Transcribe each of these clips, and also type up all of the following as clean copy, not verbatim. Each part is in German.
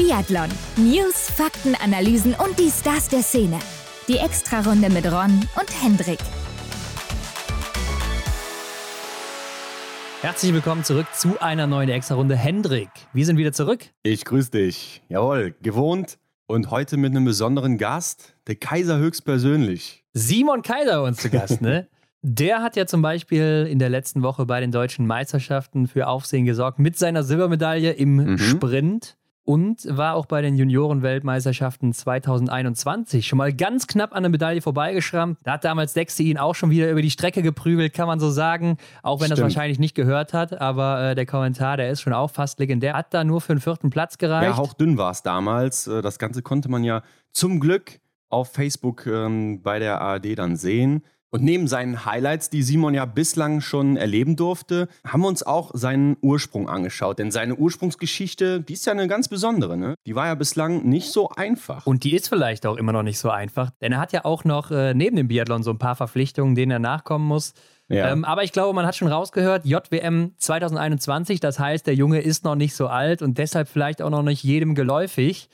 Biathlon. News, Fakten, Analysen und die Stars der Szene. Die Extrarunde mit Ron und Hendrik. Herzlich willkommen zurück zu einer neuen Extrarunde. Hendrik, wir sind wieder zurück. Ich grüße dich. Jawohl, gewohnt und heute mit einem besonderen Gast, der Kaiser höchstpersönlich. Simon Kaiser uns zu Gast, ne? Der hat ja zum Beispiel in der letzten Woche bei den deutschen Meisterschaften für Aufsehen gesorgt mit seiner Silbermedaille im Sprint und war auch bei den Junioren-Weltmeisterschaften 2021 schon mal ganz knapp an der Medaille vorbeigeschrammt. Da hat damals Dexter ihn auch schon wieder über die Strecke geprügelt, kann man so sagen, auch wenn er es wahrscheinlich nicht gehört hat, aber der Kommentar, der ist schon auch fast legendär. Hat da nur für den 4. Platz gereicht. Ja, hauchdünn war es damals. Das Ganze konnte man ja zum Glück auf Facebook bei der ARD dann sehen. Und neben seinen Highlights, die Simon ja bislang schon erleben durfte, haben wir uns auch seinen Ursprung angeschaut. Denn seine Ursprungsgeschichte, die ist ja eine ganz besondere, ne? Die war ja bislang nicht so einfach. Und die ist vielleicht auch immer noch nicht so einfach. Denn er hat ja auch noch neben dem Biathlon so ein paar Verpflichtungen, denen er nachkommen muss. Ja. Aber ich glaube, man hat schon rausgehört, JWM 2021, das heißt, der Junge ist noch nicht so alt und deshalb vielleicht auch noch nicht jedem geläufig.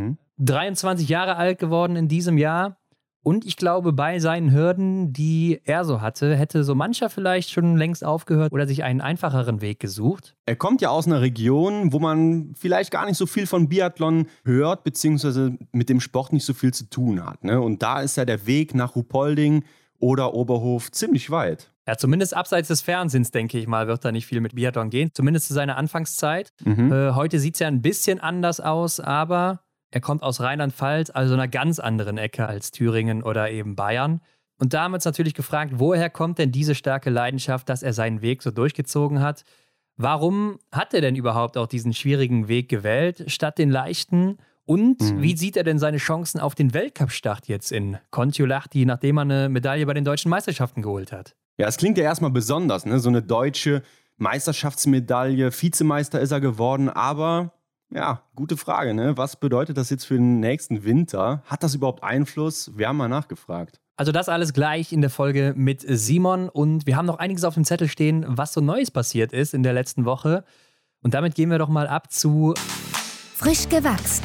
23 Jahre alt geworden in diesem Jahr. Und ich glaube, bei seinen Hürden, die er so hatte, hätte so mancher vielleicht schon längst aufgehört oder sich einen einfacheren Weg gesucht. Er kommt ja aus einer Region, wo man vielleicht gar nicht so viel von Biathlon hört, beziehungsweise mit dem Sport nicht so viel zu tun hat, ne? Und da ist ja der Weg nach Ruhpolding oder Oberhof ziemlich weit. Ja, zumindest abseits des Fernsehens, denke ich mal, wird da nicht viel mit Biathlon gehen. Zumindest zu seiner Anfangszeit. Heute sieht es ja ein bisschen anders aus, aber er kommt aus Rheinland-Pfalz, also einer ganz anderen Ecke als Thüringen oder eben Bayern. Und da haben wir uns natürlich gefragt, woher kommt denn diese starke Leidenschaft, dass er seinen Weg so durchgezogen hat? Warum hat er denn überhaupt auch diesen schwierigen Weg gewählt, statt den leichten? Und wie sieht er denn seine Chancen auf den Weltcup-Start jetzt in Kontiolahti, nachdem er eine Medaille bei den deutschen Meisterschaften geholt hat? Ja, es klingt ja erstmal besonders, ne? So eine deutsche Meisterschaftsmedaille, Vizemeister ist er geworden, aber ja, gute Frage, ne? Was bedeutet das jetzt für den nächsten Winter? Hat das überhaupt Einfluss? Wir haben mal nachgefragt. Also das alles gleich in der Folge mit Simon und wir haben noch einiges auf dem Zettel stehen, was so Neues passiert ist in der letzten Woche. Und damit gehen wir doch mal ab zu Frisch gewachst.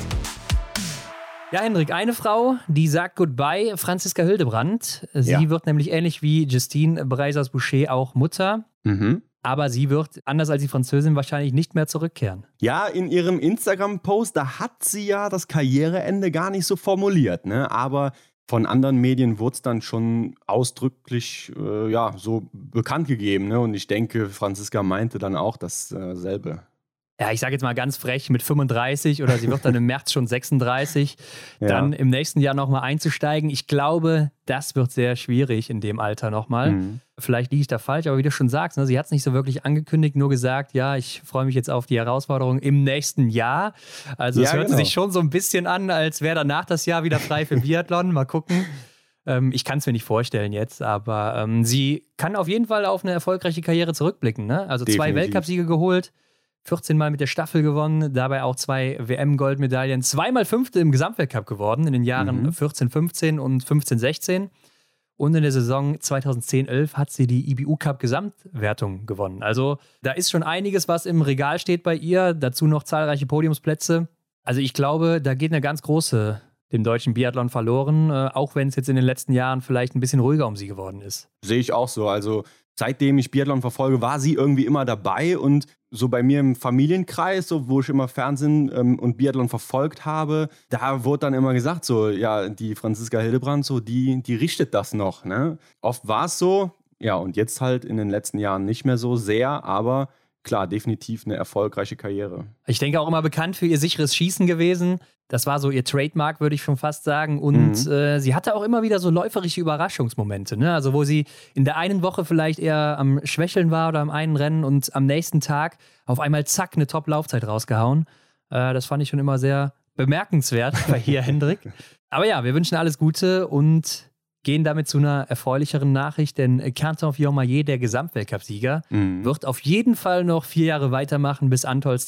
Ja, Hendrik, eine Frau, die sagt Goodbye, Franziska Hildebrandt. Sie wird nämlich ähnlich wie Justine Breisers-Boucher auch Mutter. Aber sie wird, anders als die Französin, wahrscheinlich nicht mehr zurückkehren. Ja, in ihrem Instagram-Post, da hat sie ja das Karriereende gar nicht so formuliert, ne? Aber von anderen Medien wurde es dann schon ausdrücklich so bekannt gegeben, ne? Und ich denke, Franziska meinte dann auch dasselbe. Ja, ich sage jetzt mal ganz frech, mit 35 oder sie wird dann im März schon 36, dann im nächsten Jahr nochmal einzusteigen. Ich glaube, das wird sehr schwierig in dem Alter nochmal. Vielleicht liege ich da falsch, aber wie du schon sagst, ne, sie hat es nicht so wirklich angekündigt, nur gesagt, ja, ich freue mich jetzt auf die Herausforderung im nächsten Jahr. Also es hört sich schon so ein bisschen an, als wäre danach das Jahr wieder frei für Biathlon. Mal gucken. Ich kann es mir nicht vorstellen jetzt, aber sie kann auf jeden Fall auf eine erfolgreiche Karriere zurückblicken, ne? Also Definitiv. 2 Weltcupsiege geholt. 14 Mal mit der Staffel gewonnen, dabei auch 2 WM-Goldmedaillen, 2-mal Fünfte im Gesamtweltcup geworden in den Jahren 14-15 und 15-16. Und in der Saison 2010-11 hat sie die IBU-Cup-Gesamtwertung gewonnen. Also da ist schon einiges, was im Regal steht bei ihr. Dazu noch zahlreiche Podiumsplätze. Also ich glaube, da geht eine ganz große dem deutschen Biathlon verloren, auch wenn es jetzt in den letzten Jahren vielleicht ein bisschen ruhiger um sie geworden ist. Sehe ich auch so. Also seitdem ich Biathlon verfolge, war sie irgendwie immer dabei und so bei mir im Familienkreis, so, wo ich immer Fernsehen und Biathlon verfolgt habe, da wurde dann immer gesagt, so, ja, die Franziska Hildebrandt, so, die richtet das noch, ne? Oft war es so, ja, und jetzt halt in den letzten Jahren nicht mehr so sehr, aber klar, definitiv eine erfolgreiche Karriere. Ich denke auch immer bekannt für ihr sicheres Schießen gewesen. Das war so ihr Trademark, würde ich schon fast sagen. Und sie hatte auch immer wieder so läuferische Überraschungsmomente, ne? Also wo sie in der einen Woche vielleicht eher am Schwächeln war oder am einen Rennen und am nächsten Tag auf einmal zack eine Top-Laufzeit rausgehauen. Das fand ich schon immer sehr bemerkenswert bei hier, Hendrik. Aber ja, wir wünschen alles Gute und gehen damit zu einer erfreulicheren Nachricht, denn Quentin Fillon-Maillet, der Gesamtweltcup-Sieger, wird auf jeden Fall noch 4 Jahre weitermachen bis Antholz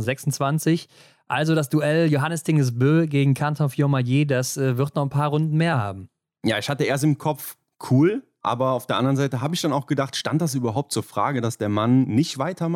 2026. Also das Duell Johannes Dingesbö gegen Quentin Fillon-Maillet, das wird noch ein paar Runden mehr haben. Ja, ich hatte erst im Kopf, cool, aber auf der anderen Seite habe ich dann auch gedacht, stand das überhaupt zur Frage, dass der Mann nicht weitermacht?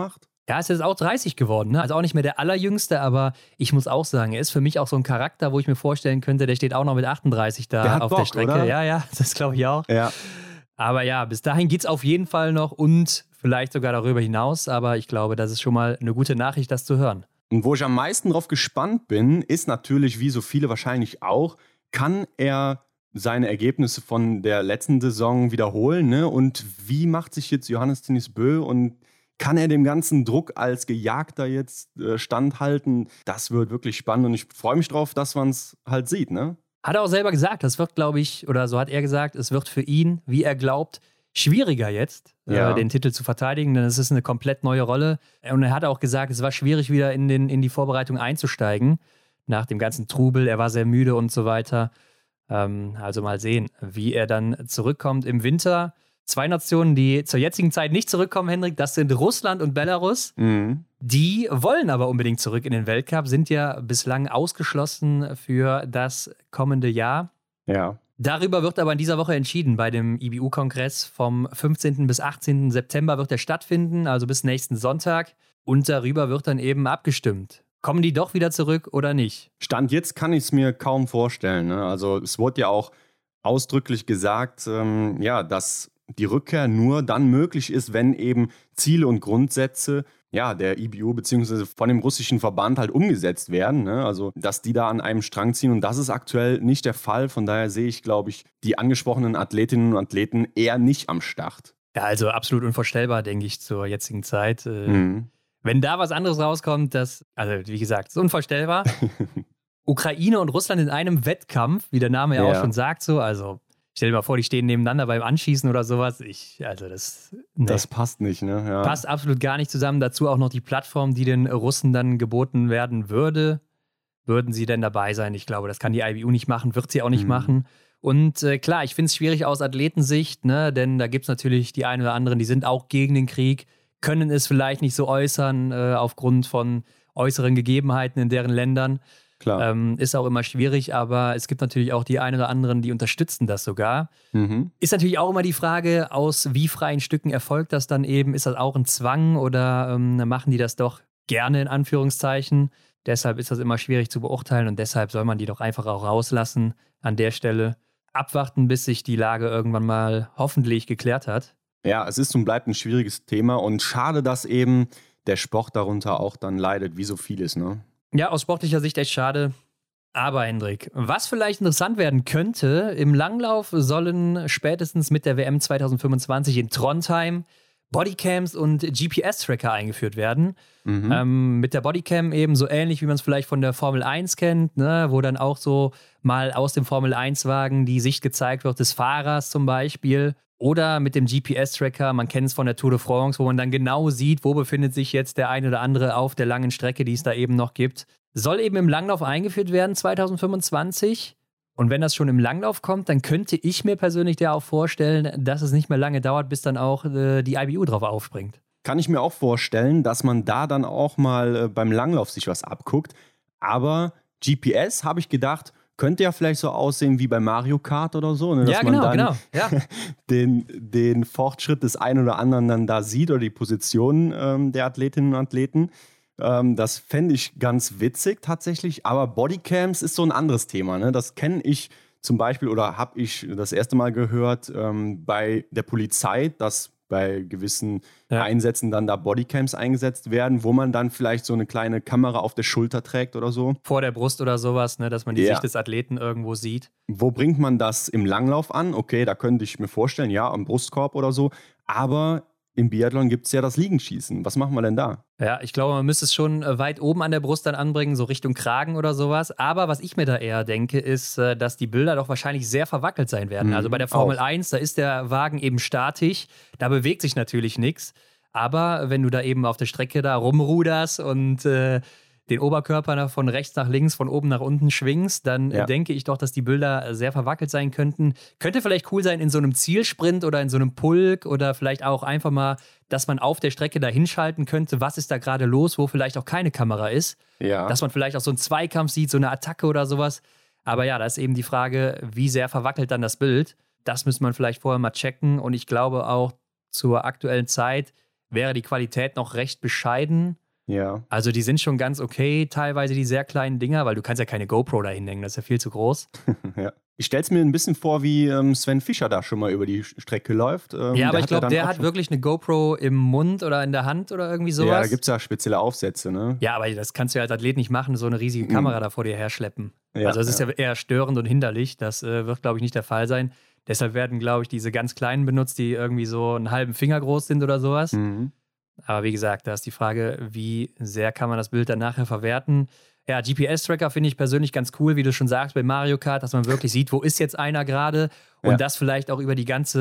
Ja, ist jetzt auch 30 geworden, ne? Also auch nicht mehr der Allerjüngste, aber ich muss auch sagen, er ist für mich auch so ein Charakter, wo ich mir vorstellen könnte, der steht auch noch mit 38 da auf Bock, der Strecke. oder? Ja, das glaube ich auch. Ja. Aber ja, bis dahin geht es auf jeden Fall noch und vielleicht sogar darüber hinaus. Aber ich glaube, das ist schon mal eine gute Nachricht, das zu hören. Und wo ich am meisten drauf gespannt bin, ist natürlich, wie so viele wahrscheinlich auch, kann er seine Ergebnisse von der letzten Saison wiederholen, ne? Und wie macht sich jetzt Johannes Tinnis Bö und kann er dem ganzen Druck als Gejagter jetzt standhalten? Das wird wirklich spannend und ich freue mich drauf, dass man es halt sieht, ne? Hat er auch selber gesagt, das wird, glaube ich, oder so hat er gesagt, es wird für ihn, wie er glaubt, schwieriger jetzt, den Titel zu verteidigen, denn es ist eine komplett neue Rolle. Und er hat auch gesagt, es war schwierig, wieder in die Vorbereitung einzusteigen, nach dem ganzen Trubel. Er war sehr müde und so weiter. Also mal sehen, wie er dann zurückkommt im Winter. 2 Nationen, die zur jetzigen Zeit nicht zurückkommen, Hendrik, das sind Russland und Belarus. Mhm. Die wollen aber unbedingt zurück in den Weltcup, sind ja bislang ausgeschlossen für das kommende Jahr. Ja. Darüber wird aber in dieser Woche entschieden bei dem IBU-Kongress. Vom 15. bis 18. September wird der stattfinden, also bis nächsten Sonntag. Und darüber wird dann eben abgestimmt. Kommen die doch wieder zurück oder nicht? Stand jetzt kann ich es mir kaum vorstellen, ne? Also es wurde ja auch ausdrücklich gesagt, dass die Rückkehr nur dann möglich ist, wenn eben Ziele und Grundsätze der IBU bzw. von dem russischen Verband halt umgesetzt werden, ne? Also dass die da an einem Strang ziehen und das ist aktuell nicht der Fall. Von daher sehe ich, glaube ich, die angesprochenen Athletinnen und Athleten eher nicht am Start. Ja, also absolut unvorstellbar, denke ich, zur jetzigen Zeit. Wenn da was anderes rauskommt, wie gesagt, ist unvorstellbar. Ukraine und Russland in einem Wettkampf, wie der Name ja auch schon sagt, so, also stell dir mal vor, die stehen nebeneinander beim Anschießen oder sowas. Das passt nicht, ne? Ja. Passt absolut gar nicht zusammen. Dazu auch noch die Plattform, die den Russen dann geboten werden würde. Würden sie denn dabei sein? Ich glaube, das kann die IBU nicht machen, wird sie auch nicht machen. Und klar, ich finde es schwierig aus Athletensicht, ne? Denn da gibt es natürlich die einen oder anderen, die sind auch gegen den Krieg, können es vielleicht nicht so äußern aufgrund von äußeren Gegebenheiten in deren Ländern. Klar. Ist auch immer schwierig, aber es gibt natürlich auch die einen oder anderen, die unterstützen das sogar. Ist natürlich auch immer die Frage, aus wie freien Stücken erfolgt das dann eben? Ist das auch ein Zwang oder machen die das doch gerne in Anführungszeichen? Deshalb ist das immer schwierig zu beurteilen und deshalb soll man die doch einfach auch rauslassen an der Stelle. Abwarten, bis sich die Lage irgendwann mal hoffentlich geklärt hat. Ja, es ist und bleibt ein schwieriges Thema und schade, dass eben der Sport darunter auch dann leidet, wie so vieles, ne? Ja, aus sportlicher Sicht echt schade. Aber Hendrik, was vielleicht interessant werden könnte, im Langlauf sollen spätestens mit der WM 2025 in Trondheim Bodycams und GPS-Tracker eingeführt werden. Mit der Bodycam eben so ähnlich, wie man es vielleicht von der Formel 1 kennt, ne? Wo dann auch so mal aus dem Formel 1-Wagen die Sicht gezeigt wird des Fahrers zum Beispiel. Oder mit dem GPS-Tracker, man kennt es von der Tour de France, wo man dann genau sieht, wo befindet sich jetzt der eine oder andere auf der langen Strecke, die es da eben noch gibt. Soll eben im Langlauf eingeführt werden 2025. Und wenn das schon im Langlauf kommt, dann könnte ich mir persönlich ja auch vorstellen, dass es nicht mehr lange dauert, bis dann auch die IBU drauf aufspringt. Kann ich mir auch vorstellen, dass man da dann auch mal beim Langlauf sich was abguckt. Aber GPS, habe ich gedacht, könnte ja vielleicht so aussehen wie bei Mario Kart oder so, ne? Dass ja, man dann genau. Ja. den Fortschritt des einen oder anderen dann da sieht oder die Position der Athletinnen und Athleten. Das fände ich ganz witzig tatsächlich, aber Bodycams ist so ein anderes Thema, ne? Das kenne ich zum Beispiel oder habe ich das erste Mal gehört bei der Polizei, dass bei gewissen Einsätzen dann da Bodycams eingesetzt werden, wo man dann vielleicht so eine kleine Kamera auf der Schulter trägt oder so. Vor der Brust oder sowas, ne, dass man die Sicht des Athleten irgendwo sieht. Wo bringt man das im Langlauf an? Okay, da könnte ich mir vorstellen, ja, am Brustkorb oder so, aber im Biathlon gibt es ja das Liegenschießen. Was machen wir denn da? Ja, ich glaube, man müsste es schon weit oben an der Brust dann anbringen, so Richtung Kragen oder sowas. Aber was ich mir da eher denke, ist, dass die Bilder doch wahrscheinlich sehr verwackelt sein werden. Also bei der Formel 1, da ist der Wagen eben statisch, da bewegt sich natürlich nichts. Aber wenn du da eben auf der Strecke da rumruderst und den Oberkörper von rechts nach links, von oben nach unten schwingst, dann denke ich doch, dass die Bilder sehr verwackelt sein könnten. Könnte vielleicht cool sein in so einem Zielsprint oder in so einem Pulk oder vielleicht auch einfach mal, dass man auf der Strecke da hinschalten könnte, was ist da gerade los, wo vielleicht auch keine Kamera ist. Ja. Dass man vielleicht auch so einen Zweikampf sieht, so eine Attacke oder sowas. Aber ja, da ist eben die Frage, wie sehr verwackelt dann das Bild. Das müsste man vielleicht vorher mal checken und ich glaube auch zur aktuellen Zeit wäre die Qualität noch recht bescheiden. Ja. Also die sind schon ganz okay, teilweise die sehr kleinen Dinger, weil du kannst ja keine GoPro da hinhängen, das ist ja viel zu groß. Ja. Ich stelle es mir ein bisschen vor, wie Sven Fischer da schon mal über die Strecke läuft. Ja, aber ich glaube, der hat wirklich eine GoPro im Mund oder in der Hand oder irgendwie sowas. Ja, da gibt es ja spezielle Aufsätze, ne? Ja, aber das kannst du ja als Athlet nicht machen, so eine riesige Kamera da vor dir herschleppen. Ja, also es ist ja eher störend und hinderlich, das wird, glaube ich, nicht der Fall sein. Deshalb werden, glaube ich, diese ganz kleinen benutzt, die irgendwie so einen halben Finger groß sind oder sowas. Mhm. Aber wie gesagt, da ist die Frage, wie sehr kann man das Bild dann nachher verwerten. Ja, GPS-Tracker finde ich persönlich ganz cool, wie du schon sagst, bei Mario Kart, dass man wirklich sieht, wo ist jetzt einer gerade und das vielleicht auch über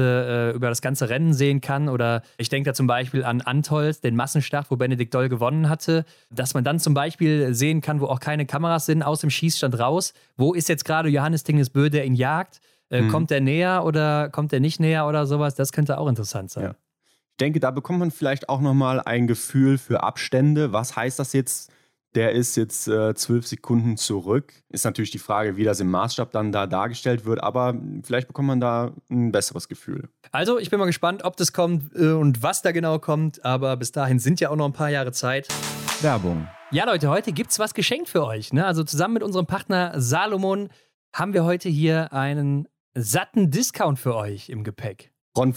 das ganze Rennen sehen kann. Oder ich denke da zum Beispiel an Antholz, den Massenstart, wo Benedikt Doll gewonnen hatte, dass man dann zum Beispiel sehen kann, wo auch keine Kameras sind, aus dem Schießstand raus. Wo ist jetzt gerade Johannes Tingesbö, der ihn jagt? Kommt der näher oder kommt der nicht näher oder sowas? Das könnte auch interessant sein. Ja. Ich denke, da bekommt man vielleicht auch nochmal ein Gefühl für Abstände. Was heißt das jetzt? Der ist jetzt 12 Sekunden zurück. Ist natürlich die Frage, wie das im Maßstab dann da dargestellt wird, aber vielleicht bekommt man da ein besseres Gefühl. Also, ich bin mal gespannt, ob das kommt und was da genau kommt, aber bis dahin sind ja auch noch ein paar Jahre Zeit. Werbung. Ja, Leute, heute gibt's was geschenkt für euch. Ne? Also zusammen mit unserem Partner Salomon haben wir heute hier einen satten Discount für euch im Gepäck. Rund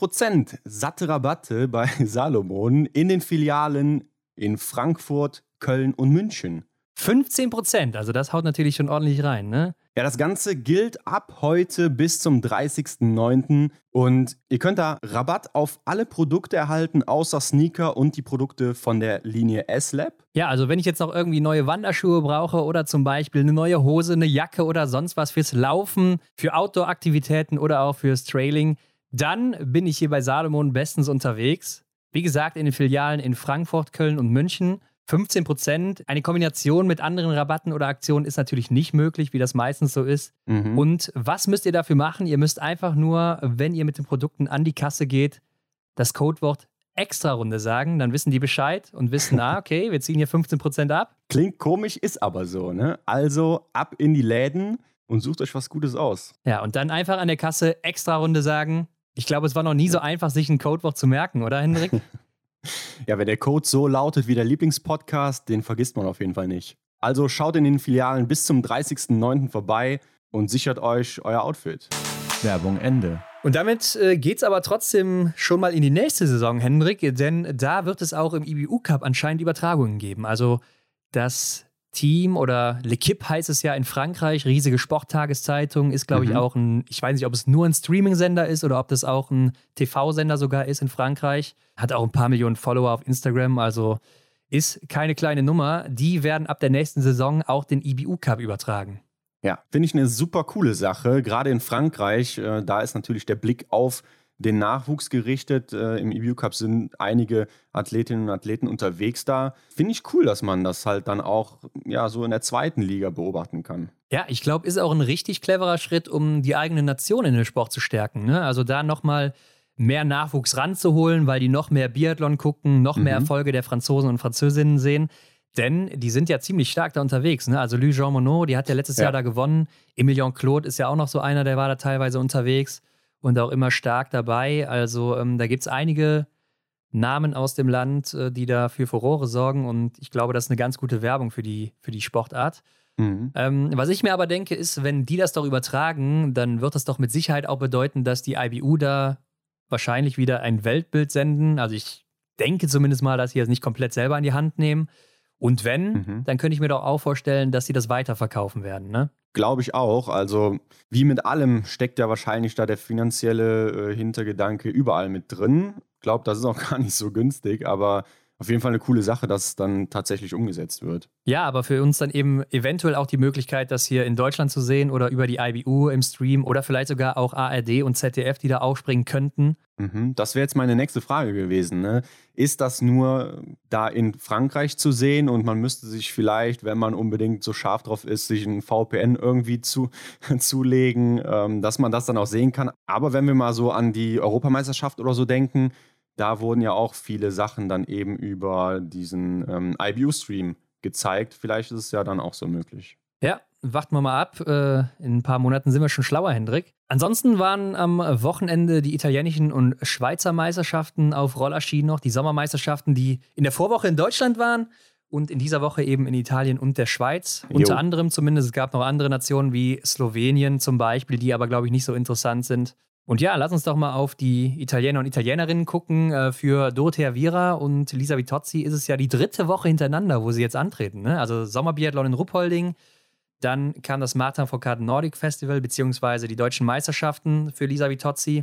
15% satte Rabatte bei Salomon in den Filialen in Frankfurt, Köln und München. 15%, also das haut natürlich schon ordentlich rein, ne? Ja, das Ganze gilt ab heute bis zum 30.09. Und ihr könnt da Rabatt auf alle Produkte erhalten, außer Sneaker und die Produkte von der Linie S-Lab. Ja, also wenn ich jetzt noch irgendwie neue Wanderschuhe brauche oder zum Beispiel eine neue Hose, eine Jacke oder sonst was fürs Laufen, für Outdoor-Aktivitäten oder auch fürs Trailing, dann bin ich hier bei Salomon bestens unterwegs. Wie gesagt, in den Filialen in Frankfurt, Köln und München. 15%. Eine Kombination mit anderen Rabatten oder Aktionen ist natürlich nicht möglich, wie das meistens so ist. Und was müsst ihr dafür machen? Ihr müsst einfach nur, wenn ihr mit den Produkten an die Kasse geht, das Codewort Extrarunde sagen. Dann wissen die Bescheid und wissen, okay, wir ziehen hier 15% ab. Klingt komisch, ist aber so, ne? Also ab in die Läden und sucht euch was Gutes aus. Ja, und dann einfach an der Kasse Extrarunde sagen. Ich glaube, es war noch nie so einfach, sich ein Codewort zu merken, oder Hendrik? Ja, wenn der Code so lautet wie der Lieblingspodcast, den vergisst man auf jeden Fall nicht. Also schaut in den Filialen bis zum 30.09. vorbei und sichert euch euer Outfit. Werbung Ende. Und damit geht's aber trotzdem schon mal in die nächste Saison, Hendrik, denn da wird es auch im IBU Cup anscheinend Übertragungen geben. Also das Team oder L'Équipe heißt es ja in Frankreich, riesige Sporttageszeitung, ist glaube ich auch ich weiß nicht, ob es nur ein Streaming-Sender ist oder ob das auch ein TV-Sender sogar ist in Frankreich. Hat auch ein paar Millionen Follower auf Instagram, also ist keine kleine Nummer. Die werden ab der nächsten Saison auch den IBU Cup übertragen. Ja, finde ich eine super coole Sache, gerade in Frankreich. Da ist natürlich der Blick auf den Nachwuchs gerichtet. Im IBU Cup sind einige Athletinnen und Athleten unterwegs da. Finde ich cool, dass man das halt dann auch so in der zweiten Liga beobachten kann. Ja, ich glaube, ist auch ein richtig cleverer Schritt, um die eigene Nation in den Sport zu stärken. Ne? Also da nochmal mehr Nachwuchs ranzuholen, weil die noch mehr Biathlon gucken, noch mehr Erfolge der Franzosen und Französinnen sehen. Denn die sind ja ziemlich stark da unterwegs. Ne? Also Jean Monod, die hat ja letztes Jahr da gewonnen. Emilien Claude ist ja auch noch so einer, der war da teilweise unterwegs und auch immer stark dabei. Also da gibt es einige Namen aus dem Land, die da für Furore sorgen. Und ich glaube, das ist eine ganz gute Werbung für die Sportart. Was ich mir aber denke, ist, wenn die das doch übertragen, dann wird das doch mit Sicherheit auch bedeuten, dass die IBU da wahrscheinlich wieder ein Weltbild senden. Also ich denke zumindest mal, dass sie das nicht komplett selber in die Hand nehmen. Und wenn, dann könnte ich mir doch auch vorstellen, dass sie das weiterverkaufen werden, ne? Glaube ich auch. Also wie mit allem steckt ja wahrscheinlich da der finanzielle Hintergedanke überall mit drin. Ich glaube, das ist auch gar nicht so günstig, aber auf jeden Fall eine coole Sache, dass es dann tatsächlich umgesetzt wird. Ja, aber für uns dann eben eventuell auch die Möglichkeit, das hier in Deutschland zu sehen oder über die IBU im Stream oder vielleicht sogar auch ARD und ZDF, die da aufspringen könnten. Das wäre jetzt meine nächste Frage gewesen. Ne? Ist das nur da in Frankreich zu sehen und man müsste sich vielleicht, wenn man unbedingt so scharf drauf ist, sich ein VPN irgendwie zulegen, dass man das dann auch sehen kann? Aber wenn wir mal so an die Europameisterschaft oder so denken, da wurden ja auch viele Sachen dann eben über diesen IBU-Stream gezeigt. Vielleicht ist es ja dann auch so möglich. Ja, warten wir mal ab. In ein paar Monaten sind wir schon schlauer, Hendrik. Ansonsten waren am Wochenende die italienischen und Schweizer Meisterschaften auf Rollerski noch, die Sommermeisterschaften, die in der Vorwoche in Deutschland waren und in dieser Woche eben in Italien und der Schweiz. Unter anderem zumindest, es gab noch andere Nationen wie Slowenien zum Beispiel, die aber, glaube ich, nicht so interessant sind. Und ja, lass uns doch mal auf die Italiener und Italienerinnen gucken. Für Dorothea Viera und Lisa Vitozzi ist es ja die 3. Woche hintereinander, wo sie jetzt antreten. Ne? Also Sommerbiathlon in Ruppolding, dann kam das Martin Fourcade Nordic Festival, beziehungsweise die deutschen Meisterschaften für Lisa Vitozzi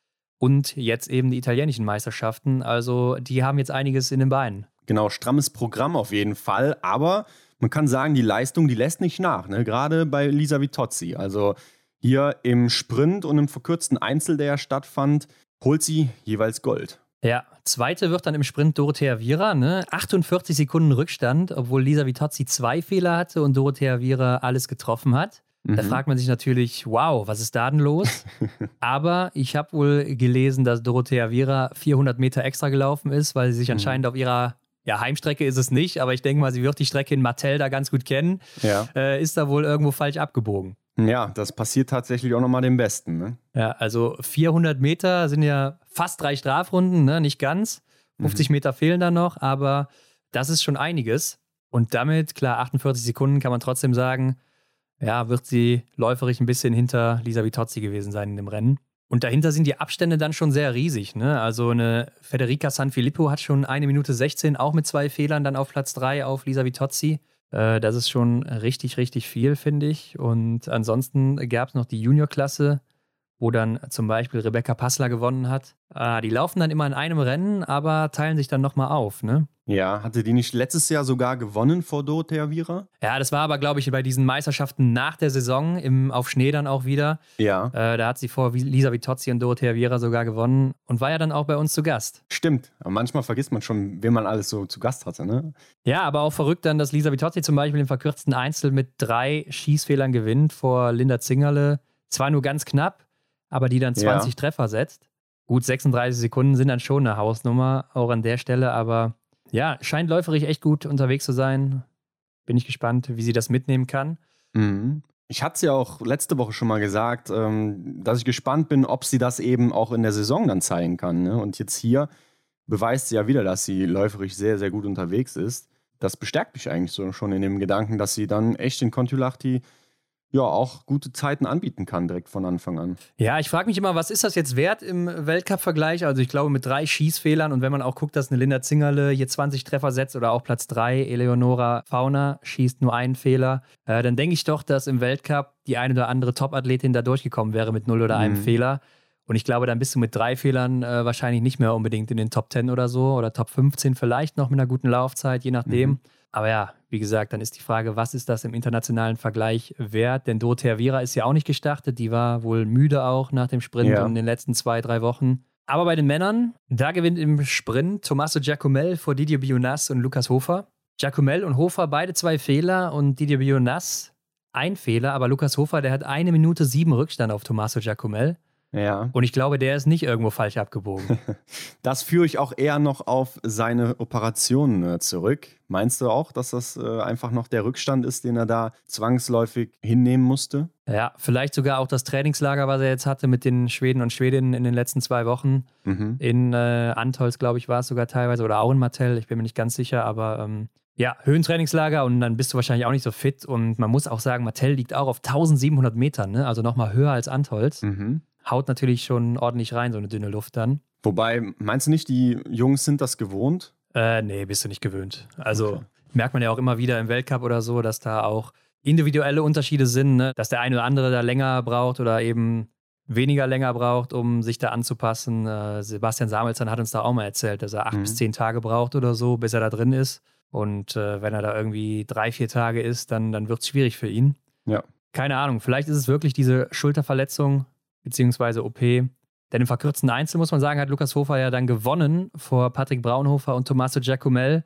und jetzt eben die italienischen Meisterschaften. Also die haben jetzt einiges in den Beinen. Genau, strammes Programm auf jeden Fall, aber man kann sagen, die Leistung, die lässt nicht nach, ne? Gerade bei Lisa Vitozzi. Also hier im Sprint und im verkürzten Einzel, der ja stattfand, holt sie jeweils Gold. Ja, zweite wird dann im Sprint Dorothea Viera, ne? 48 Sekunden Rückstand, obwohl Lisa Vitozzi 2 Fehler hatte und Dorothea Viera alles getroffen hat. Da fragt man sich natürlich, wow, was ist da denn los? Aber ich habe wohl gelesen, dass Dorothea Viera 400 Meter extra gelaufen ist, weil sie sich anscheinend auf ihrer Heimstrecke ist es nicht, aber ich denke mal, sie wird die Strecke in Martel da ganz gut kennen. Ja. Ist da wohl irgendwo falsch abgebogen. Ja, das passiert tatsächlich auch nochmal dem Besten. Ne? Ja, also 400 Meter sind ja fast 3 Strafrunden, ne? Nicht ganz. 50 Meter fehlen da noch, aber das ist schon einiges. Und damit, klar, 48 Sekunden kann man trotzdem sagen, ja, wird sie läuferisch ein bisschen hinter Lisa Vitozzi gewesen sein in dem Rennen. Und dahinter sind die Abstände dann schon sehr riesig. Ne? Also eine Federica Sanfilippo hat schon 1 Minute 16, auch mit 2 Fehlern, dann auf Platz 3 auf Lisa Vitozzi. Das ist schon richtig, richtig viel, finde ich. Und ansonsten gab es noch die Juniorklasse, wo dann zum Beispiel Rebecca Passler gewonnen hat. Die laufen dann immer in einem Rennen, aber teilen sich dann nochmal auf, ne? Ja, hatte die nicht letztes Jahr sogar gewonnen vor Dorothea Viera? Ja, das war aber, glaube ich, bei diesen Meisterschaften nach der Saison, auf Schnee dann auch wieder. Ja. Da hat sie vor Lisa Vitozzi und Dorothea Viera sogar gewonnen und war ja dann auch bei uns zu Gast. Stimmt, aber manchmal vergisst man schon, wen man alles so zu Gast hatte, ne? Ja, aber auch verrückt dann, dass Lisa Vitozzi zum Beispiel im verkürzten Einzel mit 3 Schießfehlern gewinnt vor Linda Zingerle. Zwar nur ganz knapp, aber die dann 20 Treffer setzt. Gut, 36 Sekunden sind dann schon eine Hausnummer, auch an der Stelle, aber ja, scheint läuferisch echt gut unterwegs zu sein. Bin ich gespannt, wie sie das mitnehmen kann. Mhm. Ich hatte es ja auch letzte Woche schon mal gesagt, dass ich gespannt bin, ob sie das eben auch in der Saison dann zeigen kann. Ne? Und jetzt hier beweist sie ja wieder, dass sie läuferisch sehr, sehr gut unterwegs ist. Das bestärkt mich eigentlich so schon in dem Gedanken, dass sie dann echt in Kontiolahti ja auch gute Zeiten anbieten kann, direkt von Anfang an. Ja, ich frage mich immer, was ist das jetzt wert im Weltcup-Vergleich? Also ich glaube mit 3 Schießfehlern und wenn man auch guckt, dass eine Linda Zingerle hier 20 Treffer setzt oder auch Platz 3, Eleonora Fauna schießt nur 1 Fehler, dann denke ich doch, dass im Weltcup die eine oder andere Top-Athletin da durchgekommen wäre mit 0 oder 1 Fehler. Und ich glaube, dann bist du mit 3 Fehlern wahrscheinlich nicht mehr unbedingt in den Top 10 oder so oder Top 15 vielleicht noch mit einer guten Laufzeit, je nachdem. Aber ja, wie gesagt, dann ist die Frage, was ist das im internationalen Vergleich wert? Denn Dorothea Viera ist ja auch nicht gestartet. Die war wohl müde auch nach dem Sprint in den letzten 2-3 Wochen. Aber bei den Männern, da gewinnt im Sprint Tommaso Giacomel vor Didier Bionas und Lukas Hofer. Giacomel und Hofer beide 2 Fehler und Didier Bionas 1 Fehler. Aber Lukas Hofer, der hat 1 Minute 7 Rückstand auf Tommaso Giacomel. Ja. Und ich glaube, der ist nicht irgendwo falsch abgebogen. Das führe ich auch eher noch auf seine Operationen zurück. Meinst du auch, dass das einfach noch der Rückstand ist, den er da zwangsläufig hinnehmen musste? Ja, vielleicht sogar auch das Trainingslager, was er jetzt hatte mit den Schweden und Schwedinnen in den letzten 2 Wochen. In Antholz, glaube ich, war es sogar teilweise oder auch in Martel, ich bin mir nicht ganz sicher, aber ja, Höhentrainingslager und dann bist du wahrscheinlich auch nicht so fit und man muss auch sagen, Martel liegt auch auf 1700 Metern, ne? Also nochmal höher als Antholz. Haut natürlich schon ordentlich rein, so eine dünne Luft dann. Wobei, meinst du nicht, die Jungs sind das gewohnt? Nee, bist du nicht gewöhnt. Also merkt man ja auch immer wieder im Weltcup oder so, dass da auch individuelle Unterschiede sind, ne? Dass der eine oder andere da länger braucht oder eben weniger länger braucht, um sich da anzupassen. Sebastian Samuelsson hat uns da auch mal erzählt, dass er 8 bis 10 Tage braucht oder so, bis er da drin ist. Und wenn er da irgendwie 3-4 Tage ist, dann wird es schwierig für ihn. Ja. Keine Ahnung, vielleicht ist es wirklich diese Schulterverletzung beziehungsweise OP. Denn im verkürzten Einzel, muss man sagen, hat Lukas Hofer ja dann gewonnen vor Patrick Braunhofer und Tommaso Giacomel.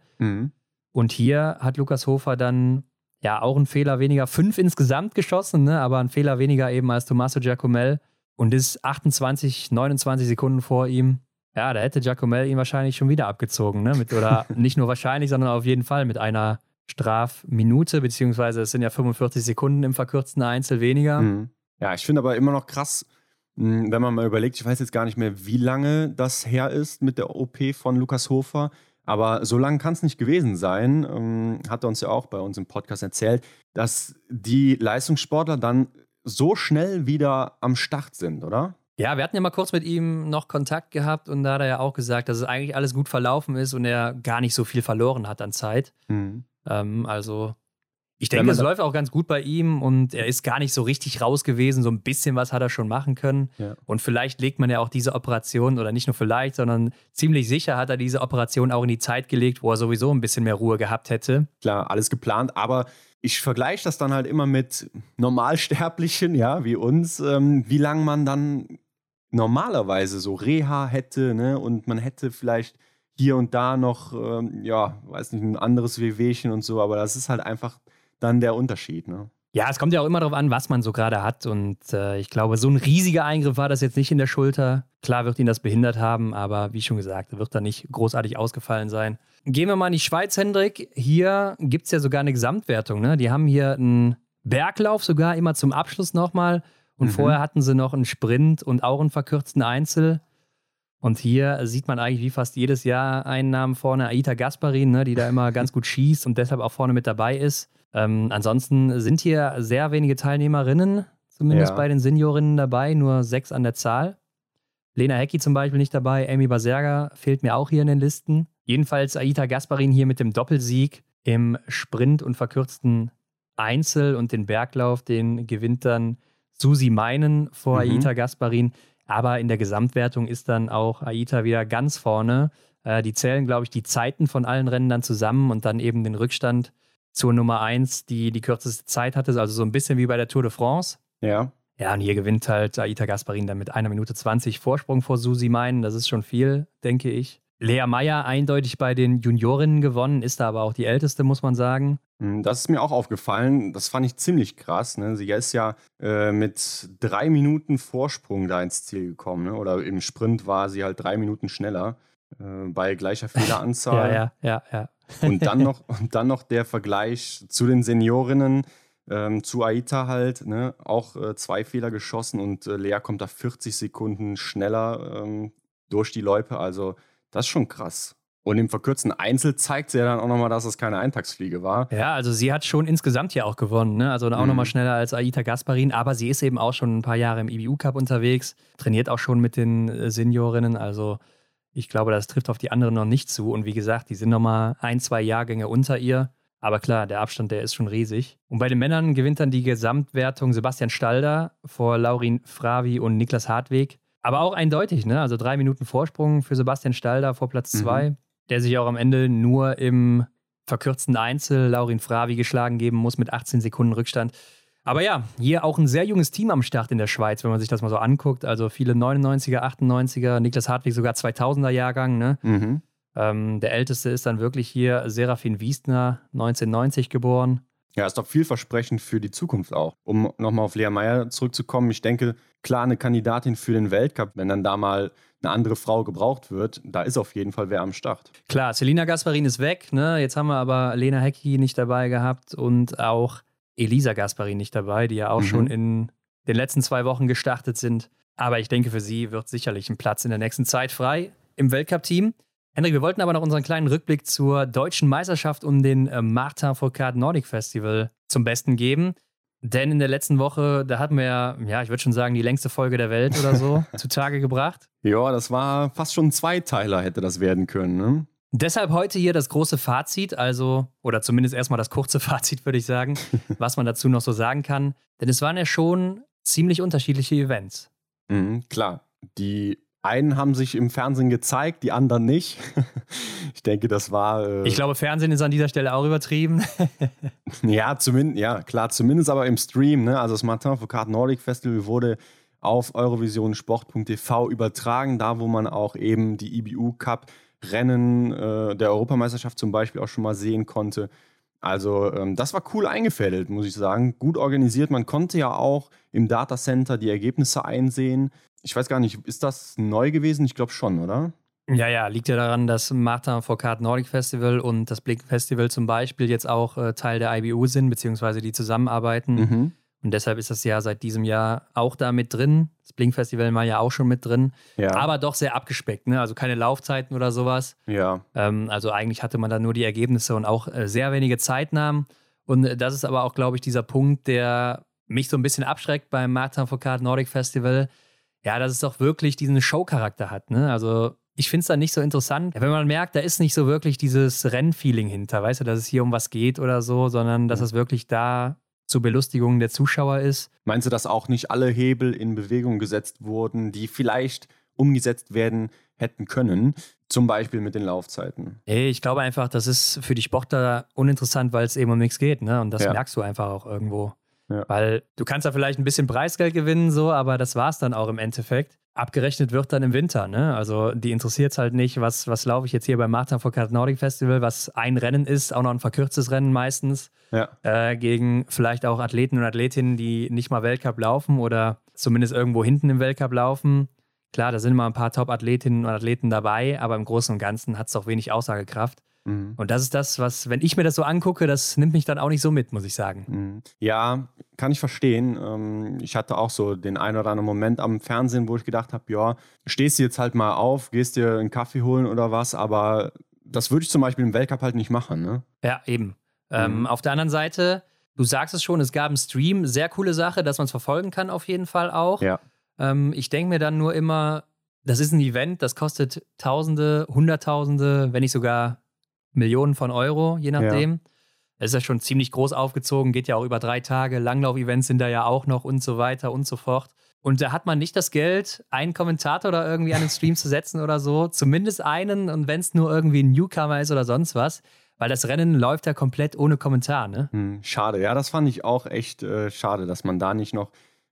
Und hier hat Lukas Hofer dann ja auch einen Fehler weniger, 5 insgesamt geschossen, ne? Aber einen Fehler weniger eben als Tommaso Giacomel und ist 28, 29 Sekunden vor ihm. Ja, da hätte Giacomel ihn wahrscheinlich schon wieder abgezogen, ne? Oder nicht nur wahrscheinlich, sondern auf jeden Fall mit einer Strafminute, beziehungsweise es sind ja 45 Sekunden im verkürzten Einzel weniger. Ja, ich finde aber immer noch krass, Wenn man mal überlegt, ich weiß jetzt gar nicht mehr, wie lange das her ist mit der OP von Lukas Hofer, aber so lange kann es nicht gewesen sein, hat er uns ja auch bei uns im Podcast erzählt, dass die Leistungssportler dann so schnell wieder am Start sind, oder? Ja, wir hatten ja mal kurz mit ihm noch Kontakt gehabt und da hat er ja auch gesagt, dass es eigentlich alles gut verlaufen ist und er gar nicht so viel verloren hat an Zeit. Also ich denke, es läuft auch ganz gut bei ihm und er ist gar nicht so richtig raus gewesen. So ein bisschen was hat er schon machen können. Ja. Und vielleicht legt man ja auch diese Operation, oder nicht nur vielleicht, sondern ziemlich sicher hat er diese Operation auch in die Zeit gelegt, wo er sowieso ein bisschen mehr Ruhe gehabt hätte. Klar, alles geplant, aber ich vergleiche das dann halt immer mit Normalsterblichen, ja, wie uns, wie lange man dann normalerweise so Reha hätte, ne? Und man hätte vielleicht hier und da noch, weiß nicht, ein anderes Wehwehchen und so, aber das ist halt einfach dann der Unterschied, ne? Ja, es kommt ja auch immer darauf an, was man so gerade hat und ich glaube, so ein riesiger Eingriff war das jetzt nicht in der Schulter. Klar wird ihn das behindert haben, aber wie schon gesagt, wird da nicht großartig ausgefallen sein. Gehen wir mal in die Schweiz, Hendrik. Hier gibt es ja sogar eine Gesamtwertung, ne? Die haben hier einen Berglauf sogar immer zum Abschluss nochmal und vorher hatten sie noch einen Sprint und auch einen verkürzten Einzel. Und hier sieht man eigentlich wie fast jedes Jahr einen Namen vorne, Aita Gasparin, ne, die da immer ganz gut schießt und deshalb auch vorne mit dabei ist. Ansonsten sind hier sehr wenige Teilnehmerinnen, zumindest bei den Seniorinnen dabei, nur 6 an der Zahl. Lena Hecki zum Beispiel nicht dabei, Amy Baserga fehlt mir auch hier in den Listen. Jedenfalls Aita Gasparin hier mit dem Doppelsieg im Sprint und verkürzten Einzel und den Berglauf, den gewinnt dann Susi Meinen vor Aita Gasparin. Aber in der Gesamtwertung ist dann auch Aita wieder ganz vorne. Die zählen, glaube ich, die Zeiten von allen Rennen dann zusammen und dann eben den Rückstand zur Nummer 1, die die kürzeste Zeit hatte. Also so ein bisschen wie bei der Tour de France. Ja. Ja, und hier gewinnt halt Aita Gasparin dann mit 1 Minute 20 Vorsprung vor Susi Meinen. Das ist schon viel, denke ich. Lea Meyer eindeutig bei den Juniorinnen gewonnen, ist da aber auch die älteste, muss man sagen. Das ist mir auch aufgefallen. Das fand ich ziemlich krass. Ne? Sie ist ja mit 3 Minuten Vorsprung da ins Ziel gekommen. Ne? Oder im Sprint war sie halt 3 Minuten schneller bei gleicher Fehleranzahl. Ja. Und dann noch der Vergleich zu den Seniorinnen, zu Aita halt. Ne? Auch 2 Fehler geschossen und Lea kommt da 40 Sekunden schneller durch die Loipe. Also das ist schon krass. Und im verkürzten Einzel zeigt sie ja dann auch nochmal, dass es keine Eintagsfliege war. Ja, also sie hat schon insgesamt hier auch gewonnen, ne? Also auch nochmal schneller als Aita Gasparin, aber sie ist eben auch schon ein paar Jahre im IBU-Cup unterwegs, trainiert auch schon mit den Seniorinnen, also ich glaube, das trifft auf die anderen noch nicht zu. Und wie gesagt, die sind nochmal 1, 2 Jahrgänge unter ihr. Aber klar, der Abstand, der ist schon riesig. Und bei den Männern gewinnt dann die Gesamtwertung Sebastian Stalder vor Laurin Fravi und Niklas Hartweg. Aber auch eindeutig, ne? Also 3 Minuten Vorsprung für Sebastian Stalder vor Platz 2, der sich auch am Ende nur im verkürzten Einzel Laurin Fravi geschlagen geben muss mit 18 Sekunden Rückstand. Aber ja, hier auch ein sehr junges Team am Start in der Schweiz, wenn man sich das mal so anguckt. Also viele 99er, 98er, Niklas Hartweg sogar 2000er Jahrgang, ne? Der älteste ist dann wirklich hier Serafin Wiestner, 1990 geboren. Ja, ist doch vielversprechend für die Zukunft auch. Um nochmal auf Lea Meyer zurückzukommen, ich denke, klar eine Kandidatin für den Weltcup, wenn dann da mal eine andere Frau gebraucht wird, da ist auf jeden Fall wer am Start. Klar, Selina Gasparin ist weg, ne? Jetzt haben wir aber Lena Hecki nicht dabei gehabt und auch Elisa Gasparin nicht dabei, die ja auch schon in den letzten 2 Wochen gestartet sind. Aber ich denke, für sie wird sicherlich ein Platz in der nächsten Zeit frei im Weltcup-Team. Hendrik, wir wollten aber noch unseren kleinen Rückblick zur deutschen Meisterschaft um den Martin Fourcade Nordic Festival zum Besten geben. Denn in der letzten Woche, da hatten wir ja, ich würde schon sagen, die längste Folge der Welt oder so zutage gebracht. Ja, das war fast schon ein Zweiteiler, hätte das werden können, ne? Deshalb heute hier das große Fazit, also, oder zumindest erstmal das kurze Fazit, würde ich sagen, was man dazu noch so sagen kann. Denn es waren ja schon ziemlich unterschiedliche Events. Klar, die einen haben sich im Fernsehen gezeigt, die anderen nicht. Ich denke, das war... Ich glaube, Fernsehen ist an dieser Stelle auch übertrieben. Zumindest aber im Stream. Ne? Also das Martin Fourcade Nordic Festival wurde auf eurovisionsport.tv übertragen, da wo man auch eben die IBU-Cup-Rennen der Europameisterschaft zum Beispiel auch schon mal sehen konnte. Also das war cool eingefädelt, muss ich sagen. Gut organisiert. Man konnte ja auch im Datacenter die Ergebnisse einsehen. Ich weiß gar nicht, ist das neu gewesen? Ich glaube schon, oder? Ja, liegt ja daran, dass Martin Fourcade Nordic Festival und das Blick Festival zum Beispiel jetzt auch Teil der IBU sind, beziehungsweise die zusammenarbeiten. Und deshalb ist das ja seit diesem Jahr auch da mit drin. Das Blink-Festival war ja auch schon mit drin. Ja. Aber doch sehr abgespeckt, ne? Also keine Laufzeiten oder sowas. Ja. Also eigentlich hatte man da nur die Ergebnisse und auch sehr wenige Zeitnahmen. Und das ist aber auch, glaube ich, dieser Punkt, der mich so ein bisschen abschreckt beim Martin Fourcade Nordic Festival. Ja, dass es doch wirklich diesen Showcharakter hat, ne? Also ich finde es dann nicht so interessant, wenn man merkt, da ist nicht so wirklich dieses Rennfeeling hinter, weißt du, dass es hier um was geht oder so, sondern dass es wirklich da zur Belustigung der Zuschauer ist. Meinst du, dass auch nicht alle Hebel in Bewegung gesetzt wurden, die vielleicht umgesetzt werden hätten können? Zum Beispiel mit den Laufzeiten. Hey, ich glaube einfach, das ist für die Sportler uninteressant, weil es eben um nichts geht, ne? Und das merkst du einfach auch irgendwo. Ja. Weil du kannst da vielleicht ein bisschen Preisgeld gewinnen, so, aber das war es dann auch im Endeffekt. Abgerechnet wird dann im Winter, ne? Also die interessiert es halt nicht, was laufe ich jetzt hier beim Martin Fourcade Nordic Festival, was ein Rennen ist, auch noch ein verkürztes Rennen meistens, gegen vielleicht auch Athleten und Athletinnen, die nicht mal Weltcup laufen oder zumindest irgendwo hinten im Weltcup laufen. Klar, da sind immer ein paar Top-Athletinnen und Athleten dabei, aber im Großen und Ganzen hat es doch wenig Aussagekraft. Mhm. Und das ist das, was, wenn ich mir das so angucke, das nimmt mich dann auch nicht so mit, muss ich sagen. Mhm. Ja, kann ich verstehen. Ich hatte auch so den einen oder anderen Moment am Fernsehen, wo ich gedacht habe, ja, stehst du jetzt halt mal auf, gehst dir einen Kaffee holen oder was, aber das würde ich zum Beispiel im Weltcup halt nicht machen, ne? Ja, eben. Auf der anderen Seite, du sagst es schon, es gab einen Stream, sehr coole Sache, dass man es verfolgen kann auf jeden Fall auch. Ja. Ich denke mir dann nur immer, das ist ein Event, das kostet Tausende, Hunderttausende, wenn nicht sogar Millionen von Euro, je nachdem. Es ist ja schon ziemlich groß aufgezogen, geht ja auch über 3 Tage. Langlauf-Events sind da ja auch noch und so weiter und so fort. Und da hat man nicht das Geld, einen Kommentator da irgendwie an den Stream zu setzen oder so. Zumindest einen, und wenn es nur irgendwie ein Newcomer ist oder sonst was. Weil das Rennen läuft ja komplett ohne Kommentar, ne? Schade, ja, das fand ich auch echt schade, dass man da nicht noch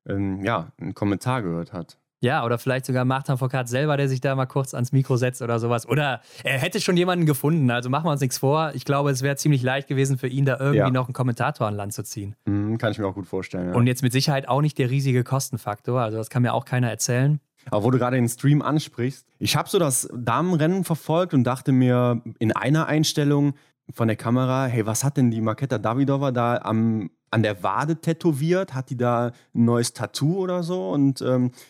einen Kommentar gehört hat. Ja, oder vielleicht sogar Martin Fourcade selber, der sich da mal kurz ans Mikro setzt oder sowas. Oder er hätte schon jemanden gefunden. Also machen wir uns nichts vor. Ich glaube, es wäre ziemlich leicht gewesen für ihn, da irgendwie noch einen Kommentator an Land zu ziehen. Kann ich mir auch gut vorstellen. Ja. Und jetzt mit Sicherheit auch nicht der riesige Kostenfaktor. Also das kann mir auch keiner erzählen. Aber wo du gerade den Stream ansprichst, ich habe so das Damenrennen verfolgt und dachte mir in einer Einstellung von der Kamera, hey, was hat denn die Markéta Davidová da an der Wade tätowiert? Hat die da ein neues Tattoo oder so? Und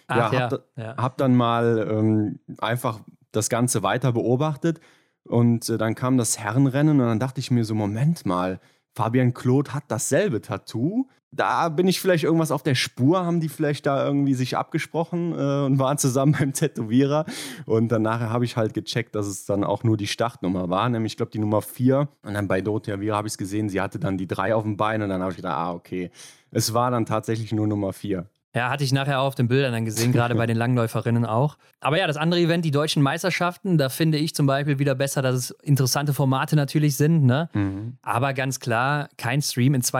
hab dann mal einfach das Ganze weiter beobachtet. Und dann kam das Herrenrennen und dann dachte ich mir so, Moment mal, Fabian Claude hat dasselbe Tattoo. Da bin ich vielleicht irgendwas auf der Spur, haben die vielleicht da irgendwie sich abgesprochen und waren zusammen beim Tätowierer. Und dann nachher habe ich halt gecheckt, dass es dann auch nur die Startnummer war, nämlich ich glaube die Nummer 4. Und dann bei Dorothea Viera habe ich es gesehen, sie hatte dann die 3 auf dem Bein und dann habe ich gedacht, okay, es war dann tatsächlich nur Nummer 4. Ja, hatte ich nachher auch auf den Bildern dann gesehen, gerade bei den Langläuferinnen auch. Aber ja, das andere Event, die deutschen Meisterschaften, da finde ich zum Beispiel wieder besser, dass es interessante Formate natürlich sind, ne? Aber ganz klar, kein Stream in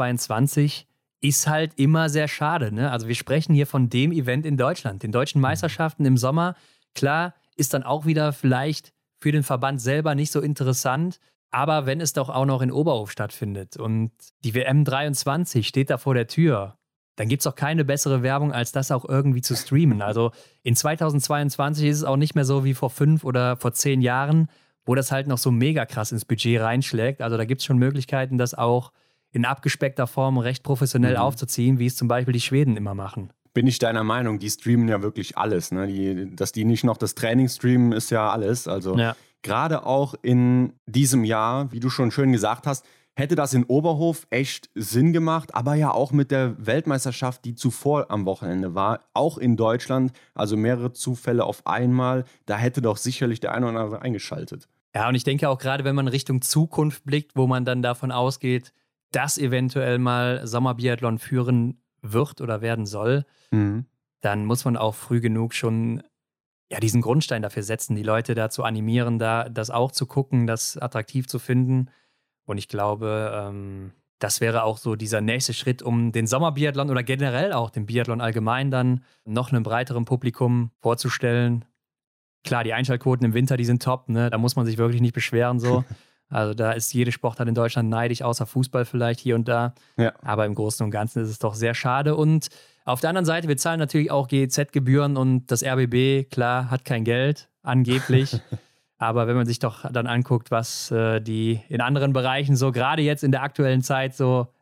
2022 ist halt immer sehr schade, ne? Also wir sprechen hier von dem Event in Deutschland, den deutschen Meisterschaften im Sommer. Klar, ist dann auch wieder vielleicht für den Verband selber nicht so interessant, aber wenn es doch auch noch in Oberhof stattfindet und die WM 23 steht da vor der Tür, dann gibt es auch keine bessere Werbung, als das auch irgendwie zu streamen. Also in 2022 ist es auch nicht mehr so wie vor 5 oder vor 10 Jahren, wo das halt noch so mega krass ins Budget reinschlägt. Also da gibt es schon Möglichkeiten, das auch in abgespeckter Form recht professionell aufzuziehen, wie es zum Beispiel die Schweden immer machen. Bin ich deiner Meinung, die streamen ja wirklich alles. Ne? Dass die nicht noch das Training streamen, ist ja alles. Also gerade auch in diesem Jahr, wie du schon schön gesagt hast, hätte das in Oberhof echt Sinn gemacht, aber ja auch mit der Weltmeisterschaft, die zuvor am Wochenende war, auch in Deutschland, also mehrere Zufälle auf einmal, da hätte doch sicherlich der eine oder andere eingeschaltet. Ja, und ich denke auch gerade, wenn man Richtung Zukunft blickt, wo man dann davon ausgeht, dass eventuell mal Sommerbiathlon führen wird oder werden soll, dann muss man auch früh genug schon diesen Grundstein dafür setzen, die Leute da zu animieren, da das auch zu gucken, das attraktiv zu finden. Und ich glaube, das wäre auch so dieser nächste Schritt, um den Sommerbiathlon oder generell auch den Biathlon allgemein dann noch einem breiteren Publikum vorzustellen. Klar, die Einschaltquoten im Winter, die sind top, ne? Da muss man sich wirklich nicht beschweren so. Also da ist jede Sportart in Deutschland neidisch, außer Fußball vielleicht hier und da. Ja. Aber im Großen und Ganzen ist es doch sehr schade. Und auf der anderen Seite, wir zahlen natürlich auch GEZ-Gebühren und das RBB, klar, hat kein Geld, angeblich. Aber wenn man sich doch dann anguckt, was die in anderen Bereichen so gerade jetzt in der aktuellen Zeit so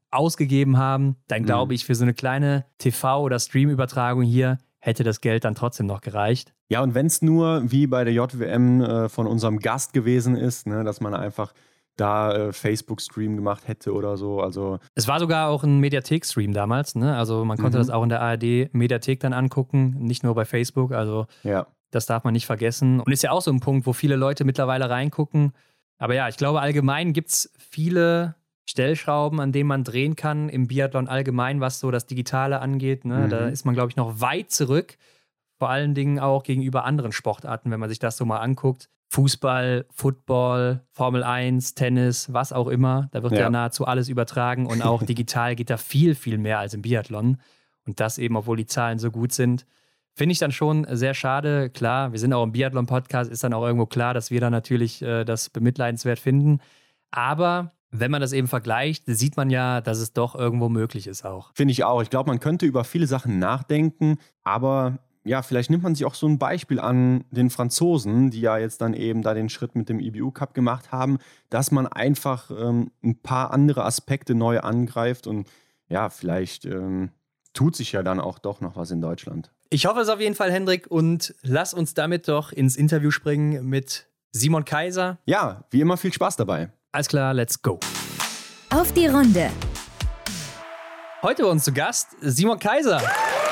ausgegeben haben, dann glaube ich, für so eine kleine TV- oder Stream-Übertragung hier hätte das Geld dann trotzdem noch gereicht. Ja, und wenn es nur wie bei der JWM von unserem Gast gewesen ist, ne, dass man einfach da Facebook-Stream gemacht hätte oder so. Also es war sogar auch ein Mediathek-Stream damals, ne? Also man konnte das auch in der ARD-Mediathek dann angucken, nicht nur bei Facebook. Also das darf man nicht vergessen. Und ist ja auch so ein Punkt, wo viele Leute mittlerweile reingucken. Aber ja, ich glaube, allgemein gibt es viele Stellschrauben, an denen man drehen kann im Biathlon allgemein, was so das Digitale angeht. Ne? Da ist man, glaube ich, noch weit zurück. Vor allen Dingen auch gegenüber anderen Sportarten, wenn man sich das so mal anguckt. Fußball, Football, Formel 1, Tennis, was auch immer. Da wird ja nahezu alles übertragen und auch digital geht da viel, viel mehr als im Biathlon. Und das eben, obwohl die Zahlen so gut sind. Finde ich dann schon sehr schade. Klar, wir sind auch im Biathlon-Podcast, ist dann auch irgendwo klar, dass wir da natürlich das bemitleidenswert finden. Aber wenn man das eben vergleicht, sieht man ja, dass es doch irgendwo möglich ist auch. Finde ich auch. Ich glaube, man könnte über viele Sachen nachdenken, aber ja, vielleicht nimmt man sich auch so ein Beispiel an den Franzosen, die ja jetzt dann eben da den Schritt mit dem IBU Cup gemacht haben, dass man einfach ein paar andere Aspekte neu angreift und ja, vielleicht tut sich ja dann auch doch noch was in Deutschland. Ich hoffe es auf jeden Fall, Hendrik, und lass uns damit doch ins Interview springen mit Simon Kaiser. Ja, wie immer viel Spaß dabei. Alles klar, let's go. Auf die Runde. Heute bei uns zu Gast Simon Kaiser.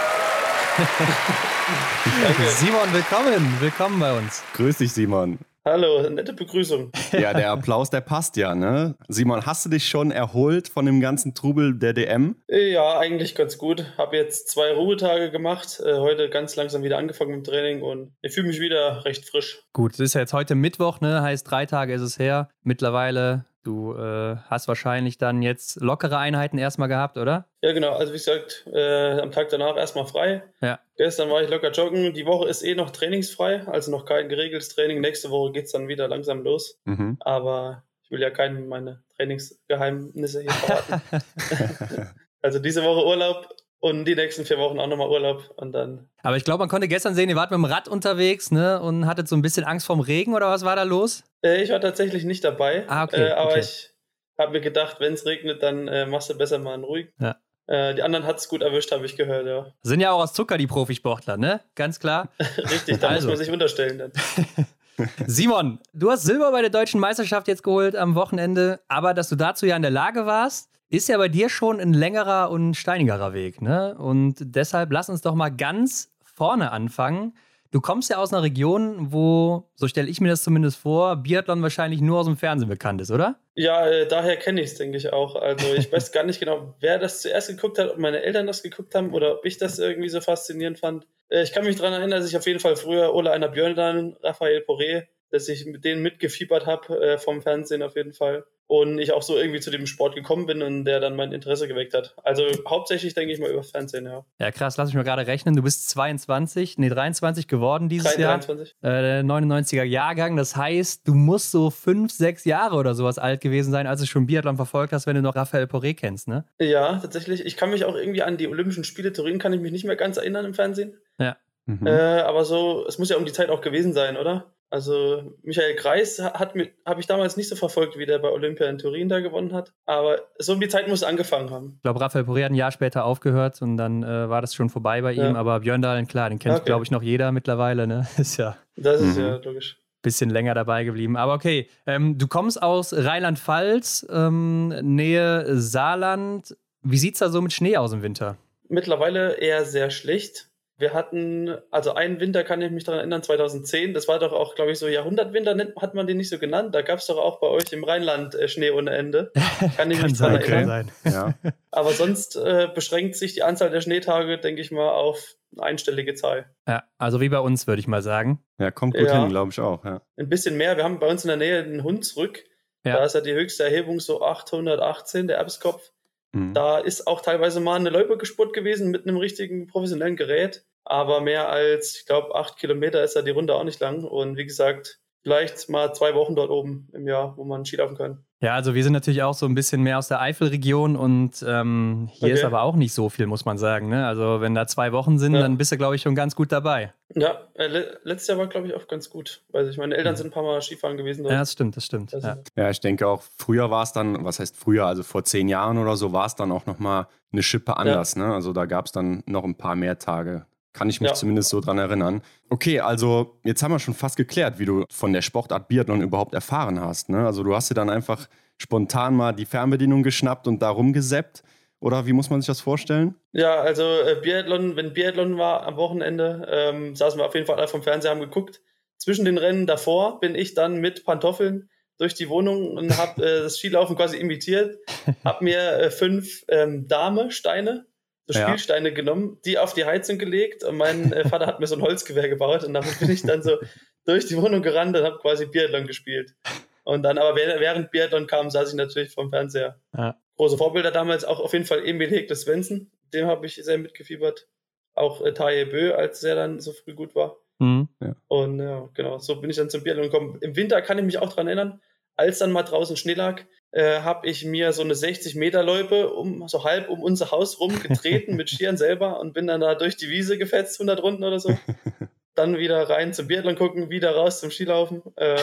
Simon, willkommen bei uns. Grüß dich, Simon. Hallo, nette Begrüßung. Ja, der Applaus, der passt ja, ne? Simon, hast du dich schon erholt von dem ganzen Trubel der DM? Ja, eigentlich ganz gut. Habe jetzt 2 Ruhetage gemacht, heute ganz langsam wieder angefangen mit dem Training und ich fühle mich wieder recht frisch. Gut, es ist ja jetzt heute Mittwoch, ne? Heißt 3 Tage ist es her. Mittlerweile, du hast wahrscheinlich dann jetzt lockere Einheiten erstmal gehabt, oder? Ja, genau. Also wie gesagt, am Tag danach erstmal frei. Ja. Gestern war ich locker joggen. Die Woche ist noch trainingsfrei, also noch kein geregeltes Training. Nächste Woche geht es dann wieder langsam los. Aber ich will ja keine meine Trainingsgeheimnisse hier verraten. Also diese Woche Urlaub und die nächsten 4 Wochen auch nochmal Urlaub und dann. Aber ich glaube, man konnte gestern sehen, ihr wart mit dem Rad unterwegs, ne? Und hattet so ein bisschen Angst vorm Regen oder was war da los? Ich war tatsächlich nicht dabei. Okay. Aber ich habe mir gedacht, wenn es regnet, dann machst du besser mal einen ruhig. Ja. Die anderen hat es gut erwischt, habe ich gehört, ja. Sind ja auch aus Zucker die Profisportler, ne? Ganz klar. Richtig, da muss man sich unterstellen dann. Simon, du hast Silber bei der Deutschen Meisterschaft jetzt geholt am Wochenende, aber dass du dazu ja in der Lage warst, ist ja bei dir schon ein längerer und steinigerer Weg, ne? Und deshalb lass uns doch mal ganz vorne anfangen. Du kommst ja aus einer Region, wo, so stelle ich mir das zumindest vor, Biathlon wahrscheinlich nur aus dem Fernsehen bekannt ist, oder? Ja, daher kenne ich es, denke ich auch. Also ich weiß gar nicht genau, wer das zuerst geguckt hat, ob meine Eltern das geguckt haben oder ob ich das irgendwie so faszinierend fand. Ich kann mich daran erinnern, dass ich auf jeden Fall früher Ole Einar Björndalen, Raphael Poré, dass ich mit denen mitgefiebert habe vom Fernsehen auf jeden Fall. Und ich auch so irgendwie zu dem Sport gekommen bin und der dann mein Interesse geweckt hat. Also hauptsächlich denke ich mal über Fernsehen, ja. Ja, krass, lass mich mal gerade rechnen. Du bist 23 geworden dieses 23. Jahr. 99er Jahrgang. Das heißt, du musst so 5, 6 Jahre oder sowas alt gewesen sein, als du schon Biathlon verfolgt hast, wenn du noch Raphael Poré kennst, ne? Ja, tatsächlich. Ich kann mich auch irgendwie an die Olympischen Spiele Turin, kann ich mich nicht mehr ganz erinnern im Fernsehen. Ja. Aber so, es muss ja um die Zeit auch gewesen sein, oder? Also Michael Greis habe ich damals nicht so verfolgt, wie der bei Olympia in Turin da gewonnen hat. Aber so um die Zeit muss es angefangen haben. Ich glaube, Raphael Poré hat ein Jahr später aufgehört und dann war das schon vorbei bei ihm. Aber Björndalen, klar, den kennt, glaube ich, noch jeder mittlerweile. Ne? Das ist ja logisch. Bisschen länger dabei geblieben. Aber okay, du kommst aus Rheinland-Pfalz, Nähe Saarland. Wie sieht es da so mit Schnee aus im Winter? Mittlerweile eher sehr schlecht. Wir hatten, also einen Winter kann ich mich daran erinnern, 2010, das war doch auch, glaube ich, so Jahrhundertwinter, hat man den nicht so genannt. Da gab es doch auch bei euch im Rheinland Schnee ohne Ende. Kann ich mich daran erinnern. Ja. Aber sonst beschränkt sich die Anzahl der Schneetage, denke ich mal, auf eine einstellige Zahl. Ja, also wie bei uns, würde ich mal sagen. Ja, kommt gut hin, glaube ich auch. Ja. Ein bisschen mehr. Wir haben bei uns in der Nähe einen Hunsrück. Ja. Da ist ja die höchste Erhebung so 818, der Erbskopf. Da ist auch teilweise mal eine Loipe gespurt gewesen mit einem richtigen professionellen Gerät. Aber mehr als, ich glaube, 8 Kilometer ist da die Runde auch nicht lang. Und wie gesagt, vielleicht mal 2 Wochen dort oben im Jahr, wo man Skilaufen kann. Ja, also wir sind natürlich auch so ein bisschen mehr aus der Eifelregion und hier ist aber auch nicht so viel, muss man sagen. Ne? Also wenn da 2 Wochen sind, dann bist du, glaube ich, schon ganz gut dabei. Ja, letztes Jahr war, glaube ich, auch ganz gut. Weil meine Eltern sind ein paar Mal Skifahren gewesen dort. Ja, das stimmt. Also, ja, ich denke auch, früher war es dann, was heißt früher, also vor 10 Jahren oder so, war es dann auch nochmal eine Schippe anders. Ne? Also da gab es dann noch ein paar mehr Tage. Kann ich mich zumindest so dran erinnern. Okay, also jetzt haben wir schon fast geklärt, wie du von der Sportart Biathlon überhaupt erfahren hast. Ne? Also du hast dir dann einfach spontan mal die Fernbedienung geschnappt und da rumgesappt. Oder wie muss man sich das vorstellen? Ja, also wenn Biathlon war am Wochenende, saßen wir auf jeden Fall alle vom Fernseher, haben geguckt. Zwischen den Rennen davor bin ich dann mit Pantoffeln durch die Wohnung und habe das Skilaufen quasi imitiert. Habe mir 5 Dame-Steine, so Spielsteine genommen, die auf die Heizung gelegt und mein Vater hat mir so ein Holzgewehr gebaut und damit bin ich dann so durch die Wohnung gerannt und habe quasi Biathlon gespielt. Und dann aber während Biathlon kam, saß ich natürlich vom Fernseher. Ja. Große Vorbilder damals auch auf jeden Fall Emil Hegde Svensson, dem habe ich sehr mitgefiebert. Auch Taje Bö, als er dann so früh gut war. Mhm. Ja. Und genau, so bin ich dann zum Biathlon gekommen. Im Winter kann ich mich auch dran erinnern, als dann mal draußen Schnee lag, habe ich mir so eine 60-Meter-Loipe so halb um unser Haus rumgetreten mit Skiern selber und bin dann da durch die Wiese gefetzt, 100 Runden oder so. Dann wieder rein zum Biathlon gucken, wieder raus zum Skilaufen.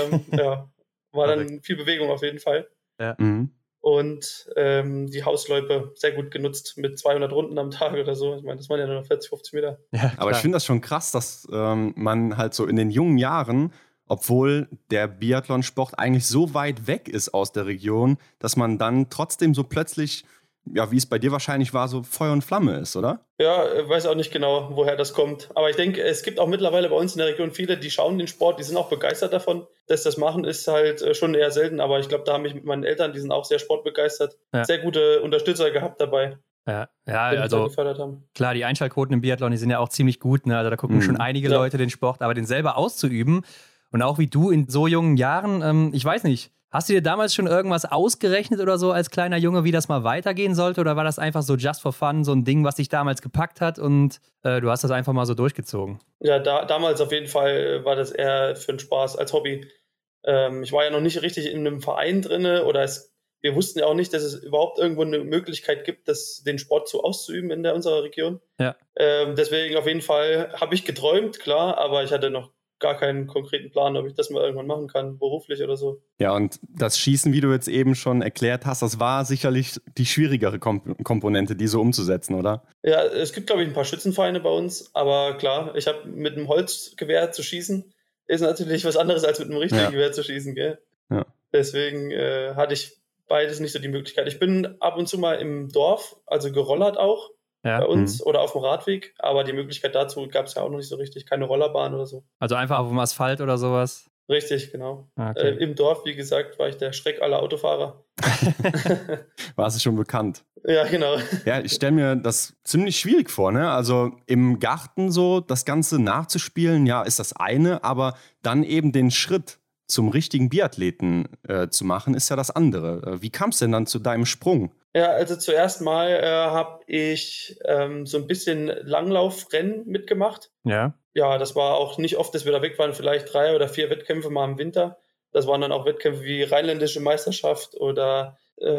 War dann viel Bewegung auf jeden Fall. Ja. Mhm. Und die Hausloipe sehr gut genutzt mit 200 Runden am Tag oder so. Ich meine, das waren ja nur noch 40, 50 Meter. Ja, aber ich finde das schon krass, dass man halt so in den jungen Jahren, obwohl der Biathlonsport eigentlich so weit weg ist aus der Region, dass man dann trotzdem so plötzlich, ja, wie es bei dir wahrscheinlich war, so Feuer und Flamme ist, oder? Ja, weiß auch nicht genau, woher das kommt. Aber ich denke, es gibt auch mittlerweile bei uns in der Region viele, die schauen den Sport, die sind auch begeistert davon. Dass das machen, ist halt schon eher selten. Aber ich glaube, da haben mich mit meinen Eltern, die sind auch sehr sportbegeistert, sehr gute Unterstützer gehabt dabei. Ja, also klar, die Einschaltquoten im Biathlon, die sind ja auch ziemlich gut. Ne? Also da gucken schon einige Leute den Sport, aber den selber auszuüben und auch wie du in so jungen Jahren, ich weiß nicht, hast du dir damals schon irgendwas ausgerechnet oder so als kleiner Junge, wie das mal weitergehen sollte? Oder war das einfach so just for fun, so ein Ding, was dich damals gepackt hat und du hast das einfach mal so durchgezogen? Ja, damals auf jeden Fall war das eher für den Spaß als Hobby. Ich war ja noch nicht richtig in einem Verein drin oder wir wussten ja auch nicht, dass es überhaupt irgendwo eine Möglichkeit gibt, den Sport so auszuüben in unserer Region. Ja. Deswegen auf jeden Fall habe ich geträumt, klar, aber ich hatte noch gar keinen konkreten Plan, ob ich das mal irgendwann machen kann, beruflich oder so. Ja, und das Schießen, wie du jetzt eben schon erklärt hast, das war sicherlich die schwierigere Komponente, die so umzusetzen, oder? Ja, es gibt, glaube ich, ein paar Schützenvereine bei uns, aber klar, ich habe mit einem Holzgewehr zu schießen, ist natürlich was anderes als mit einem richtigen Gewehr zu schießen, gell? Ja. Deswegen hatte ich beides nicht so die Möglichkeit. Ich bin ab und zu mal im Dorf, also gerollert auch, bei uns oder auf dem Radweg, aber die Möglichkeit dazu gab es ja auch noch nicht so richtig, keine Rollerbahn oder so. Also einfach auf dem Asphalt oder sowas? Richtig, genau. Okay. Im Dorf, wie gesagt, war ich der Schreck aller Autofahrer. Warst du schon bekannt? Ja, genau. Ja, ich stelle mir das ziemlich schwierig vor, ne? Also im Garten so das Ganze nachzuspielen, ja, ist das eine, aber dann eben den Schritt zum richtigen Biathleten zu machen, ist ja das andere. Wie kam es denn dann zu deinem Sprung? Ja, also zuerst mal habe ich so ein bisschen Langlaufrennen mitgemacht. Ja. Ja, das war auch nicht oft, dass wir da weg waren, vielleicht 3 oder 4 Wettkämpfe mal im Winter. Das waren dann auch Wettkämpfe wie Rheinländische Meisterschaft oder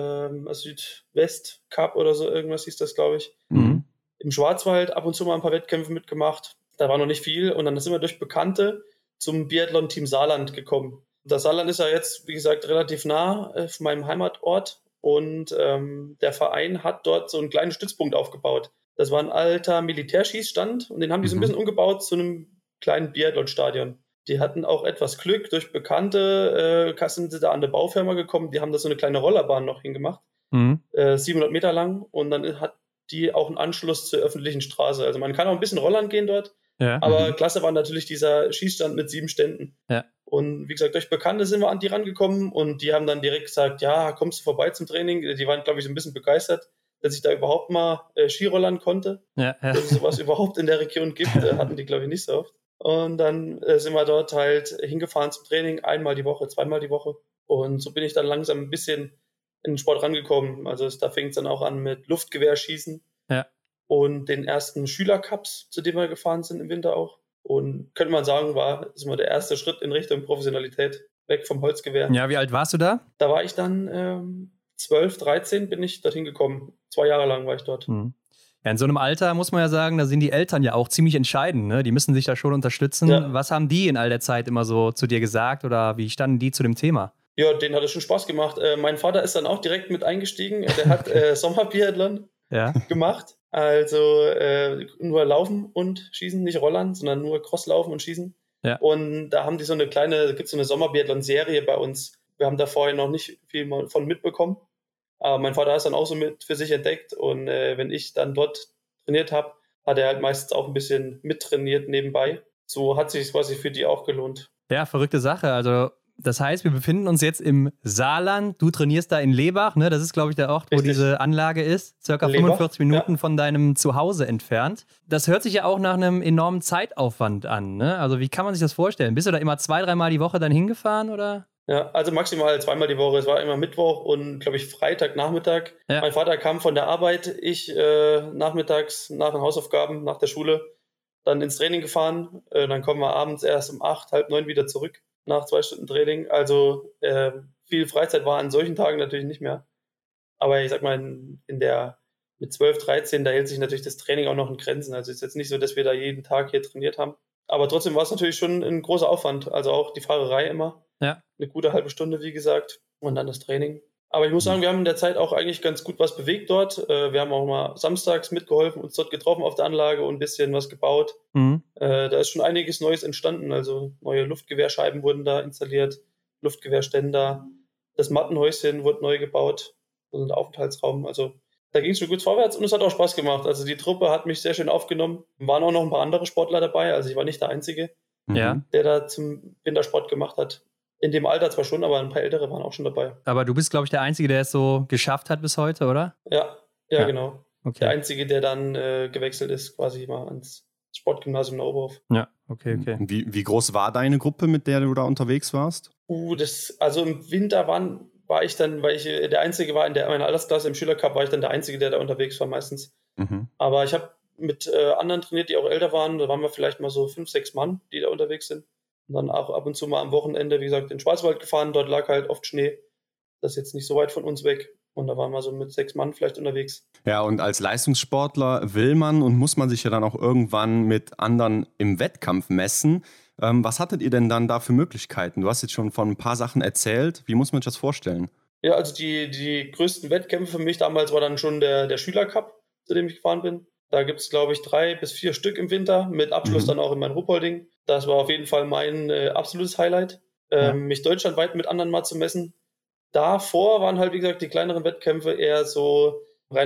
Südwest-Cup oder so, irgendwas hieß das, glaube ich. Mhm. Im Schwarzwald ab und zu mal ein paar Wettkämpfe mitgemacht. Da war noch nicht viel und dann sind wir durch Bekannte zum Biathlon-Team Saarland gekommen. Das Saarland ist ja jetzt, wie gesagt, relativ nah von meinem Heimatort. Und der Verein hat dort so einen kleinen Stützpunkt aufgebaut. Das war ein alter Militärschießstand und den haben die so ein bisschen umgebaut zu einem kleinen Biathlon-Stadion. Die hatten auch etwas Glück, durch Bekannte sind sie da an eine Baufirma gekommen, die haben da so eine kleine Rollerbahn noch hingemacht, 700 Meter lang und dann hat die auch einen Anschluss zur öffentlichen Straße. Also man kann auch ein bisschen rollern gehen dort, aber klasse war natürlich dieser Schießstand mit 7 Ständen. Ja. Und wie gesagt, durch Bekannte sind wir an die rangekommen und die haben dann direkt gesagt, ja, kommst du vorbei zum Training? Die waren, glaube ich, so ein bisschen begeistert, dass ich da überhaupt mal Skirollern konnte. Ja. Dass es sowas überhaupt in der Region gibt, hatten die, glaube ich, nicht so oft. Und dann sind wir dort halt hingefahren zum Training, einmal die Woche, zweimal die Woche. Und so bin ich dann langsam ein bisschen in den Sport rangekommen. Also da fing es dann auch an mit Luftgewehrschießen und den ersten Schülercups, zu denen wir gefahren sind im Winter auch. Und könnte man sagen, war das mal der erste Schritt in Richtung Professionalität, weg vom Holzgewehr. Ja, wie alt warst du da? Da war ich dann 12, 13 bin ich dorthin gekommen. 2 Jahre lang war ich dort. Ja, in so einem Alter muss man ja sagen, da sind die Eltern ja auch ziemlich entscheidend. Ne? Die müssen sich da schon unterstützen. Ja. Was haben die in all der Zeit immer so zu dir gesagt oder wie standen die zu dem Thema? Ja, denen hat es schon Spaß gemacht. Mein Vater ist dann auch direkt mit eingestiegen. Der hat Sommerbiathlon gemacht. Also nur Laufen und Schießen, nicht Rollern, sondern nur Crosslaufen und Schießen. Ja. Und da haben die gibt es so eine Sommerbiathlon-Serie bei uns. Wir haben da vorher noch nicht viel von mitbekommen. Aber mein Vater hat es dann auch so mit für sich entdeckt. Und wenn ich dann dort trainiert habe, hat er halt meistens auch ein bisschen mittrainiert nebenbei. So hat sich quasi für die auch gelohnt. Ja, verrückte Sache. Also das heißt, wir befinden uns jetzt im Saarland. Du trainierst da in Lebach, ne? Das ist, glaube ich, der Ort, wo diese Anlage ist. Circa 45 Minuten von deinem Zuhause entfernt. Das hört sich ja auch nach einem enormen Zeitaufwand an, ne? Also wie kann man sich das vorstellen? Bist du da immer 2-3 Mal die Woche dann hingefahren, oder? Ja, also maximal 2-mal die Woche. Es war immer Mittwoch und, glaube ich, Freitagnachmittag. Ja. Mein Vater kam von der Arbeit, ich nachmittags nach den Hausaufgaben, nach der Schule, dann ins Training gefahren. Dann kommen wir abends erst um 8, halb 9 wieder zurück. Nach 2 Stunden Training. Also viel Freizeit war an solchen Tagen natürlich nicht mehr. Aber ich sag mal, mit 12, 13, da hält sich natürlich das Training auch noch in Grenzen. Also es ist jetzt nicht so, dass wir da jeden Tag hier trainiert haben. Aber trotzdem war es natürlich schon ein großer Aufwand. Also auch die Fahrerei immer. Ja. Eine gute halbe Stunde, wie gesagt. Und dann das Training. Aber ich muss sagen, wir haben in der Zeit auch eigentlich ganz gut was bewegt dort. Wir haben auch mal samstags mitgeholfen, uns dort getroffen auf der Anlage und ein bisschen was gebaut. Da ist schon einiges Neues entstanden. Also neue Luftgewehrscheiben wurden da installiert, Luftgewehrständer. Das Mattenhäuschen wurde neu gebaut. Also ein Aufenthaltsraum. Also da ging es schon gut vorwärts und es hat auch Spaß gemacht. Also die Truppe hat mich sehr schön aufgenommen. Waren auch noch ein paar andere Sportler dabei. Also ich war nicht der Einzige, der da zum Wintersport gemacht hat. In dem Alter zwar schon, aber ein paar Ältere waren auch schon dabei. Aber du bist, glaube ich, der Einzige, der es so geschafft hat bis heute, oder? Ja, genau. Okay. Der Einzige, der dann gewechselt ist, quasi mal ans Sportgymnasium in Oberhof. Ja, okay. Wie groß war deine Gruppe, mit der du da unterwegs warst? Also im Winter war ich dann, weil ich der Einzige war in meiner Altersklasse im Schülercup, war ich dann der Einzige, der da unterwegs war meistens. Aber ich habe mit anderen trainiert, die auch älter waren. Da waren wir vielleicht mal so 5, 6 Mann, die da unterwegs sind. Und dann auch ab und zu mal am Wochenende, wie gesagt, in den Schwarzwald gefahren. Dort lag halt oft Schnee. Das ist jetzt nicht so weit von uns weg. Und da waren wir so mit 6 Mann vielleicht unterwegs. Ja, und als Leistungssportler will man und muss man sich ja dann auch irgendwann mit anderen im Wettkampf messen. Was hattet ihr denn dann da für Möglichkeiten? Du hast jetzt schon von ein paar Sachen erzählt. Wie muss man sich das vorstellen? Ja, also die größten Wettkämpfe für mich damals war dann schon der Schülercup, zu dem ich gefahren bin. Da gibt es, glaube ich, 3 bis 4 Stück im Winter, mit Abschluss dann auch in Ruppolding. Das war auf jeden Fall mein absolutes Highlight, mich deutschlandweit mit anderen mal zu messen. Davor waren halt, wie gesagt, die kleineren Wettkämpfe eher so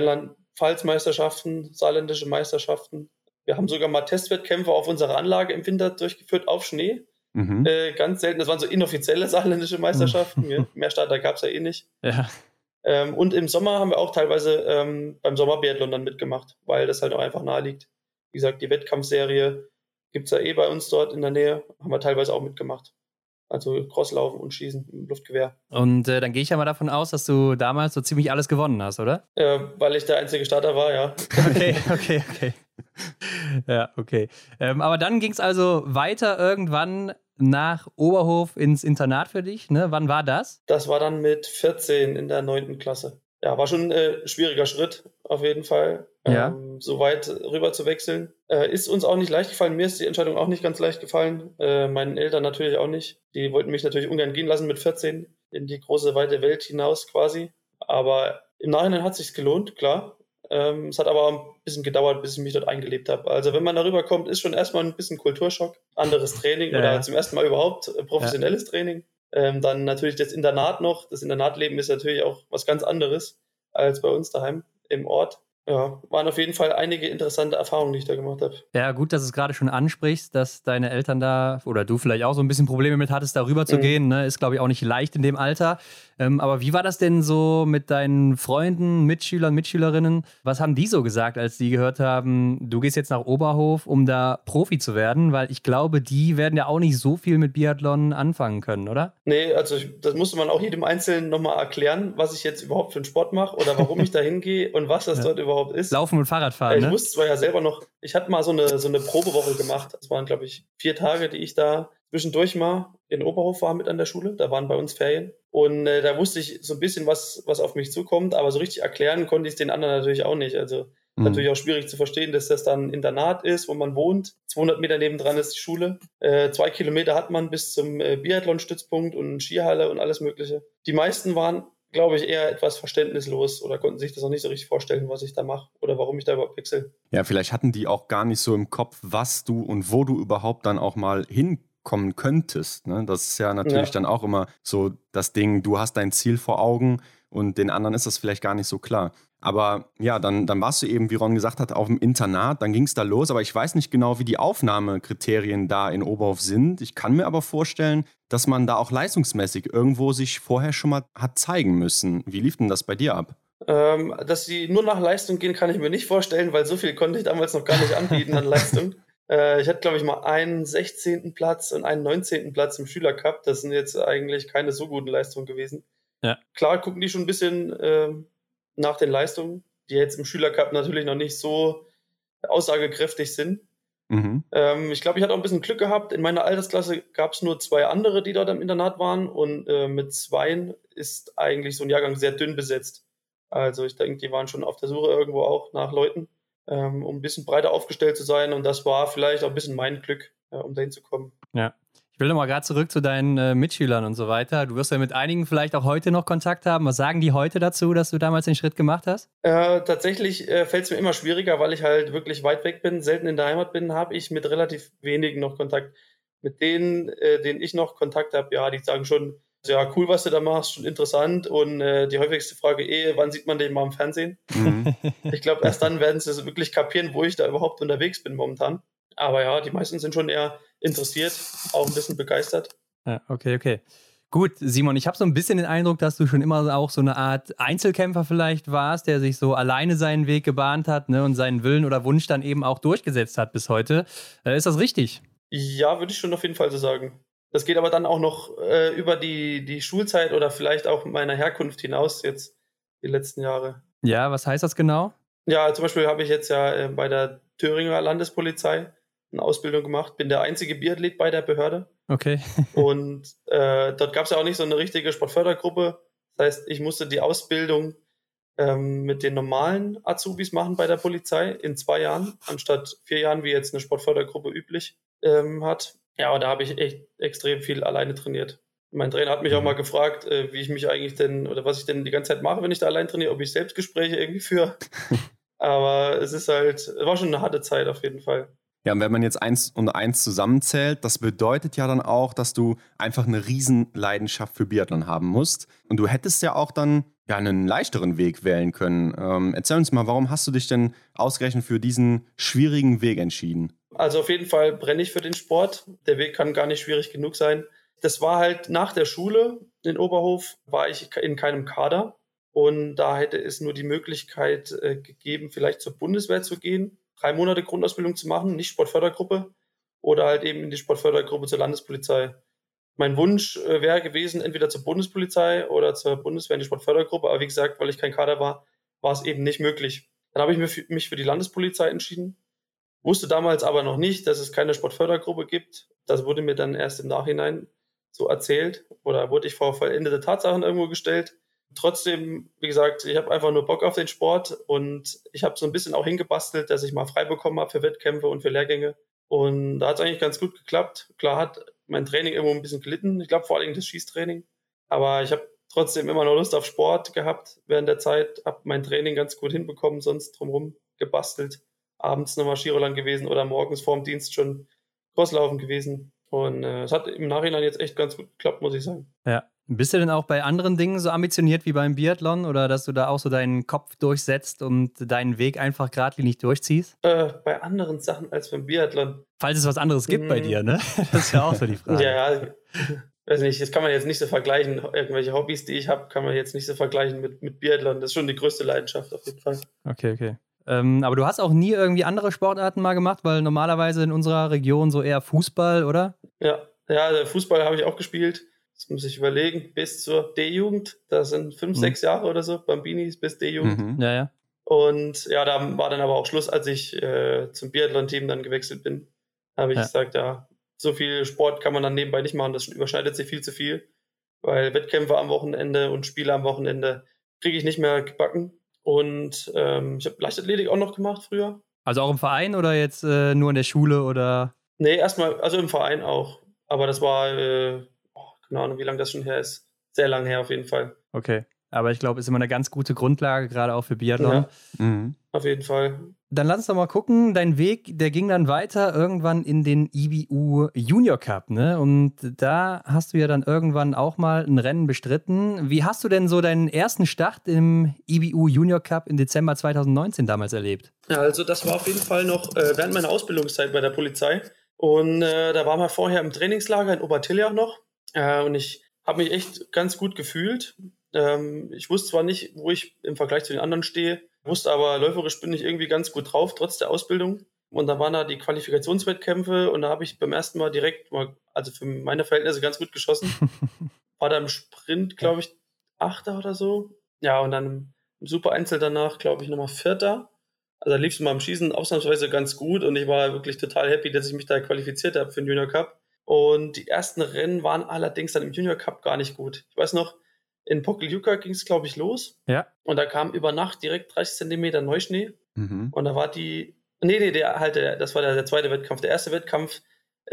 Rheinland-Pfalz-Meisterschaften, saarländische Meisterschaften. Wir haben sogar mal Testwettkämpfe auf unserer Anlage im Winter durchgeführt, auf Schnee. Ganz selten, das waren so inoffizielle saarländische Meisterschaften. Ja. Mehr Starter gab es ja eh nicht. Ja. Und im Sommer haben wir auch teilweise beim Sommerbiathlon dann mitgemacht, weil das halt auch einfach nahe liegt. Wie gesagt, die Wettkampfserie gibt es ja eh bei uns dort in der Nähe, haben wir teilweise auch mitgemacht. Also Crosslaufen und Schießen im Luftgewehr. Und dann gehe ich ja mal davon aus, dass du damals so ziemlich alles gewonnen hast, oder? Weil ich der einzige Starter war, ja. Okay. Ja, okay. Aber dann ging es also weiter irgendwann nach Oberhof ins Internat für dich, ne? Wann war das? Das war dann mit 14 in der 9. Klasse. Ja, war schon ein schwieriger Schritt, auf jeden Fall. Ja. So weit rüber zu wechseln. Ist uns auch nicht leicht gefallen. Mir ist die Entscheidung auch nicht ganz leicht gefallen. Meinen Eltern natürlich auch nicht. Die wollten mich natürlich ungern gehen lassen mit 14 in die große, weite Welt hinaus quasi. Aber im Nachhinein hat es sich gelohnt, klar. Es hat aber ein bisschen gedauert, bis ich mich dort eingelebt habe. Also wenn man darüber kommt, ist schon erstmal ein bisschen Kulturschock. Anderes Training oder zum ersten Mal überhaupt professionelles Training. Dann natürlich das Internat noch. Das Internatleben ist natürlich auch was ganz anderes als bei uns daheim im Ort. Ja, waren auf jeden Fall einige interessante Erfahrungen, die ich da gemacht habe. Ja, gut, dass du es gerade schon ansprichst, dass deine Eltern da, oder du vielleicht auch so ein bisschen Probleme mit hattest, da rüber zu gehen. Ne? Ist, glaube ich, auch nicht leicht in dem Alter. Aber wie war das denn so mit deinen Freunden, Mitschülern, Mitschülerinnen? Was haben die so gesagt, als die gehört haben, du gehst jetzt nach Oberhof, um da Profi zu werden? Weil ich glaube, die werden ja auch nicht so viel mit Biathlon anfangen können, oder? Nee, also das musste man auch jedem Einzelnen nochmal erklären, was ich jetzt überhaupt für einen Sport mache oder warum ich da hingehe und was das dort überhaupt überhaupt ist. Laufen und Fahrradfahren, Ich wusste zwar ja selber noch, ich hatte mal so eine Probewoche gemacht. Das waren, glaube ich, 4 Tage, die ich da zwischendurch mal in Oberhof war mit an der Schule. Da waren bei uns Ferien. Und da wusste ich so ein bisschen, was auf mich zukommt. Aber so richtig erklären konnte ich es den anderen natürlich auch nicht. Also natürlich auch schwierig zu verstehen, dass das dann ein Internat ist, wo man wohnt. 200 Meter nebendran ist die Schule. 2 Kilometer hat man bis zum Biathlon-Stützpunkt und Skihalle und alles Mögliche. Die meisten waren, glaube ich, eher etwas verständnislos oder konnten sich das auch nicht so richtig vorstellen, was ich da mache oder warum ich da überhaupt wechsle. Ja, vielleicht hatten die auch gar nicht so im Kopf, was du und wo du überhaupt dann auch mal hinkommen könntest. Ne? Das ist ja natürlich dann auch immer so das Ding, du hast dein Ziel vor Augen und den anderen ist das vielleicht gar nicht so klar. Aber ja, dann warst du eben, wie Ron gesagt hat, auf dem Internat, dann ging es da los. Aber ich weiß nicht genau, wie die Aufnahmekriterien da in Oberhof sind. Ich kann mir aber vorstellen, dass man da auch leistungsmäßig irgendwo sich vorher schon mal hat zeigen müssen. Wie lief denn das bei dir ab? Dass sie nur nach Leistung gehen, kann ich mir nicht vorstellen, weil so viel konnte ich damals noch gar nicht anbieten an Leistung. Ich hatte, glaube ich, mal einen 16. Platz und einen 19. Platz im Schülercup. Das sind jetzt eigentlich keine so guten Leistungen gewesen. Ja. Klar gucken die schon ein bisschen nach den Leistungen, die jetzt im Schülercup natürlich noch nicht so aussagekräftig sind. Ich glaube, ich hatte auch ein bisschen Glück gehabt. In meiner Altersklasse gab es nur 2 andere, die dort im Internat waren und mit 2 ist eigentlich so ein Jahrgang sehr dünn besetzt. Also ich denke, die waren schon auf der Suche irgendwo auch nach Leuten, um ein bisschen breiter aufgestellt zu sein und das war vielleicht auch ein bisschen mein Glück, um dahin zu kommen. Ja. Ich will nochmal gerade zurück zu deinen Mitschülern und so weiter. Du wirst ja mit einigen vielleicht auch heute noch Kontakt haben. Was sagen die heute dazu, dass du damals den Schritt gemacht hast? Tatsächlich fällt es mir immer schwieriger, weil ich halt wirklich weit weg bin, selten in der Heimat bin, habe ich mit relativ wenigen noch Kontakt. Mit denen, denen ich noch Kontakt habe, ja, die sagen schon, ja, cool, was du da machst, schon interessant. Und die häufigste Frage wann sieht man den mal im Fernsehen? Ich glaube, erst dann werden sie wirklich kapieren, wo ich da überhaupt unterwegs bin momentan. Aber ja, die meisten sind schon eher interessiert, auch ein bisschen begeistert. Ja, okay. Gut, Simon, ich habe so ein bisschen den Eindruck, dass du schon immer auch so eine Art Einzelkämpfer vielleicht warst, der sich so alleine seinen Weg gebahnt hat, ne, und seinen Willen oder Wunsch dann eben auch durchgesetzt hat bis heute. Ist das richtig? Ja, würde ich schon auf jeden Fall so sagen. Das geht aber dann auch noch über die Schulzeit oder vielleicht auch meiner Herkunft hinaus jetzt die letzten Jahre. Ja, was heißt das genau? Ja, zum Beispiel habe ich jetzt ja bei der Thüringer Landespolizei eine Ausbildung gemacht, bin der einzige Biathlet bei der Behörde. Okay. Und dort gab es ja auch nicht so eine richtige Sportfördergruppe. Das heißt, ich musste die Ausbildung mit den normalen Azubis machen bei der Polizei in 2 Jahren, anstatt 4 Jahren, wie jetzt eine Sportfördergruppe üblich hat. Ja, und da habe ich echt extrem viel alleine trainiert. Mein Trainer hat mich auch mal gefragt, wie ich mich eigentlich denn, oder was ich denn die ganze Zeit mache, wenn ich da allein trainiere, ob ich Selbstgespräche irgendwie führe. Aber es war schon eine harte Zeit auf jeden Fall. Ja, und wenn man jetzt 1 und 1 zusammenzählt, das bedeutet ja dann auch, dass du einfach eine Riesenleidenschaft für Biathlon haben musst. Und du hättest ja auch dann einen leichteren Weg wählen können. Erzähl uns mal, warum hast du dich denn ausgerechnet für diesen schwierigen Weg entschieden? Also auf jeden Fall brenne ich für den Sport. Der Weg kann gar nicht schwierig genug sein. Das war halt nach der Schule in Oberhof, war ich in keinem Kader. Und da hätte es nur die Möglichkeit gegeben, vielleicht zur Bundeswehr zu gehen, 3 Monate Grundausbildung zu machen, nicht Sportfördergruppe, oder halt eben in die Sportfördergruppe zur Landespolizei. Mein Wunsch wäre gewesen, entweder zur Bundespolizei oder zur Bundeswehr in die Sportfördergruppe, aber wie gesagt, weil ich kein Kader war, war es eben nicht möglich. Dann habe ich mich für die Landespolizei entschieden, wusste damals aber noch nicht, dass es keine Sportfördergruppe gibt. Das wurde mir dann erst im Nachhinein so erzählt oder wurde ich vor vollendete Tatsachen irgendwo gestellt. Trotzdem, wie gesagt, ich habe einfach nur Bock auf den Sport und ich habe so ein bisschen auch hingebastelt, dass ich mal frei bekommen habe für Wettkämpfe und für Lehrgänge. Und da hat es eigentlich ganz gut geklappt. Klar hat mein Training irgendwo ein bisschen gelitten. Ich glaube vor allem das Schießtraining. Aber ich habe trotzdem immer noch Lust auf Sport gehabt während der Zeit. Habe mein Training ganz gut hinbekommen, sonst drumherum gebastelt. Abends nochmal Skirollern gewesen oder morgens vorm Dienst schon Crosslaufen gewesen. Und es hat im Nachhinein jetzt echt ganz gut geklappt, muss ich sagen. Ja. Bist du denn auch bei anderen Dingen so ambitioniert wie beim Biathlon oder dass du da auch so deinen Kopf durchsetzt und deinen Weg einfach geradlinig durchziehst? Bei anderen Sachen als beim Biathlon. Falls es was anderes gibt bei dir, ne? Das ist ja auch so die Frage. Ja, weiß nicht, das kann man jetzt nicht so vergleichen. Irgendwelche Hobbys, die ich habe, kann man jetzt nicht so vergleichen mit Biathlon. Das ist schon die größte Leidenschaft auf jeden Fall. Okay. Aber du hast auch nie irgendwie andere Sportarten mal gemacht, weil normalerweise in unserer Region so eher Fußball, oder? Ja, Fußball habe ich auch gespielt. Das muss ich überlegen, bis zur D-Jugend. Das sind 5, 6 Jahre oder so, Bambinis bis D-Jugend. Ja. Und ja, da war dann aber auch Schluss, als ich zum Biathlon-Team dann gewechselt bin. Da habe ich gesagt, ja, so viel Sport kann man dann nebenbei nicht machen, das überschneidet sich viel zu viel, weil Wettkämpfe am Wochenende und Spiele am Wochenende kriege ich nicht mehr gebacken. Und ich habe Leichtathletik auch noch gemacht früher. Also auch im Verein oder jetzt nur in der Schule oder? Nee, erstmal, also im Verein auch. Aber das war, keine Ahnung, wie lange das schon her ist. Sehr lang her auf jeden Fall. Okay, aber ich glaube, ist immer eine ganz gute Grundlage, gerade auch für Biathlon. Ja, auf jeden Fall. Dann lass uns doch mal gucken, dein Weg, der ging dann weiter irgendwann in den IBU Junior Cup, ne? Und da hast du ja dann irgendwann auch mal ein Rennen bestritten. Wie hast du denn so deinen ersten Start im IBU Junior Cup im Dezember 2019 damals erlebt? Ja, also das war auf jeden Fall noch während meiner Ausbildungszeit bei der Polizei. Und da waren wir vorher im Trainingslager in Obertilliach noch. Und ich habe mich echt ganz gut gefühlt. Ich wusste zwar nicht, wo ich im Vergleich zu den anderen stehe, wusste aber, läuferisch bin ich irgendwie ganz gut drauf, trotz der Ausbildung. Und da waren da die Qualifikationswettkämpfe und da habe ich beim ersten Mal direkt mal, also für meine Verhältnisse ganz gut geschossen. War da im Sprint, glaube ich, 8. oder so. Ja, und dann im Super-Einzel danach, glaube ich, nochmal 4. Also da lief es mal im Schießen ausnahmsweise ganz gut und ich war wirklich total happy, dass ich mich da qualifiziert habe für den Junior Cup. Und die ersten Rennen waren allerdings dann im Junior Cup gar nicht gut. Ich weiß noch, in Pokljuka ging es, glaube ich, los. Ja. Und da kam über Nacht direkt 30 Zentimeter Neuschnee. Und da war das war der zweite Wettkampf. Der erste Wettkampf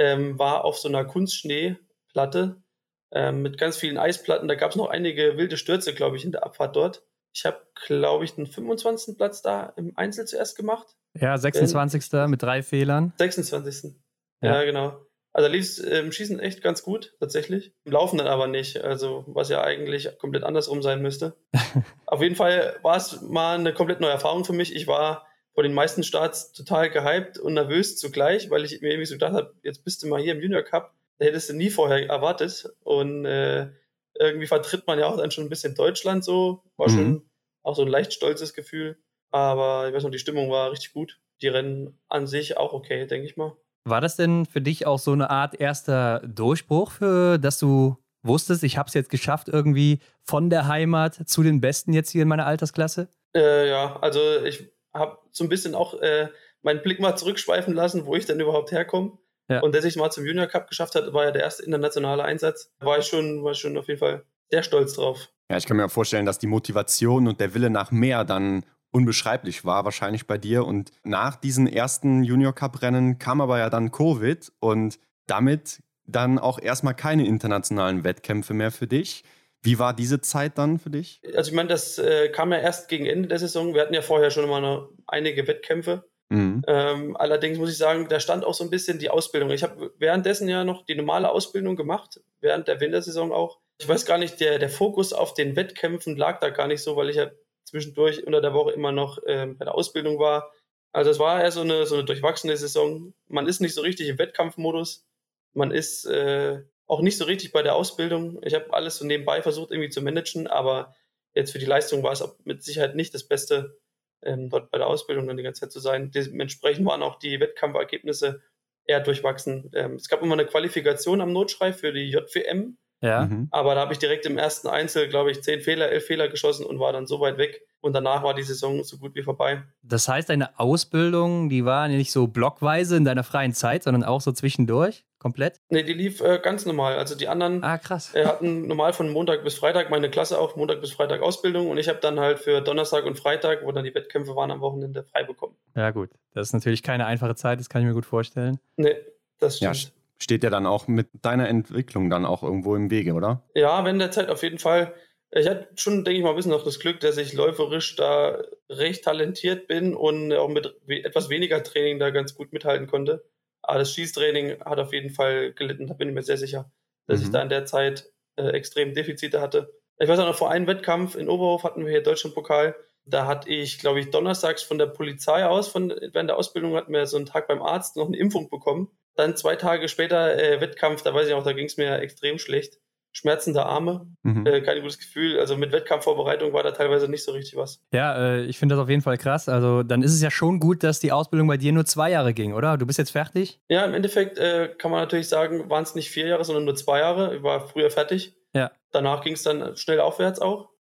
war auf so einer Kunstschneeplatte mit ganz vielen Eisplatten. Da gab es noch einige wilde Stürze, glaube ich, in der Abfahrt dort. Ich habe, glaube ich, den 25. Platz da im Einzel zuerst gemacht. Ja, 26. mit 3 Fehlern. 26. Ja, genau. Also lief es im Schießen echt ganz gut, tatsächlich. Im Laufen dann aber nicht, also was ja eigentlich komplett andersrum sein müsste. Auf jeden Fall war es mal eine komplett neue Erfahrung für mich. Ich war vor den meisten Starts total gehypt und nervös zugleich, weil ich mir irgendwie so gedacht habe, jetzt bist du mal hier im Junior Cup, da hättest du nie vorher erwartet. Und irgendwie vertritt man ja auch dann schon ein bisschen Deutschland so. War schon auch so ein leicht stolzes Gefühl. Aber ich weiß noch, die Stimmung war richtig gut. Die Rennen an sich auch okay, denke ich mal. War das denn für dich auch so eine Art erster Durchbruch, dass du wusstest, ich habe es jetzt geschafft, irgendwie von der Heimat zu den Besten jetzt hier in meiner Altersklasse? Ja, also ich habe so ein bisschen auch meinen Blick mal zurückschweifen lassen, wo ich denn überhaupt herkomme. Ja. Und dass ich es mal zum Junior Cup geschafft habe, war ja der erste internationale Einsatz. War ich schon auf jeden Fall sehr stolz drauf. Ja, ich kann mir vorstellen, dass die Motivation und der Wille nach mehr dann unbeschreiblich war, wahrscheinlich bei dir. Und nach diesen ersten Junior-Cup-Rennen kam aber ja dann Covid und damit dann auch erstmal keine internationalen Wettkämpfe mehr für dich. Wie war diese Zeit dann für dich? Also ich meine, das kam ja erst gegen Ende der Saison. Wir hatten ja vorher schon immer noch einige Wettkämpfe. Allerdings muss ich sagen, da stand auch so ein bisschen die Ausbildung. Ich habe währenddessen ja noch die normale Ausbildung gemacht, während der Wintersaison auch. Ich weiß gar nicht, der Fokus auf den Wettkämpfen lag da gar nicht so, weil ich ja zwischendurch unter der Woche immer noch bei der Ausbildung war. Also es war eher so eine durchwachsene Saison. Man ist nicht so richtig im Wettkampfmodus. Man ist auch nicht so richtig bei der Ausbildung. Ich habe alles so nebenbei versucht irgendwie zu managen, aber jetzt für die Leistung war es mit Sicherheit nicht das Beste, dort bei der Ausbildung dann die ganze Zeit zu sein. Dementsprechend waren auch die Wettkampfergebnisse eher durchwachsen. Es gab immer eine Qualifikation am Notschrei für die JWM. Ja. Aber da habe ich direkt im ersten Einzel, glaube ich, 11 Fehler geschossen und war dann so weit weg. Und danach war die Saison so gut wie vorbei. Das heißt, deine Ausbildung, die war nicht so blockweise in deiner freien Zeit, sondern auch so zwischendurch, komplett? Nee, die lief ganz normal. Also die anderen krass. Hatten normal von Montag bis Freitag, meine Klasse auch Montag bis Freitag Ausbildung. Und ich habe dann halt für Donnerstag und Freitag, wo dann die Wettkämpfe waren, am Wochenende frei bekommen. Ja gut, das ist natürlich keine einfache Zeit, das kann ich mir gut vorstellen. Nee, das stimmt. Ja, steht ja dann auch mit deiner Entwicklung dann auch irgendwo im Wege, oder? Ja, wenn der Zeit auf jeden Fall. Ich hatte schon, denke ich mal, ein bisschen noch das Glück, dass ich läuferisch da recht talentiert bin und auch mit etwas weniger Training da ganz gut mithalten konnte. Aber das Schießtraining hat auf jeden Fall gelitten, da bin ich mir sehr sicher, dass ich da in der Zeit extrem Defizite hatte. Ich weiß auch noch, vor einem Wettkampf in Oberhof hatten wir hier Deutschlandpokal. Da hatte ich, glaube ich, donnerstags von der Polizei aus, während der Ausbildung hatten wir so einen Tag beim Arzt noch eine Impfung bekommen. Dann 2 Tage später Wettkampf, da weiß ich auch, da ging es mir extrem schlecht. Schmerzende Arme, kein gutes Gefühl. Also mit Wettkampfvorbereitung war da teilweise nicht so richtig was. Ja, ich finde das auf jeden Fall krass. Also dann ist es ja schon gut, dass die Ausbildung bei dir nur 2 Jahre ging, oder? Du bist jetzt fertig? Ja, im Endeffekt kann man natürlich sagen, waren es nicht 4 Jahre, sondern nur 2 Jahre. Ich war früher fertig. Ja. Danach ging es dann schnell aufwärts auch.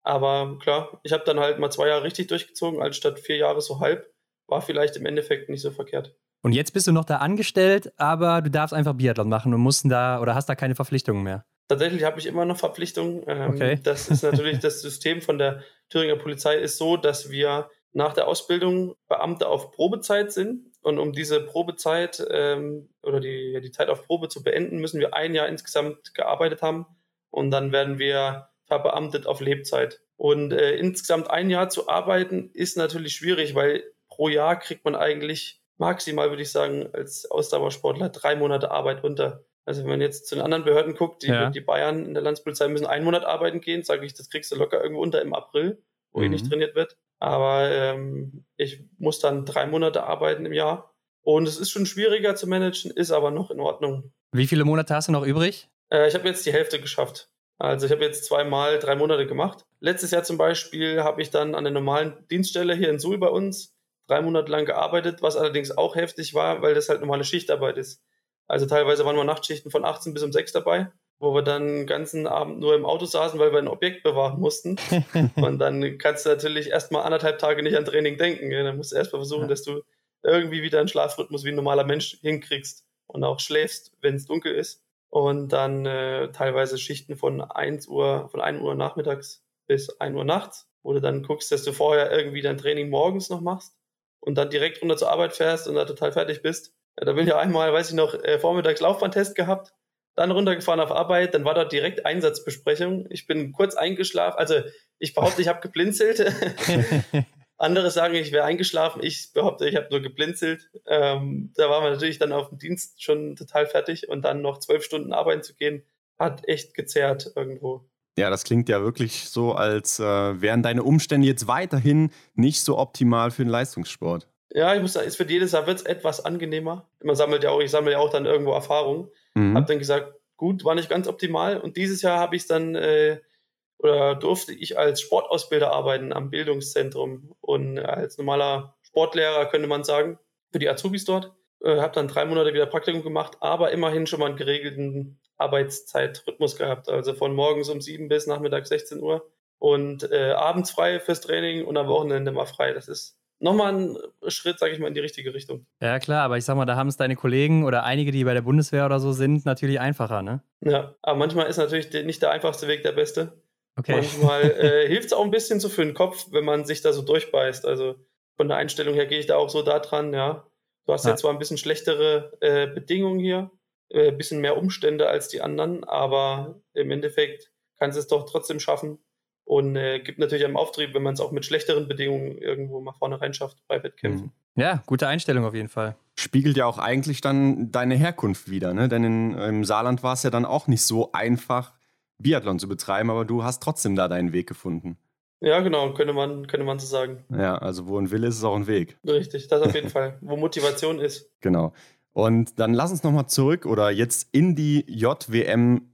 Aber klar, ich habe dann halt mal 2 Jahre richtig durchgezogen, als statt 4 Jahre so halb. War vielleicht im Endeffekt nicht so verkehrt. Und jetzt bist du noch da angestellt, aber du darfst einfach Biathlon machen und musst da oder hast da keine Verpflichtungen mehr. Tatsächlich habe ich immer noch Verpflichtungen. Okay. Das ist natürlich das System von der Thüringer Polizei ist so, dass wir nach der Ausbildung Beamte auf Probezeit sind. Und um diese Probezeit oder die Zeit auf Probe zu beenden, müssen wir 1 Jahr insgesamt gearbeitet haben. Und dann werden wir verbeamtet auf Lebzeit. Und insgesamt 1 Jahr zu arbeiten ist natürlich schwierig, weil pro Jahr kriegt man eigentlich maximal, würde ich sagen, als Ausdauersportler 3 Monate Arbeit runter. Also wenn man jetzt zu den anderen Behörden guckt, die Bayern in der Landespolizei müssen 1 Monat arbeiten gehen, sage ich, das kriegst du locker irgendwo unter im April, wo nicht trainiert wird. Aber ich muss dann 3 Monate arbeiten im Jahr. Und es ist schon schwieriger zu managen, ist aber noch in Ordnung. Wie viele Monate hast du noch übrig? Ich habe jetzt die Hälfte geschafft. Also ich habe jetzt 2-mal 3 Monate gemacht. Letztes Jahr zum Beispiel habe ich dann an der normalen Dienststelle hier in Suhl bei uns 3 Monate lang gearbeitet, was allerdings auch heftig war, weil das halt normale Schichtarbeit ist. Also teilweise waren wir Nachtschichten von 18 bis um 6 dabei, wo wir dann den ganzen Abend nur im Auto saßen, weil wir ein Objekt bewahren mussten. Und dann kannst du natürlich erstmal 1,5 Tage nicht an Training denken. Ja? Dann musst du erstmal versuchen, dass du irgendwie wieder einen Schlafrhythmus wie ein normaler Mensch hinkriegst und auch schläfst, wenn es dunkel ist. Und dann teilweise Schichten von 1 Uhr nachmittags bis 1 Uhr nachts, wo du dann guckst, dass du vorher irgendwie dein Training morgens noch machst und dann direkt runter zur Arbeit fährst und da total fertig bist. Ja, da bin ich einmal, weiß ich noch, vormittags Laufbahntest gehabt, dann runtergefahren auf Arbeit, dann war dort direkt Einsatzbesprechung. Ich bin kurz eingeschlafen, also ich behaupte, ich habe geblinzelt. Andere sagen, ich wäre eingeschlafen. Ich behaupte, ich habe nur geblinzelt. Da waren wir natürlich dann auf dem Dienst schon total fertig und dann noch 12 Stunden arbeiten zu gehen, hat echt gezerrt irgendwo. Ja, das klingt ja wirklich so, als wären deine Umstände jetzt weiterhin nicht so optimal für den Leistungssport. Ja, ich muss sagen, es wird jedes Jahr wird's etwas angenehmer. Ich sammle ja auch dann irgendwo Erfahrung. Hab dann gesagt, gut, war nicht ganz optimal. Und dieses Jahr habe ich dann durfte ich als Sportausbilder arbeiten am Bildungszentrum und als normaler Sportlehrer, könnte man sagen, für die Azubis dort. Habe dann 3 Monate wieder Praktikum gemacht, aber immerhin schon mal einen geregelten Arbeitszeitrhythmus gehabt. Also von morgens um 7 bis nachmittags 16 Uhr und abends frei fürs Training und am Wochenende mal frei. Das ist nochmal ein Schritt, sage ich mal, in die richtige Richtung. Ja, klar, aber ich sag mal, da haben es deine Kollegen oder einige, die bei der Bundeswehr oder so sind, natürlich einfacher, ne? Ja, aber manchmal ist natürlich nicht der einfachste Weg der beste. Okay. Manchmal hilft es auch ein bisschen so für den Kopf, wenn man sich da so durchbeißt. Also von der Einstellung her gehe ich da auch so da dran, ja. Du hast jetzt zwar ein bisschen schlechtere Bedingungen hier, ein bisschen mehr Umstände als die anderen, aber im Endeffekt kannst du es doch trotzdem schaffen und gibt natürlich einen Auftrieb, wenn man es auch mit schlechteren Bedingungen irgendwo mal vorne rein schafft bei Wettkämpfen. Ja, gute Einstellung auf jeden Fall. Spiegelt ja auch eigentlich dann deine Herkunft wider, ne? Denn im Saarland war es ja dann auch nicht so einfach, Biathlon zu betreiben, aber du hast trotzdem da deinen Weg gefunden. Ja, genau, könnte man so sagen. Ja, also wo ein Wille ist, ist auch ein Weg. Richtig, das auf jeden Fall, wo Motivation ist. Genau. Und dann lass uns nochmal zurück oder jetzt in die JWM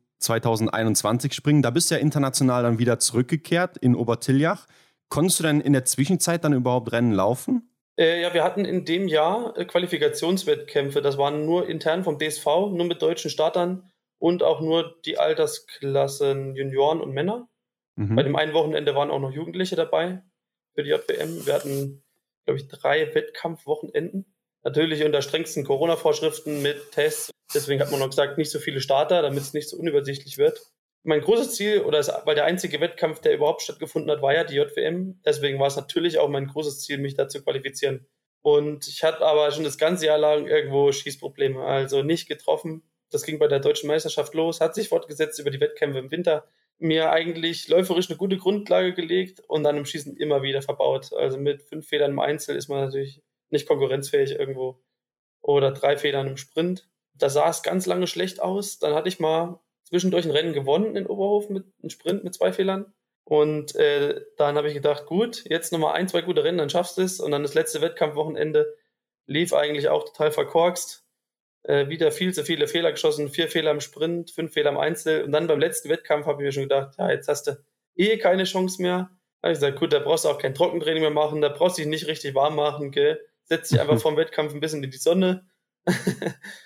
2021 springen. Da bist du ja international dann wieder zurückgekehrt in Obertiljach. Konntest du denn in der Zwischenzeit dann überhaupt Rennen laufen? Ja, wir hatten in dem Jahr Qualifikationswettkämpfe. Das waren nur intern vom DSV, nur mit deutschen Startern und auch nur die Altersklassen Junioren und Männer. Bei dem einen Wochenende waren auch noch Jugendliche dabei für die JWM. Wir hatten, glaube ich, 3 Wettkampfwochenenden. Natürlich unter strengsten Corona-Vorschriften mit Tests. Deswegen hat man noch gesagt, nicht so viele Starter, damit es nicht so unübersichtlich wird. Mein großes Ziel, weil der einzige Wettkampf, der überhaupt stattgefunden hat, war ja die JWM. Deswegen war es natürlich auch mein großes Ziel, mich da zu qualifizieren. Und ich hatte aber schon das ganze Jahr lang irgendwo Schießprobleme, also nicht getroffen. Das ging bei der Deutschen Meisterschaft los, hat sich fortgesetzt über die Wettkämpfe im Winter. Mir eigentlich läuferisch eine gute Grundlage gelegt und dann im Schießen immer wieder verbaut. Also mit 5 Fehlern im Einzel ist man natürlich nicht konkurrenzfähig irgendwo. Oder 3 Fehlern im Sprint. Da sah es ganz lange schlecht aus. Dann hatte ich mal zwischendurch ein Rennen gewonnen in Oberhof mit einem Sprint mit 2 Fehlern. Und dann habe ich gedacht, gut, jetzt nochmal 1, 2 gute Rennen, dann schaffst du es. Und dann das letzte Wettkampfwochenende lief eigentlich auch total verkorkst. Wieder viel zu viele Fehler geschossen, 4 Fehler im Sprint, 5 Fehler im Einzel. Und dann beim letzten Wettkampf habe ich mir schon gedacht, ja, jetzt hast du keine Chance mehr. Da habe ich gesagt, gut, da brauchst du auch kein Trockentraining mehr machen, da brauchst du dich nicht richtig warm machen, gell? Setz dich einfach vorm Wettkampf ein bisschen in die Sonne,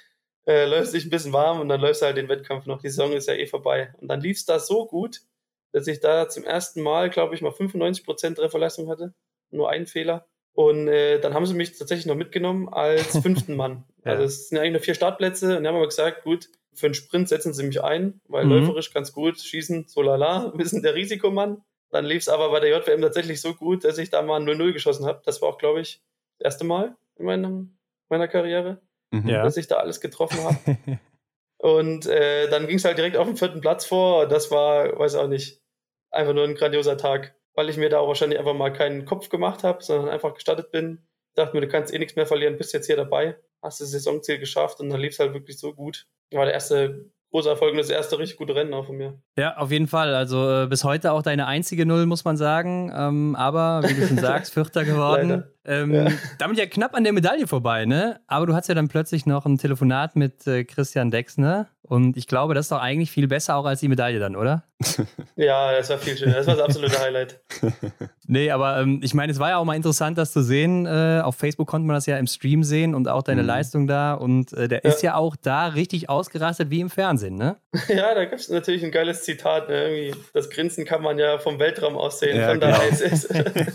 läufst dich ein bisschen warm und dann läufst du halt den Wettkampf noch. Die Saison ist ja vorbei. Und dann lief es da so gut, dass ich da zum ersten Mal, glaube ich, mal 95% Trefferleistung hatte. Nur einen Fehler. Und dann haben sie mich tatsächlich noch mitgenommen als 5. Mann. Ja. Also es sind ja eigentlich nur 4 Startplätze. Und die haben aber gesagt, gut, für einen Sprint setzen sie mich ein, weil läuferisch ganz gut, schießen, so lala, wir sind der Risikomann. Dann lief es aber bei der JWM tatsächlich so gut, dass ich da mal ein 0-0 geschossen habe. Das war auch, glaube ich, das erste Mal in meiner Karriere, dass ich da alles getroffen habe. Und dann ging es halt direkt auf den 4. Platz vor. Das war, weiß auch nicht, einfach nur ein grandioser Tag, weil ich mir da auch wahrscheinlich einfach mal keinen Kopf gemacht habe, sondern einfach gestartet bin. Ich dachte mir, du kannst eh nichts mehr verlieren, bist jetzt hier dabei, hast das Saisonziel geschafft und dann lief es halt wirklich so gut. War der erste großer Erfolg und das erste richtig gute Rennen auch von mir. Ja, auf jeden Fall. Also bis heute auch deine einzige Null, muss man sagen. Aber wie du schon sagst, 4. geworden. Damit ja knapp an der Medaille vorbei, ne? Aber du hattest ja dann plötzlich noch ein Telefonat mit Christian Dexner. Und ich glaube, das ist doch eigentlich viel besser auch als die Medaille dann, oder? Ja, das war viel schöner. Das war das absolute Highlight. Nee, aber ich meine, es war ja auch mal interessant, das zu sehen. Auf Facebook konnte man das ja im Stream sehen und auch deine Leistung da. Und der ist ja auch da richtig ausgerastet wie im Fernsehen, ne? Ja, da gab es natürlich ein geiles Zitat. Ne? Irgendwie, das Grinsen kann man ja vom Weltraum aus sehen, Ja, von der genau. ISS.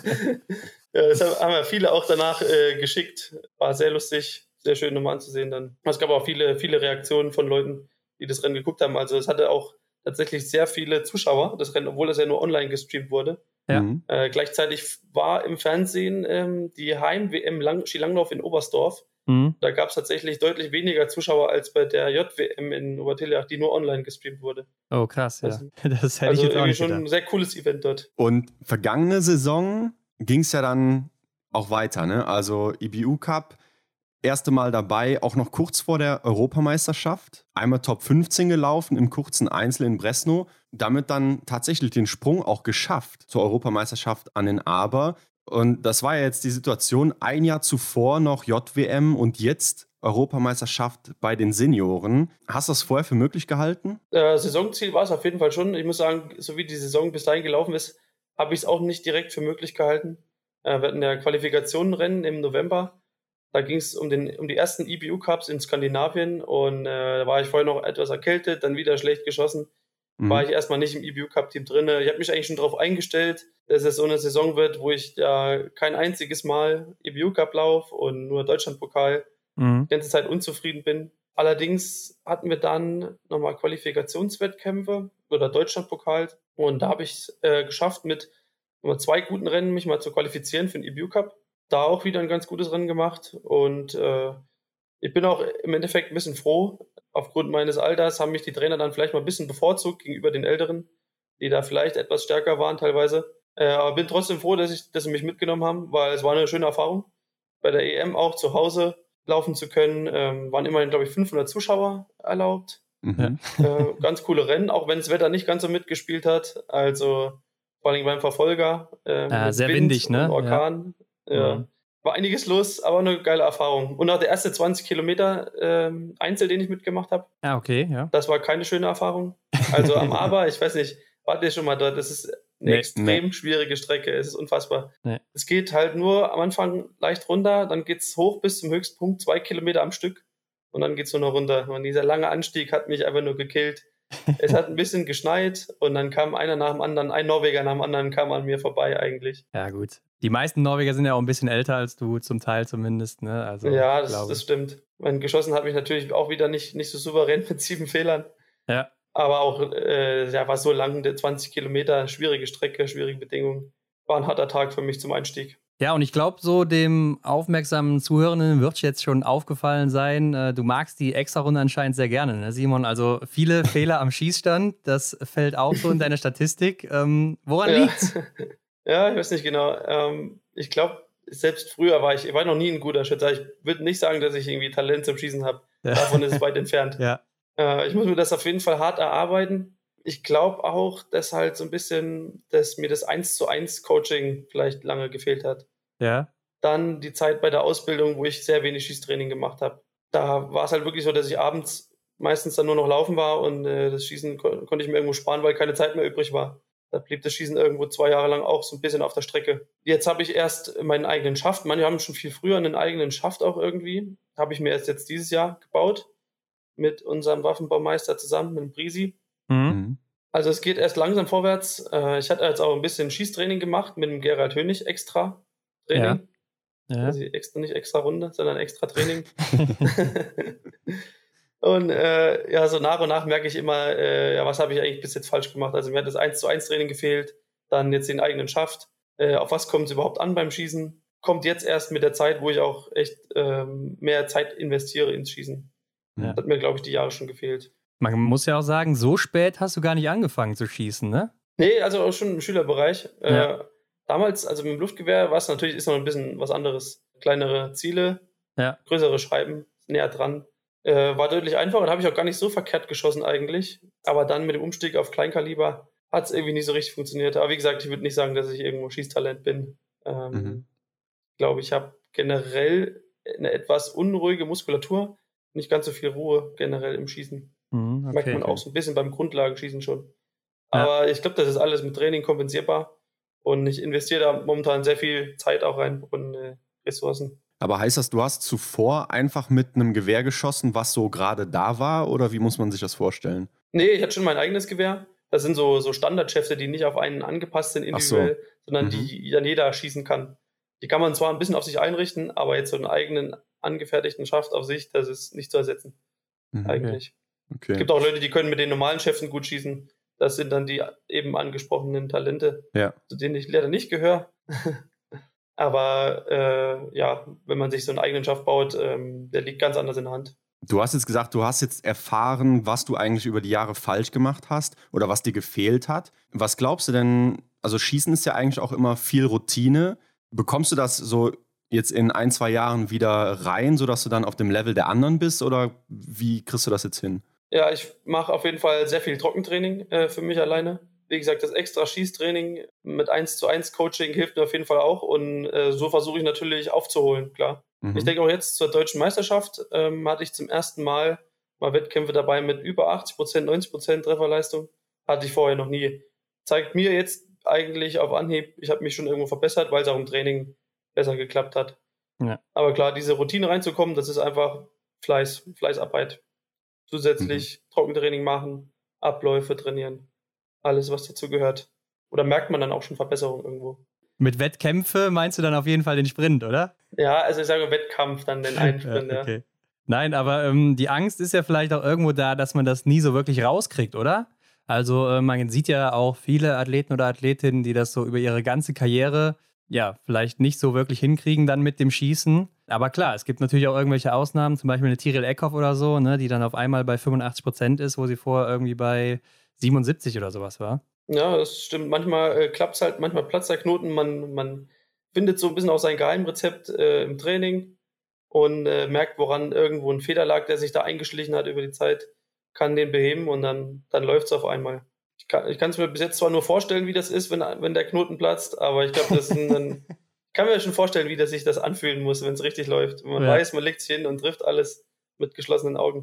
Das haben ja viele auch danach geschickt. War sehr lustig, sehr schön nochmal anzusehen dann. Es gab auch viele Reaktionen von Leuten, die das Rennen geguckt haben. Also es hatte auch tatsächlich sehr viele Zuschauer, das Rennen, obwohl das ja nur online gestreamt wurde. Ja. Gleichzeitig war im Fernsehen die Heim-WM Skilanglauf in Oberstdorf. Da gab es tatsächlich deutlich weniger Zuschauer als bei der JWM in Obertiljach, die nur online gestreamt wurde. Oh, krass, ja. Also, Das hätte ich jetzt auch nicht schon gedacht. ein sehr cooles Event dort. Und vergangene Saison ging es ja dann auch weiter, ne? Also IBU Cup, erste Mal dabei, auch noch kurz vor der Europameisterschaft. Einmal Top 15 gelaufen im kurzen Einzel in Bresno. Damit dann tatsächlich den Sprung auch geschafft zur Europameisterschaft an den Aber. Und das war ja jetzt die Situation, ein Jahr zuvor noch JWM und jetzt Europameisterschaft bei den Senioren. Hast du das vorher für möglich gehalten? Saisonziel war es auf jeden Fall schon. Ich muss sagen, so wie die Saison bis dahin gelaufen ist, habe ich es auch nicht direkt für möglich gehalten. Wir hatten ja Qualifikationenrennen im November. Da ging es um die ersten IBU Cups in Skandinavien und da war ich vorher noch etwas erkältet, dann wieder schlecht geschossen. War ich erstmal nicht im IBU Cup Team drin. Ich habe mich eigentlich schon darauf eingestellt, dass es so eine Saison wird, wo ich ja kein einziges Mal IBU Cup laufe und nur Deutschlandpokal die ganze Zeit unzufrieden bin. Allerdings hatten wir dann nochmal Qualifikationswettkämpfe oder Deutschlandpokal und da habe ich es geschafft, mit 2 guten Rennen mich mal zu qualifizieren für den IBU Cup. Da auch wieder ein ganz gutes Rennen gemacht und ich bin auch im Endeffekt ein bisschen froh. Aufgrund meines Alters haben mich die Trainer dann vielleicht mal ein bisschen bevorzugt gegenüber den Älteren, die da vielleicht etwas stärker waren teilweise. Aber bin trotzdem froh, dass sie mich mitgenommen haben, weil es war eine schöne Erfahrung. Bei der EM auch zu Hause laufen zu können, waren immerhin, glaube ich, 500 Zuschauer erlaubt. Ganz coole Rennen, auch wenn das Wetter nicht ganz so mitgespielt hat. Also vor allem beim Verfolger. Sehr Wind windig, ne? und Orkan. Ja. War einiges los, aber eine geile Erfahrung. Und auch der erste 20 Kilometer Einzel, den ich mitgemacht habe. Ah, okay, ja. Das war keine schöne Erfahrung. Also am Aber, ich weiß nicht, wart ihr schon mal dort? Das ist eine extrem schwierige Strecke. Es ist unfassbar. Nee. Es geht halt nur am Anfang leicht runter, dann geht es hoch bis zum Höchstpunkt, 2 Kilometer am Stück. Und dann geht es nur noch runter. Und dieser lange Anstieg hat mich einfach nur gekillt. Es hat ein bisschen geschneit und dann kam einer nach dem anderen, ein Norweger nach dem anderen kam an mir vorbei eigentlich. Ja, gut. Die meisten Norweger sind ja auch ein bisschen älter als du, zum Teil zumindest. Ne? Also, ja, das stimmt. Geschossen habe ich natürlich auch wieder nicht so souverän mit 7 Fehlern. Ja. Aber auch, war so lang, 20 Kilometer, schwierige Strecke, schwierige Bedingungen. War ein harter Tag für mich zum Einstieg. Ja, und ich glaube, so dem aufmerksamen Zuhörenden wird jetzt schon aufgefallen sein, du magst die Extra-Runde anscheinend sehr gerne, ne, Simon? Also viele Fehler am Schießstand, das fällt auch so in deine Statistik. Woran liegt's? Ja, ich weiß nicht genau. Ich glaube, selbst früher war ich war noch nie ein guter Schütze. Ich würde nicht sagen, dass ich irgendwie Talent zum Schießen habe. Ja. Davon ist es weit entfernt. Ja. Ich muss mir das auf jeden Fall hart erarbeiten. Ich glaube auch, dass halt so ein bisschen, dass mir das 1:1 Coaching vielleicht lange gefehlt hat. Ja. Dann die Zeit bei der Ausbildung, wo ich sehr wenig Schießtraining gemacht habe. Da war es halt wirklich so, dass ich abends meistens dann nur noch laufen war und das Schießen konnte ich mir irgendwo sparen, weil keine Zeit mehr übrig war. Da blieb das Schießen irgendwo 2 Jahre lang auch so ein bisschen auf der Strecke. Jetzt habe ich erst meinen eigenen Schaft. Manche haben schon viel früher einen eigenen Schaft auch irgendwie. Habe ich mir erst jetzt dieses Jahr gebaut. Mit unserem Waffenbaumeister zusammen, mit dem Brisi. Also es geht erst langsam vorwärts. Ich hatte jetzt auch ein bisschen Schießtraining gemacht mit dem Gerald Hönig extra Training. Ja. Also nicht extra Runde, sondern extra Training. Und so nach und nach merke ich immer, was habe ich eigentlich bis jetzt falsch gemacht. Also mir hat das 1:1 Training gefehlt, dann jetzt den eigenen Schaft. Auf was kommt es überhaupt an beim Schießen? Kommt jetzt erst mit der Zeit, wo ich auch echt mehr Zeit investiere ins Schießen. Ja. Das hat mir, glaube ich, die Jahre schon gefehlt. Man muss ja auch sagen, so spät hast du gar nicht angefangen zu schießen, ne? Nee, also auch schon im Schülerbereich. Ja. Damals, also mit dem Luftgewehr, war es natürlich ist noch ein bisschen was anderes. Kleinere Ziele, größere Scheiben, näher dran. War deutlich einfacher, da habe ich auch gar nicht so verkehrt geschossen eigentlich. Aber dann mit dem Umstieg auf Kleinkaliber hat es irgendwie nicht so richtig funktioniert. Aber wie gesagt, ich würde nicht sagen, dass ich irgendwo Schießtalent bin. Ich glaube, ich habe generell eine etwas unruhige Muskulatur, nicht ganz so viel Ruhe generell im Schießen. Okay, merkt man auch so ein bisschen beim Grundlagenschießen schon. Aber ich glaube, das ist alles mit Training kompensierbar. Und ich investiere da momentan sehr viel Zeit auch rein und Ressourcen. Aber heißt das, du hast zuvor einfach mit einem Gewehr geschossen, was so gerade da war? Oder wie muss man sich das vorstellen? Nee, ich hatte schon mein eigenes Gewehr. Das sind so Standardschäfte, die nicht auf einen angepasst sind individuell, sondern die dann jeder schießen kann. Die kann man zwar ein bisschen auf sich einrichten, aber jetzt so einen eigenen angefertigten Schaft auf sich, das ist nicht zu ersetzen. Eigentlich. Okay. Es gibt auch Leute, die können mit den normalen Schäften gut schießen. Das sind dann die eben angesprochenen Talente, zu denen ich leider nicht gehöre. Aber wenn man sich so einen eigenen Schaft baut, der liegt ganz anders in der Hand. Du hast jetzt gesagt, du hast jetzt erfahren, was du eigentlich über die Jahre falsch gemacht hast oder was dir gefehlt hat. Was glaubst du denn, also Schießen ist ja eigentlich auch immer viel Routine. Bekommst du das so jetzt in 1-2 Jahren wieder rein, sodass du dann auf dem Level der anderen bist oder wie kriegst du das jetzt hin? Ja, ich mache auf jeden Fall sehr viel Trockentraining für mich alleine. Wie gesagt, das extra Schießtraining mit 1:1 Coaching hilft mir auf jeden Fall auch und so versuche ich natürlich aufzuholen, klar. Ich denke auch jetzt zur Deutschen Meisterschaft hatte ich zum ersten Mal Wettkämpfe dabei mit über 80%, 90% Trefferleistung. Hatte ich vorher noch nie. Zeigt mir jetzt eigentlich auf Anhieb, ich habe mich schon irgendwo verbessert, weil es auch im Training besser geklappt hat. Ja. Aber klar, diese Routine reinzukommen, das ist einfach Fleißarbeit. Zusätzlich Trockentraining machen, Abläufe trainieren, alles, was dazu gehört. Oder merkt man dann auch schon Verbesserungen irgendwo? Mit Wettkämpfe meinst du dann auf jeden Fall den Sprint, oder? Ja, also ich sage Wettkampf, dann den einen Sprint, okay. Ja. Nein, aber die Angst ist ja vielleicht auch irgendwo da, dass man das nie so wirklich rauskriegt, oder? Also man sieht ja auch viele Athleten oder Athletinnen, die das so über ihre ganze Karriere vielleicht nicht so wirklich hinkriegen dann mit dem Schießen. Aber klar, es gibt natürlich auch irgendwelche Ausnahmen, zum Beispiel eine Tiril Eckhoff oder so, ne, die dann auf einmal bei 85% ist, wo sie vorher irgendwie bei 77 oder sowas war. Ja, das stimmt. Manchmal klappt es halt, manchmal platzt der Knoten. Man findet so ein bisschen auch sein Geheimrezept im Training und merkt, woran irgendwo ein Fehler lag, der sich da eingeschlichen hat über die Zeit, kann den beheben und dann läuft es auf einmal. Ich kann es mir bis jetzt zwar nur vorstellen, wie das ist, wenn der Knoten platzt, aber ich glaube, ich kann mir schon vorstellen, wie sich das anfühlen muss, wenn es richtig läuft. Wenn man weiß, man legt sich hin und trifft alles mit geschlossenen Augen.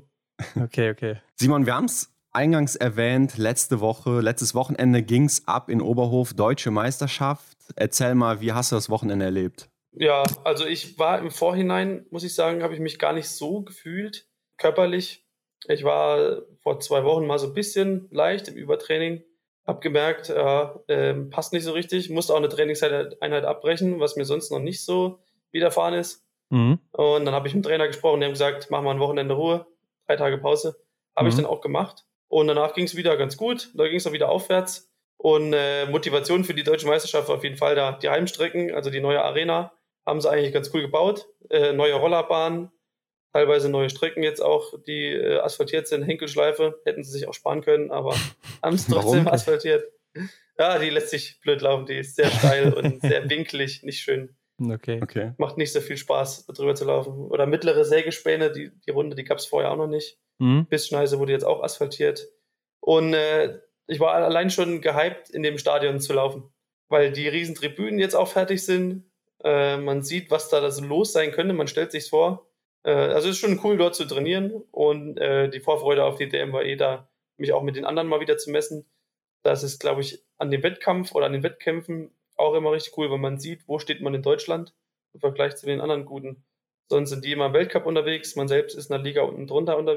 Okay. Simon, wir haben es eingangs erwähnt, letztes Wochenende ging es ab in Oberhof, Deutsche Meisterschaft. Erzähl mal, wie hast du das Wochenende erlebt? Ja, also ich war im Vorhinein, muss ich sagen, habe ich mich gar nicht so gefühlt, körperlich. Ich war vor 2 Wochen mal so ein bisschen leicht im Übertraining. Hab gemerkt, passt nicht so richtig. Musste auch eine Trainingseinheit abbrechen, was mir sonst noch nicht so widerfahren ist. Und dann habe ich mit dem Trainer gesprochen, der hat gesagt, mach mal ein Wochenende Ruhe, 3 Tage Pause. Habe ich dann auch gemacht. Und danach ging es wieder ganz gut. Da ging es dann wieder aufwärts. Und Motivation für die Deutsche Meisterschaft war auf jeden Fall da. Die Heimstrecken, also die neue Arena, haben sie eigentlich ganz cool gebaut. Neue Rollerbahnen, teilweise neue Strecken jetzt auch, die asphaltiert sind, Henkelschleife, hätten sie sich auch sparen können, aber haben es trotzdem asphaltiert. Ja, die lässt sich blöd laufen, die ist sehr steil und sehr winklig, nicht schön. Okay. Macht nicht so viel Spaß, darüber zu laufen. Oder mittlere Sägespäne, die Runde, die gab es vorher auch noch nicht. Bissschneise wurde jetzt auch asphaltiert. Und ich war allein schon gehypt, in dem Stadion zu laufen, weil die riesen Tribünen jetzt auch fertig sind. Man sieht, was da so los sein könnte, man stellt sich's vor. Also es ist schon cool, dort zu trainieren und die Vorfreude auf die DM war da, mich auch mit den anderen mal wieder zu messen. Das ist, glaube ich, an dem Wettkampf oder an den Wettkämpfen auch immer richtig cool, weil man sieht, wo steht man in Deutschland im Vergleich zu den anderen Guten. Sonst sind die immer im Weltcup unterwegs, man selbst ist in der Liga unten drunter unterwegs.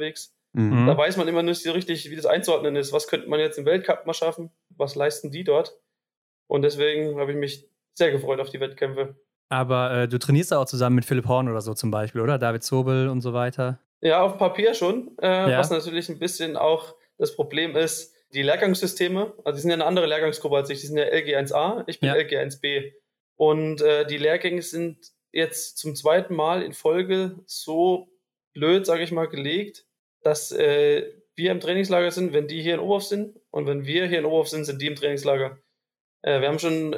Da weiß man immer nicht so richtig, wie das einzuordnen ist. Was könnte man jetzt im Weltcup mal schaffen? Was leisten die dort? Und deswegen habe ich mich sehr gefreut auf die Wettkämpfe. Aber du trainierst auch zusammen mit Philipp Horn oder so zum Beispiel, oder? David Zobel und so weiter. Ja, auf dem Papier schon. Was natürlich ein bisschen auch das Problem ist, die Lehrgangssysteme, also die sind ja eine andere Lehrgangsgruppe als ich, die sind ja LG1A, ich bin LG1B. Und die Lehrgänge sind jetzt zum zweiten Mal in Folge so blöd, sage ich mal, gelegt, dass wir im Trainingslager sind, wenn die hier in Oberhof sind, und wenn wir hier in Oberhof sind, sind die im Trainingslager. Wir haben schon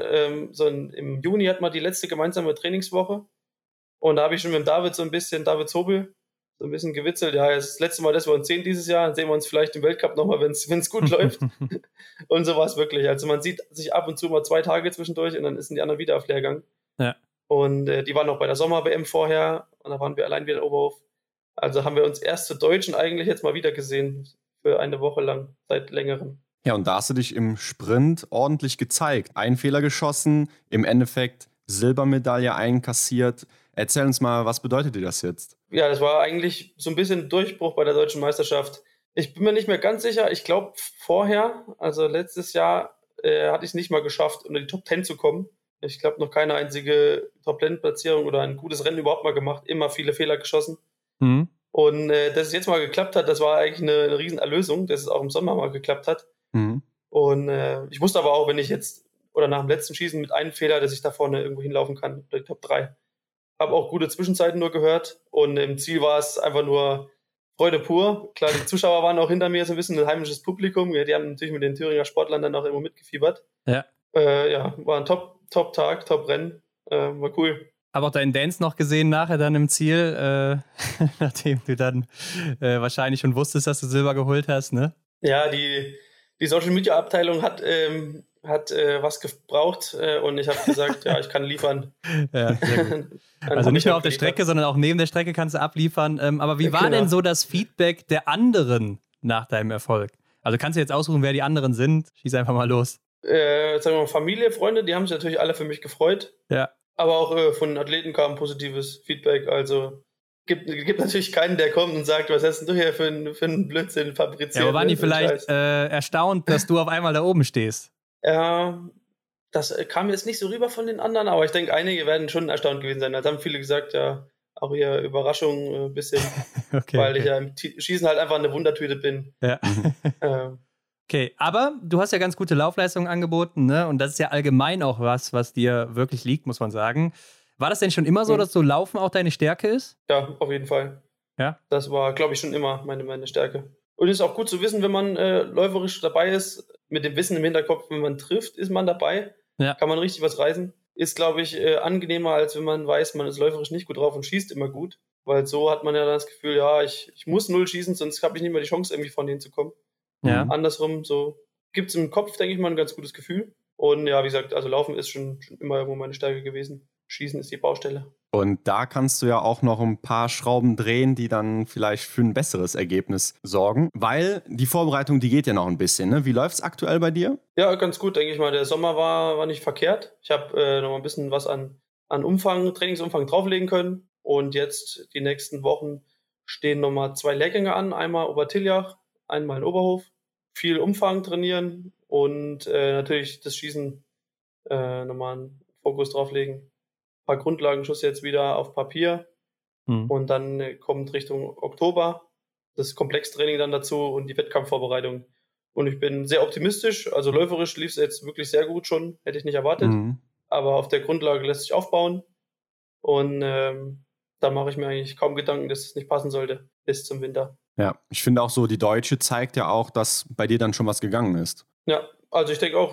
im Juni hatten wir die letzte gemeinsame Trainingswoche, und da habe ich schon mit dem David Zobel, so ein bisschen gewitzelt. Ja, das letzte Mal, dass wir uns sehen dieses Jahr, dann sehen wir uns vielleicht im Weltcup nochmal, wenn es gut läuft. Und so war es wirklich. Also man sieht sich ab und zu mal 2 Tage zwischendurch, und dann sind die anderen wieder auf Lehrgang. Ja. Und die waren noch bei der Sommer-WM vorher, und da waren wir allein wieder in Oberhof. Also haben wir uns erst zu Deutschen eigentlich jetzt mal wieder gesehen, für eine Woche lang, seit längerem. Ja, und da hast du dich im Sprint ordentlich gezeigt. Einen Fehler geschossen, im Endeffekt Silbermedaille einkassiert. Erzähl uns mal, was bedeutet dir das jetzt? Ja, das war eigentlich so ein bisschen Durchbruch bei der Deutschen Meisterschaft. Ich bin mir nicht mehr ganz sicher. Ich glaube, vorher, also letztes Jahr, hatte ich es nicht mal geschafft, unter die Top 10 zu kommen. Ich glaube, noch keine einzige Top 10-Platzierung oder ein gutes Rennen überhaupt mal gemacht. Immer viele Fehler geschossen. Und dass es jetzt mal geklappt hat, das war eigentlich eine Riesenerlösung, dass es auch im Sommer mal geklappt hat. Und ich wusste aber auch, wenn ich jetzt oder nach dem letzten Schießen mit einem Fehler, dass ich da vorne irgendwo hinlaufen kann, oder die Top 3. Habe auch gute Zwischenzeiten nur gehört, und im Ziel war es einfach nur Freude pur. Klar, die Zuschauer waren auch hinter mir so ein bisschen ein heimisches Publikum. Die haben natürlich mit den Thüringer Sportlern dann auch immer mitgefiebert. Ja. War ein Top-Tag, Top-Rennen. War cool. Habe auch deinen Dance noch gesehen nachher dann im Ziel, nachdem du dann wahrscheinlich schon wusstest, dass du Silber geholt hast, ne? Ja, die Social-Media-Abteilung hat was gebraucht, und ich habe gesagt, ja, ich kann liefern. Ja, sehr gut. Also nicht nur auf der Strecke, sondern auch neben der Strecke kannst du abliefern. Aber wie war denn so das Feedback der anderen nach deinem Erfolg? Also kannst du jetzt aussuchen, wer die anderen sind? Schieß einfach mal los. Sagen wir mal, Familie, Freunde, die haben sich natürlich alle für mich gefreut. Ja. Aber auch von den Athleten kam positives Feedback. Also gibt natürlich keinen, der kommt und sagt, was hast denn du hier für einen Blödsinn fabriziert? Ja, aber waren die vielleicht erstaunt, dass du auf einmal da oben stehst? Ja, das kam jetzt nicht so rüber von den anderen, aber ich denke, einige werden schon erstaunt gewesen sein. Da haben viele gesagt, ja, auch hier Überraschung ein bisschen, weil ich ja im Schießen halt einfach eine Wundertüte bin. Ja. Okay, aber du hast ja ganz gute Laufleistungen angeboten, ne? Und das ist ja allgemein auch was dir wirklich liegt, muss man sagen. War das denn schon immer so, dass so Laufen auch deine Stärke ist? Ja, auf jeden Fall. Ja? Das war, glaube ich, schon immer meine Stärke. Und es ist auch gut zu wissen, wenn man läuferisch dabei ist, mit dem Wissen im Hinterkopf, wenn man trifft, ist man dabei. Ja. Kann man richtig was reißen. Ist, glaube ich, angenehmer, als wenn man weiß, man ist läuferisch nicht gut drauf und schießt immer gut. Weil so hat man ja dann das Gefühl, ja, ich muss 0 schießen, sonst habe ich nicht mehr die Chance, irgendwie von denen zu kommen. Ja. Andersrum, so gibt es im Kopf, denke ich mal, ein ganz gutes Gefühl. Und ja, wie gesagt, also Laufen ist schon immer irgendwo meine Stärke gewesen. Schießen ist die Baustelle. Und da kannst du ja auch noch ein paar Schrauben drehen, die dann vielleicht für ein besseres Ergebnis sorgen. Weil die Vorbereitung, die geht ja noch ein bisschen, ne? Wie läuft es aktuell bei dir? Ja, ganz gut, denke ich mal. Der Sommer war nicht verkehrt. Ich habe noch mal ein bisschen was an Trainingsumfang drauflegen können. Und jetzt die nächsten Wochen stehen nochmal 2 Lehrgänge an. Einmal Obertiljach, einmal in Oberhof. Viel Umfang trainieren und natürlich das Schießen nochmal einen Fokus drauflegen. Ein paar Grundlagenschuss jetzt wieder auf Papier. Und dann kommt Richtung Oktober das Komplextraining dann dazu und die Wettkampfvorbereitung. Und ich bin sehr optimistisch. Also läuferisch lief es jetzt wirklich sehr gut schon. Hätte ich nicht erwartet. Aber auf der Grundlage lässt sich aufbauen. Und da mache ich mir eigentlich kaum Gedanken, dass es nicht passen sollte bis zum Winter. Ja, ich finde auch so, die Deutsche zeigt ja auch, dass bei dir dann schon was gegangen ist. Ja, also ich denke auch,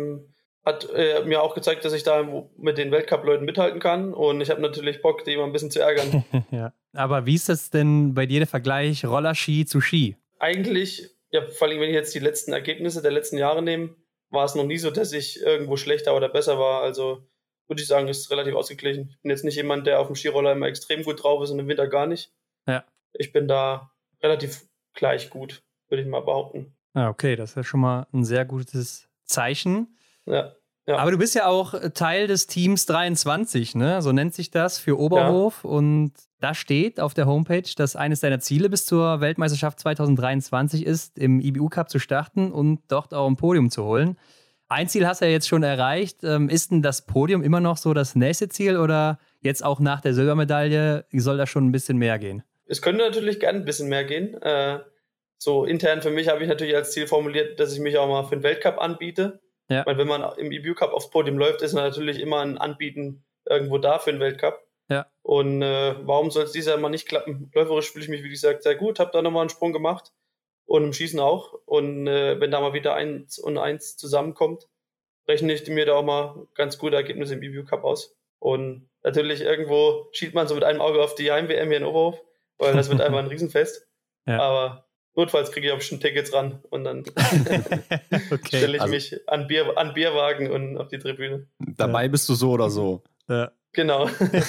hat mir auch gezeigt, dass ich da mit den Weltcup-Leuten mithalten kann. Und ich habe natürlich Bock, die immer ein bisschen zu ärgern. Ja. Aber wie ist das denn bei dir der Vergleich Rollerski zu Ski? Eigentlich, ja, vor allem wenn ich jetzt die letzten Ergebnisse der letzten Jahre nehme, war es noch nie so, dass ich irgendwo schlechter oder besser war. Also würde ich sagen, ist es relativ ausgeglichen. Ich bin jetzt nicht jemand, der auf dem Skiroller immer extrem gut drauf ist und im Winter gar nicht. Ja. Ich bin da relativ gleich gut, würde ich mal behaupten. Ah, okay, das ist ja schon mal ein sehr gutes Zeichen. Ja. Ja. Aber du bist ja auch Teil des Teams 23, ne? So nennt sich das für Oberhof. Ja. Und Da steht auf der Homepage, dass eines deiner Ziele bis zur Weltmeisterschaft 2023 ist, im IBU Cup zu starten und dort auch ein Podium zu holen. Ein Ziel hast du ja jetzt schon erreicht. Ist denn das Podium immer noch so das nächste Ziel oder jetzt auch nach der Silbermedaille soll da schon ein bisschen mehr gehen? Es könnte natürlich gerne ein bisschen mehr gehen. So intern für mich habe ich natürlich als Ziel formuliert, dass ich mich auch mal für den Weltcup anbiete. Ja. Weil wenn man im IBU Cup aufs Podium läuft, ist natürlich immer ein Anbieten irgendwo da für den Weltcup. Ja. Und warum soll es dieses Jahr mal nicht klappen? Läuferisch fühle ich mich, wie gesagt, sehr gut, habe da nochmal einen Sprung gemacht und im Schießen auch. Und wenn da mal wieder 1 und 1 zusammenkommt, rechne ich mir da auch mal ganz gute Ergebnisse im IBU Cup aus. Und natürlich irgendwo schielt man so mit einem Auge auf die Heim-WM hier in Oberhof, weil das wird einfach ein Riesenfest. Ja. Aber notfalls kriege ich auch schon Tickets ran und dann stelle ich mich an Bierwagen und auf die Tribüne. Dabei bist du so oder so. Ja. Genau.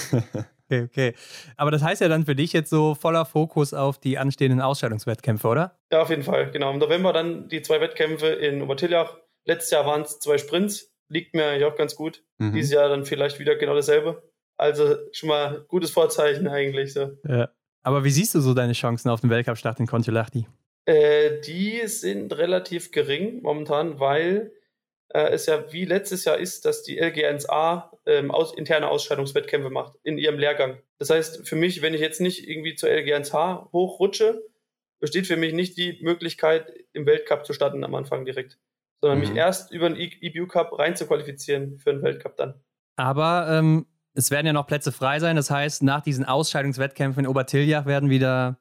Okay. Aber das heißt ja dann für dich jetzt so voller Fokus auf die anstehenden Ausscheidungswettkämpfe, oder? Ja, auf jeden Fall, genau. Im November dann die 2 Wettkämpfe in Obertiljach. Letztes Jahr waren es 2 Sprints. Liegt mir eigentlich auch ganz gut. Dieses Jahr dann vielleicht wieder genau dasselbe. Also schon mal gutes Vorzeichen eigentlich. So. Ja. Aber wie siehst du so deine Chancen auf den Weltcup-Start in Kontiolahti? Die sind relativ gering momentan, weil es ja wie letztes Jahr ist, dass die LG1A interne Ausscheidungswettkämpfe macht in ihrem Lehrgang. Das heißt, für mich, wenn ich jetzt nicht irgendwie zur LG1H hochrutsche, besteht für mich nicht die Möglichkeit, im Weltcup zu starten am Anfang direkt, sondern mich erst über den IBU Cup rein zu qualifizieren für den Weltcup dann. Aber es werden ja noch Plätze frei sein, das heißt, nach diesen Ausscheidungswettkämpfen in Obertiljach werden wieder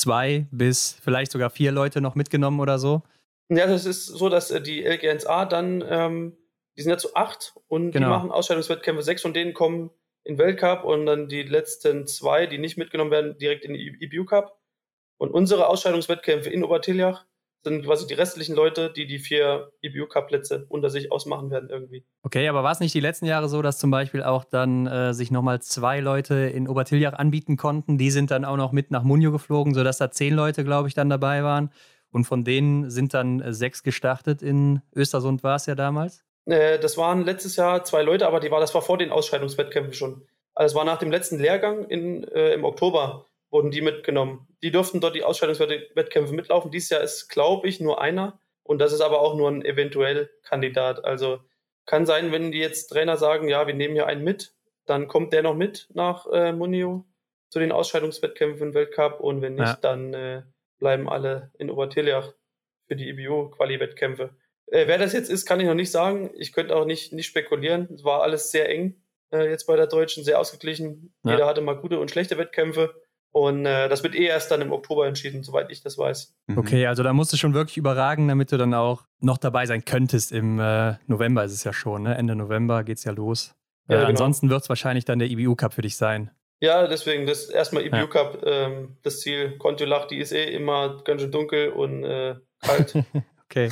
2 bis vielleicht sogar 4 Leute noch mitgenommen oder so. Ja, das ist so, dass die LG1A dann, die sind ja zu 8 und die machen Ausscheidungswettkämpfe. 6 von denen kommen in den Weltcup und dann die letzten 2, die nicht mitgenommen werden, direkt in den IBU Cup. Und unsere Ausscheidungswettkämpfe in Obertiljach sind quasi die restlichen Leute, die 4 IBU Cup Plätze unter sich ausmachen werden irgendwie. Okay, aber war es nicht die letzten Jahre so, dass zum Beispiel auch dann sich nochmal 2 Leute in Obertiljach anbieten konnten? Die sind dann auch noch mit nach Munjo geflogen, sodass da 10 Leute, glaube ich, dann dabei waren. Und von denen sind dann 6 gestartet in Östersund, war es ja damals? Das waren letztes Jahr 2 Leute, aber das war vor den Ausscheidungswettkämpfen schon. Also es war nach dem letzten Lehrgang im Oktober wurden die mitgenommen. Die durften dort die Ausscheidungswettkämpfe mitlaufen. Dieses Jahr ist, glaube ich, nur einer. Und das ist aber auch nur ein eventuell Kandidat. Also kann sein, wenn die jetzt Trainer sagen, ja, wir nehmen hier einen mit, dann kommt der noch mit nach Munio zu den Ausscheidungswettkämpfen im Weltcup. Und wenn nicht, dann bleiben alle in Obertiljach für die IBU-Quali-Wettkämpfe. Wer das jetzt ist, kann ich noch nicht sagen. Ich könnte auch nicht spekulieren. Es war alles sehr eng jetzt bei der Deutschen, sehr ausgeglichen. Ja. Jeder hatte mal gute und schlechte Wettkämpfe. Und das wird erst dann im Oktober entschieden, soweit ich das weiß. Okay, also da musst du schon wirklich überragen, damit du dann auch noch dabei sein könntest. Im November ist es ja schon, ne? Ende November geht's ja los. Ja, genau. Ansonsten wird es wahrscheinlich dann der IBU Cup für dich sein. Ja, deswegen, das erstmal IBU Cup, das Ziel. Kontiolahti, die ist immer ganz schön dunkel und kalt. Okay.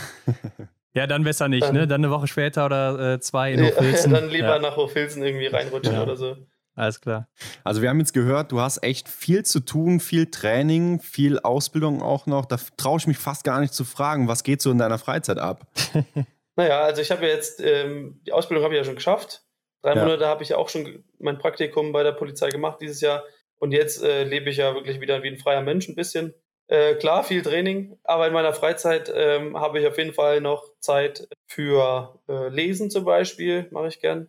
Ja, dann besser nicht, ne? Dann eine Woche später oder 2 in Hochfilzen. Dann lieber nach Hochfilzen irgendwie reinrutschen oder so. Alles klar. Also wir haben jetzt gehört, du hast echt viel zu tun, viel Training, viel Ausbildung auch noch. Da traue ich mich fast gar nicht zu fragen, was geht so in deiner Freizeit ab? Naja, also ich habe ja jetzt, die Ausbildung habe ich ja schon geschafft. 3 Monate habe ich ja auch schon mein Praktikum bei der Polizei gemacht dieses Jahr. Und jetzt lebe ich ja wirklich wieder wie ein freier Mensch ein bisschen. Klar, viel Training, aber in meiner Freizeit habe ich auf jeden Fall noch Zeit für Lesen zum Beispiel, mache ich gern.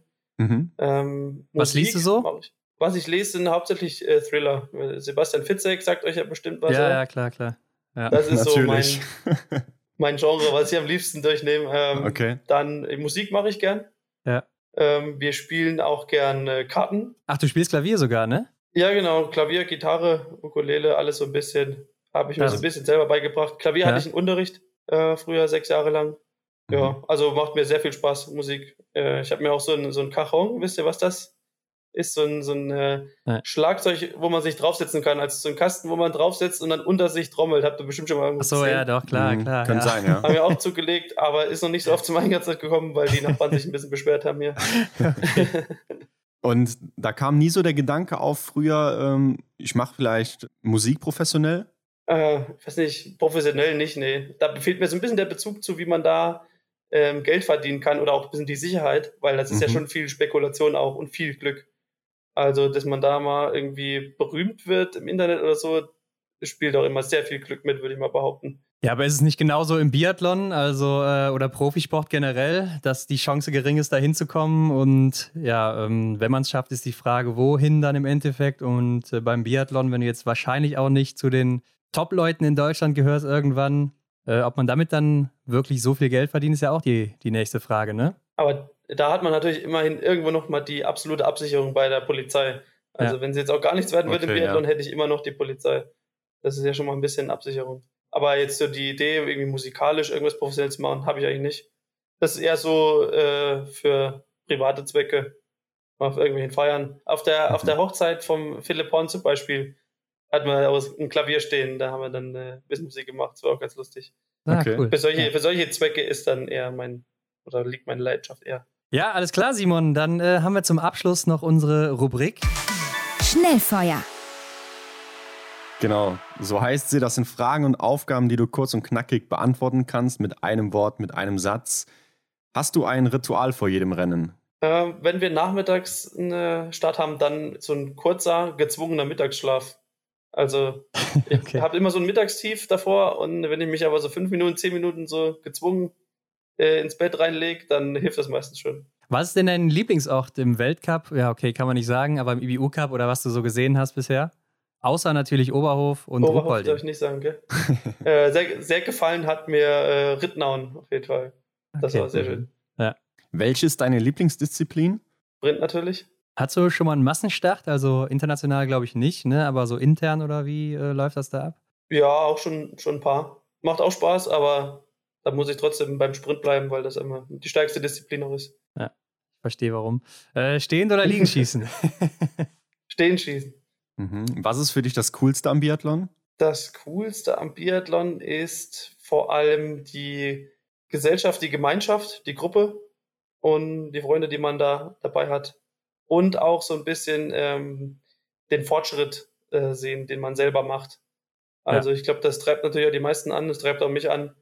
Was liest du so? Was ich lese, sind hauptsächlich Thriller. Sebastian Fitzek sagt euch ja bestimmt was. Ja, klar. Ja. Das ist natürlich so mein Genre, was ich am liebsten durchnehme. Okay. Dann Musik mache ich gern. Ja. Wir spielen auch gern Karten. Ach, du spielst Klavier sogar, ne? Ja, genau. Klavier, Gitarre, Ukulele, alles so ein bisschen. Habe ich mir so ein bisschen selber beigebracht. Klavier hatte ich in Unterricht, früher 6 Jahre lang. Ja, also macht mir sehr viel Spaß, Musik. Ich habe mir auch so ein Cajon, wisst ihr, was das ist? So ein Schlagzeug, wo man sich draufsetzen kann. Also so ein Kasten, wo man draufsetzt und dann unter sich trommelt. Habt ihr bestimmt schon mal irgendwo gesehen. Ach so, ja, doch, klar. Könnte sein, ja. Haben wir auch zugelegt, aber ist noch nicht so oft zum Einsatz gekommen, weil die Nachbarn sich ein bisschen beschwert haben hier. Okay. Und da kam nie so der Gedanke auf früher, ich mache vielleicht Musik professionell? Weiß nicht, professionell nicht, nee. Da fehlt mir so ein bisschen der Bezug zu, wie man da Geld verdienen kann oder auch ein bisschen die Sicherheit, weil das ist ja schon viel Spekulation auch und viel Glück. Also, dass man da mal irgendwie berühmt wird im Internet oder so, spielt auch immer sehr viel Glück mit, würde ich mal behaupten. Ja, aber ist es nicht genauso im Biathlon, also oder Profisport generell, dass die Chance gering ist, da hinzukommen? Und ja, wenn man es schafft, ist die Frage, wohin dann im Endeffekt? Und beim Biathlon, wenn du jetzt wahrscheinlich auch nicht zu den Top-Leuten in Deutschland gehörst irgendwann, ob man damit dann wirklich so viel Geld verdient, ist ja auch die nächste Frage, ne? Aber da hat man natürlich immerhin irgendwo noch mal die absolute Absicherung bei der Polizei. Also wenn es jetzt auch gar nichts werden würde im Biathlon, hätte ich immer noch die Polizei. Das ist ja schon mal ein bisschen Absicherung. Aber jetzt so die Idee, irgendwie musikalisch irgendwas professionell zu machen, habe ich eigentlich nicht. Das ist eher so für private Zwecke, auf irgendwelchen Feiern. Auf der Hochzeit vom Philipp Horn zum Beispiel hatten wir ein Klavier stehen, da haben wir dann ein bisschen Musik gemacht, das war auch ganz lustig. Cool. Für solche Zwecke ist dann eher liegt meine Leidenschaft eher. Ja, alles klar, Simon. Dann haben wir zum Abschluss noch unsere Rubrik Schnellfeuer. Genau, so heißt sie. Das sind Fragen und Aufgaben, die du kurz und knackig beantworten kannst mit einem Wort, mit einem Satz. Hast du ein Ritual vor jedem Rennen? Wenn wir nachmittags einen Start haben, dann so ein kurzer, gezwungener Mittagsschlaf. Also ich habe immer so ein Mittagstief davor und wenn ich mich aber so 5 Minuten, 10 Minuten so gezwungen ins Bett reinlege, dann hilft das meistens schon. Was ist denn dein Lieblingsort im Weltcup? Ja, okay, kann man nicht sagen, aber im IBU-Cup oder was du so gesehen hast bisher? Außer natürlich Oberhof und Oberhof Ruhpolding. darf ich nicht sagen, gell? Sehr, sehr gefallen hat mir Ritnauen auf jeden Fall. Das war sehr schön. Ja. Welche ist deine Lieblingsdisziplin? Sprint natürlich. Hast du schon mal einen Massenstart? Also international glaube ich nicht, ne? Aber so intern oder wie läuft das da ab? Ja, auch schon ein paar. Macht auch Spaß, aber da muss ich trotzdem beim Sprint bleiben, weil das immer die stärkste Disziplin noch ist. Ja, ich verstehe warum. Stehend oder liegend schießen? Stehen schießen. Was ist für dich das Coolste am Biathlon? Das Coolste am Biathlon ist vor allem die Gesellschaft, die Gemeinschaft, die Gruppe und die Freunde, die man da dabei hat. Und auch so ein bisschen den Fortschritt sehen, den man selber macht. Also ich glaube, das treibt natürlich auch die meisten an, es treibt auch mich an,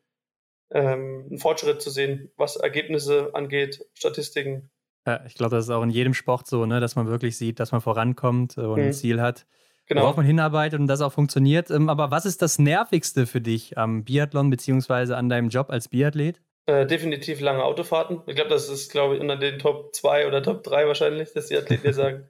einen Fortschritt zu sehen, was Ergebnisse angeht, Statistiken. Ja, ich glaube, das ist auch in jedem Sport so, ne, dass man wirklich sieht, dass man vorankommt und ein Ziel hat, worauf man hinarbeitet und das auch funktioniert. Aber was ist das Nervigste für dich am Biathlon beziehungsweise an deinem Job als Biathlet? Definitiv lange Autofahrten. Ich glaube, das ist, unter den Top 2 oder Top 3 wahrscheinlich, dass die Athleten dir sagen.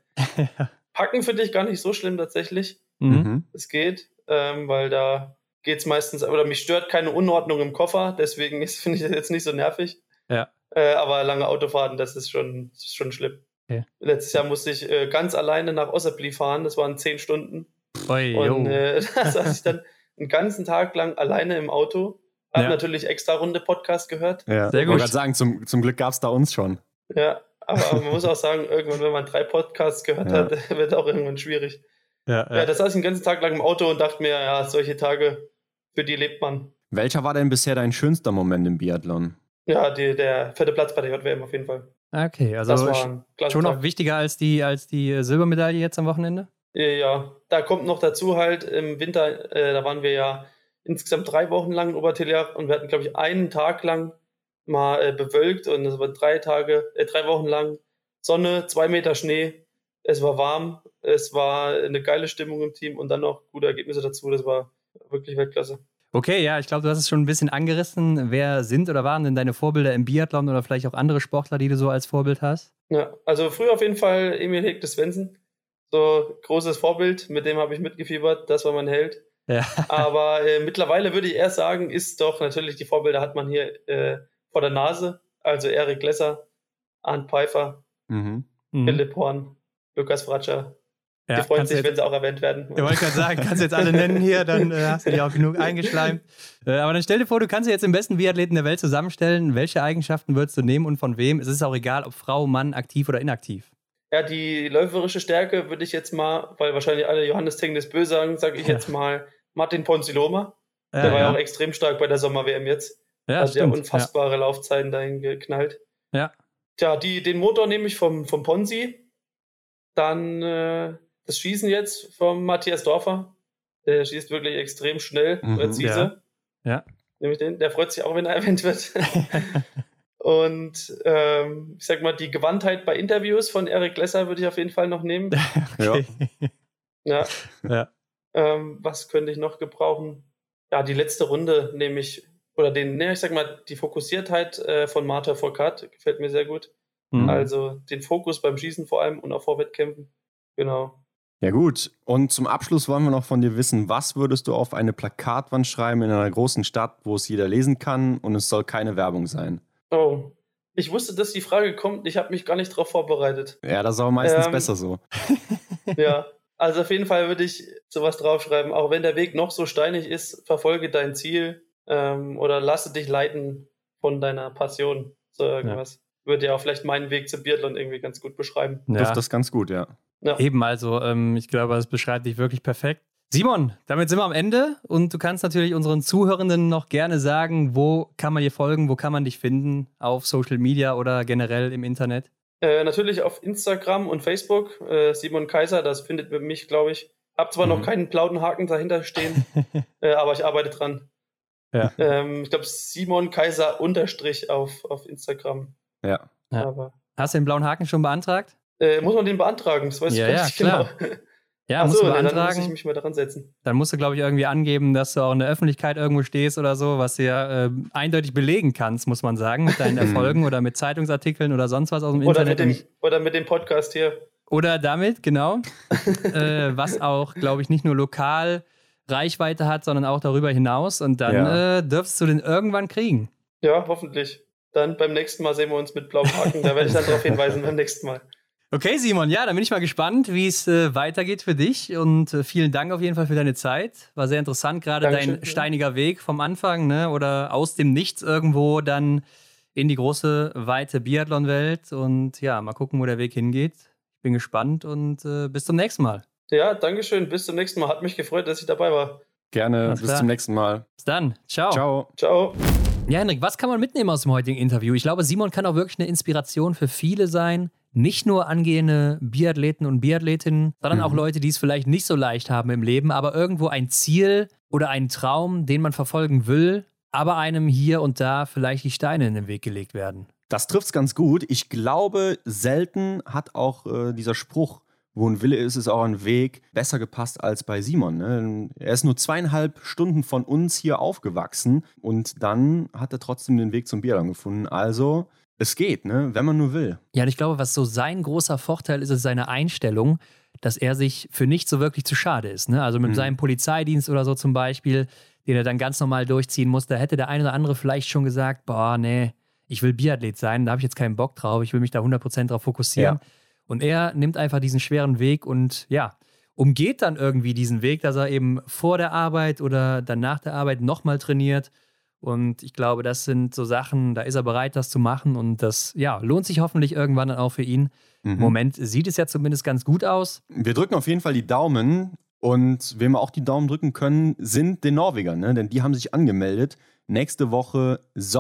Packen finde ich gar nicht so schlimm tatsächlich. Es geht, weil da geht es meistens, oder mich stört keine Unordnung im Koffer, deswegen finde ich das jetzt nicht so nervig. Ja. Aber lange Autofahrten, das ist schon schlimm. Okay. Letztes Jahr musste ich ganz alleine nach Osserpli fahren, das waren 10 Stunden. Und da saß ich dann einen ganzen Tag lang alleine im Auto. Hab natürlich extra Runde Podcast gehört. Ja, sehr gut. Ich wollte gerade sagen, zum Glück gab es da uns schon. Ja, aber man muss auch sagen, irgendwann, wenn man 3 Podcasts gehört hat, wird auch irgendwann schwierig. Ja, das saß ich den ganzen Tag lang im Auto und dachte mir, ja, solche Tage, für die lebt man. Welcher war denn bisher dein schönster Moment im Biathlon? Ja, der 4. Platz bei der JWM auf jeden Fall. Okay, also schon noch wichtiger als die Silbermedaille jetzt am Wochenende? Ja, da kommt noch dazu halt im Winter, da waren wir ja insgesamt 3 Wochen lang in Oberteliach und wir hatten, glaube ich, einen Tag lang mal bewölkt und es waren 3 Wochen lang Sonne, 2 Meter Schnee, es war warm, es war eine geile Stimmung im Team und dann noch gute Ergebnisse dazu, das war wirklich Weltklasse. Okay, ja, ich glaube, du hast es schon ein bisschen angerissen. Wer sind oder waren denn deine Vorbilder im Biathlon oder vielleicht auch andere Sportler, die du so als Vorbild hast? Ja, also früher auf jeden Fall Emil Hegde Svensson, so großes Vorbild, mit dem habe ich mitgefiebert, das war mein Held. Ja. Aber mittlerweile würde ich eher sagen, ist doch natürlich die Vorbilder hat man hier vor der Nase. Also Erik Lesser, Arndt Pfeiffer, Philipp Horn, Lukas Fratscher. Ja, die freuen sich, wenn sie auch erwähnt werden. Ich wollte gerade sagen, kannst du jetzt alle nennen hier, dann hast du die auch genug eingeschleimt. Aber dann stell dir vor, du kannst dir jetzt den besten Biathleten der Welt zusammenstellen. Welche Eigenschaften würdest du nehmen und von wem? Es ist auch egal, ob Frau, Mann, aktiv oder inaktiv. Ja, die läuferische Stärke würde ich jetzt mal, weil wahrscheinlich alle Johannes Tengnes böse sagen, sage ich jetzt mal Martin Ponsiloma. Der war ja auch extrem stark bei der Sommer-WM jetzt. Ja, hat ja unfassbare Laufzeiten dahin geknallt. Ja. Tja, den Motor nehme ich vom Ponsi. Dann das Schießen jetzt vom Matthias Dorfer. Der schießt wirklich extrem schnell, präzise. Ja. Nehme ich den. Der freut sich auch, wenn er erwähnt wird. Und ich sag mal, die Gewandtheit bei Interviews von Erik Lesser würde ich auf jeden Fall noch nehmen. Okay. Ja. Ja. Was könnte ich noch gebrauchen? Ja, die letzte Runde nehme ich, oder ich sag mal, die Fokussiertheit von Marta Fourcade gefällt mir sehr gut. Mhm. Also den Fokus beim Schießen vor allem und auch vor Wettkämpfen. Genau. Ja gut, und zum Abschluss wollen wir noch von dir wissen, was würdest du auf eine Plakatwand schreiben in einer großen Stadt, wo es jeder lesen kann und es soll keine Werbung sein? Oh, ich wusste, dass die Frage kommt. Ich habe mich gar nicht darauf vorbereitet. Ja, das ist aber meistens besser so. Ja, also auf jeden Fall würde ich sowas draufschreiben. Auch wenn der Weg noch so steinig ist, verfolge dein Ziel oder lasse dich leiten von deiner Passion. So irgendwas. Würde ja auch vielleicht meinen Weg zum Biathlon irgendwie ganz gut beschreiben. Ja. Trifft das ganz gut, ja. Eben, also ich glaube, das beschreibt dich wirklich perfekt. Simon, damit sind wir am Ende und du kannst natürlich unseren Zuhörenden noch gerne sagen, wo kann man dir folgen, wo kann man dich finden, auf Social Media oder generell im Internet? Natürlich auf Instagram und Facebook, Simon Kaiser, das findet man mich, glaube ich. Hab zwar noch keinen blauen Haken dahinter stehen, aber ich arbeite dran. Ja. Ich glaube Simon Kaiser _ auf Instagram. Ja. Aber hast du den blauen Haken schon beantragt? Muss man den beantragen? Das weiß ich gar nicht genau. Ja, musst du beantragen. Dann muss ich mich mal daran setzen. Dann musst du, glaube ich, irgendwie angeben, dass du auch in der Öffentlichkeit irgendwo stehst oder so, was du ja eindeutig belegen kannst, muss man sagen, mit deinen Erfolgen oder mit Zeitungsartikeln oder sonst was aus dem Internet. Oder mit dem Podcast hier. Oder damit, genau. Was auch, glaube ich, nicht nur lokal Reichweite hat, sondern auch darüber hinaus. Und dann dürfst du den irgendwann kriegen. Ja, hoffentlich. Dann beim nächsten Mal sehen wir uns mit blauem Haken. Da werde ich dann darauf hinweisen beim nächsten Mal. Okay, Simon, ja, dann bin ich mal gespannt, wie es weitergeht für dich und vielen Dank auf jeden Fall für deine Zeit. War sehr interessant, gerade dein steiniger Weg vom Anfang, ne, oder aus dem Nichts irgendwo dann in die große, weite Biathlon-Welt und ja, mal gucken, wo der Weg hingeht. Ich bin gespannt und bis zum nächsten Mal. Ja, dankeschön, bis zum nächsten Mal. Hat mich gefreut, dass ich dabei war. Gerne, bis zum nächsten Mal. Bis dann, ciao. Ciao. Ciao. Ja, Henrik, was kann man mitnehmen aus dem heutigen Interview? Ich glaube, Simon kann auch wirklich eine Inspiration für viele sein. Nicht nur angehende Biathleten und Biathletinnen, sondern auch Leute, die es vielleicht nicht so leicht haben im Leben, aber irgendwo ein Ziel oder einen Traum, den man verfolgen will, aber einem hier und da vielleicht die Steine in den Weg gelegt werden. Das trifft's ganz gut. Ich glaube, selten hat auch dieser Spruch, wo ein Wille ist, ist auch ein Weg, besser gepasst als bei Simon. Ne? Er ist nur 2,5 Stunden von uns hier aufgewachsen und dann hat er trotzdem den Weg zum Biathlon gefunden. Also es geht, ne? Wenn man nur will. Ja, und ich glaube, was so sein großer Vorteil ist, ist seine Einstellung, dass er sich für nichts so wirklich zu schade ist. Ne? Also mit seinem Polizeidienst oder so zum Beispiel, den er dann ganz normal durchziehen muss, da hätte der eine oder andere vielleicht schon gesagt, boah, nee, ich will Biathlet sein, da habe ich jetzt keinen Bock drauf, ich will mich da 100% drauf fokussieren. Ja. Und er nimmt einfach diesen schweren Weg und ja, umgeht dann irgendwie diesen Weg, dass er eben vor der Arbeit oder dann nach der Arbeit nochmal trainiert. Und ich glaube, das sind so Sachen, da ist er bereit, das zu machen. Und das lohnt sich hoffentlich irgendwann dann auch für ihn. Im Moment sieht es ja zumindest ganz gut aus. Wir drücken auf jeden Fall die Daumen. Und wem wir auch die Daumen drücken können, sind den Norwegern. Ne? Denn die haben sich angemeldet. Nächste Woche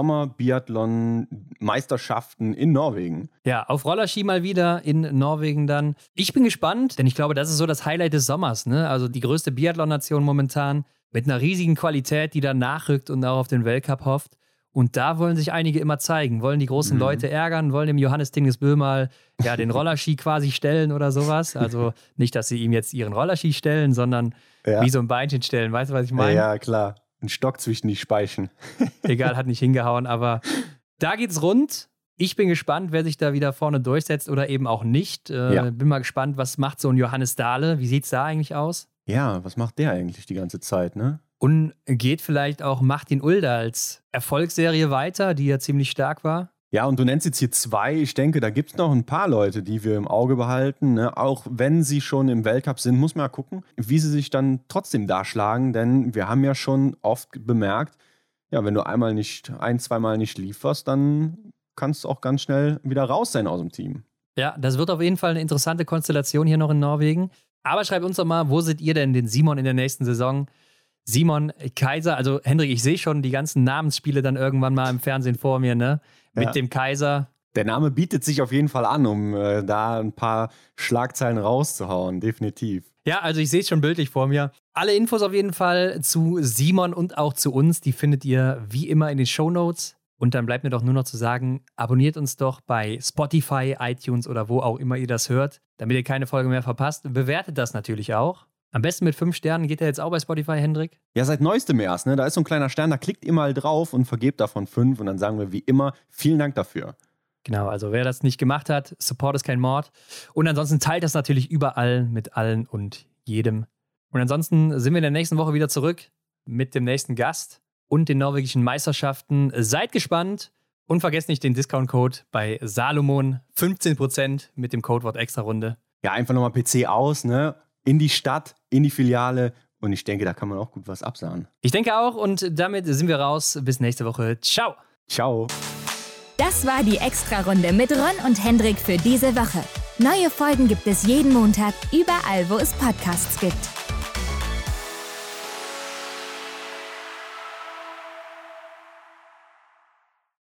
Sommer-Biathlon-Meisterschaften in Norwegen. Ja, auf Rollerski mal wieder in Norwegen dann. Ich bin gespannt, denn ich glaube, das ist so das Highlight des Sommers. Ne? Also die größte Biathlon-Nation momentan mit einer riesigen Qualität, die dann nachrückt und auch auf den Weltcup hofft. Und da wollen sich einige immer zeigen, wollen die großen Leute ärgern, wollen dem Johannes Tingesbö mal den Rollerski quasi stellen oder sowas. Also nicht, dass sie ihm jetzt ihren Rollerski stellen, sondern wie so ein Beinchen stellen. Weißt du, was ich meine? Ja, klar. Ein Stock zwischen die Speichen. Egal, hat nicht hingehauen, aber da geht's rund. Ich bin gespannt, wer sich da wieder vorne durchsetzt oder eben auch nicht. Bin mal gespannt, was macht so ein Johannes Dahle? Wie sieht's da eigentlich aus? Ja, was macht der eigentlich die ganze Zeit, ne? Und geht vielleicht auch Martin Uldals Erfolgsserie weiter, die ja ziemlich stark war? Ja, und du nennst jetzt hier 2. Ich denke, da gibt es noch ein paar Leute, die wir im Auge behalten. Ne? Auch wenn sie schon im Weltcup sind, muss man ja gucken, wie sie sich dann trotzdem darschlagen. Denn wir haben ja schon oft bemerkt, ja, wenn du zweimal nicht lieferst, dann kannst du auch ganz schnell wieder raus sein aus dem Team. Ja, das wird auf jeden Fall eine interessante Konstellation hier noch in Norwegen. Aber schreibt uns doch mal, wo seht ihr denn den Simon in der nächsten Saison? Simon Kaiser, also Hendrik, ich sehe schon die ganzen Namensspiele dann irgendwann mal im Fernsehen vor mir, ne? Mit dem Kaiser. Der Name bietet sich auf jeden Fall an, um da ein paar Schlagzeilen rauszuhauen, definitiv. Ja, also ich sehe es schon bildlich vor mir. Alle Infos auf jeden Fall zu Simon und auch zu uns, die findet ihr wie immer in den Shownotes. Und dann bleibt mir doch nur noch zu sagen, abonniert uns doch bei Spotify, iTunes oder wo auch immer ihr das hört, damit ihr keine Folge mehr verpasst. Bewertet das natürlich auch. Am besten mit 5 Sternen. Geht der jetzt auch bei Spotify, Hendrik? Ja, seit neuestem erst. Ne? Da ist so ein kleiner Stern, da klickt ihr mal drauf und vergebt davon 5. Und dann sagen wir wie immer, vielen Dank dafür. Genau, also wer das nicht gemacht hat, Support ist kein Mord. Und ansonsten teilt das natürlich überall mit allen und jedem. Und ansonsten sind wir in der nächsten Woche wieder zurück mit dem nächsten Gast und den norwegischen Meisterschaften. Seid gespannt und vergesst nicht den Discount-Code bei Salomon. 15% mit dem Codewort Extrarunde. Ja, einfach nochmal PC aus, ne? In die Stadt, in die Filiale. Und ich denke, da kann man auch gut was absahen. Ich denke auch und damit sind wir raus. Bis nächste Woche. Ciao. Ciao. Das war die Extrarunde mit Ron und Hendrik für diese Woche. Neue Folgen gibt es jeden Montag, überall, wo es Podcasts gibt.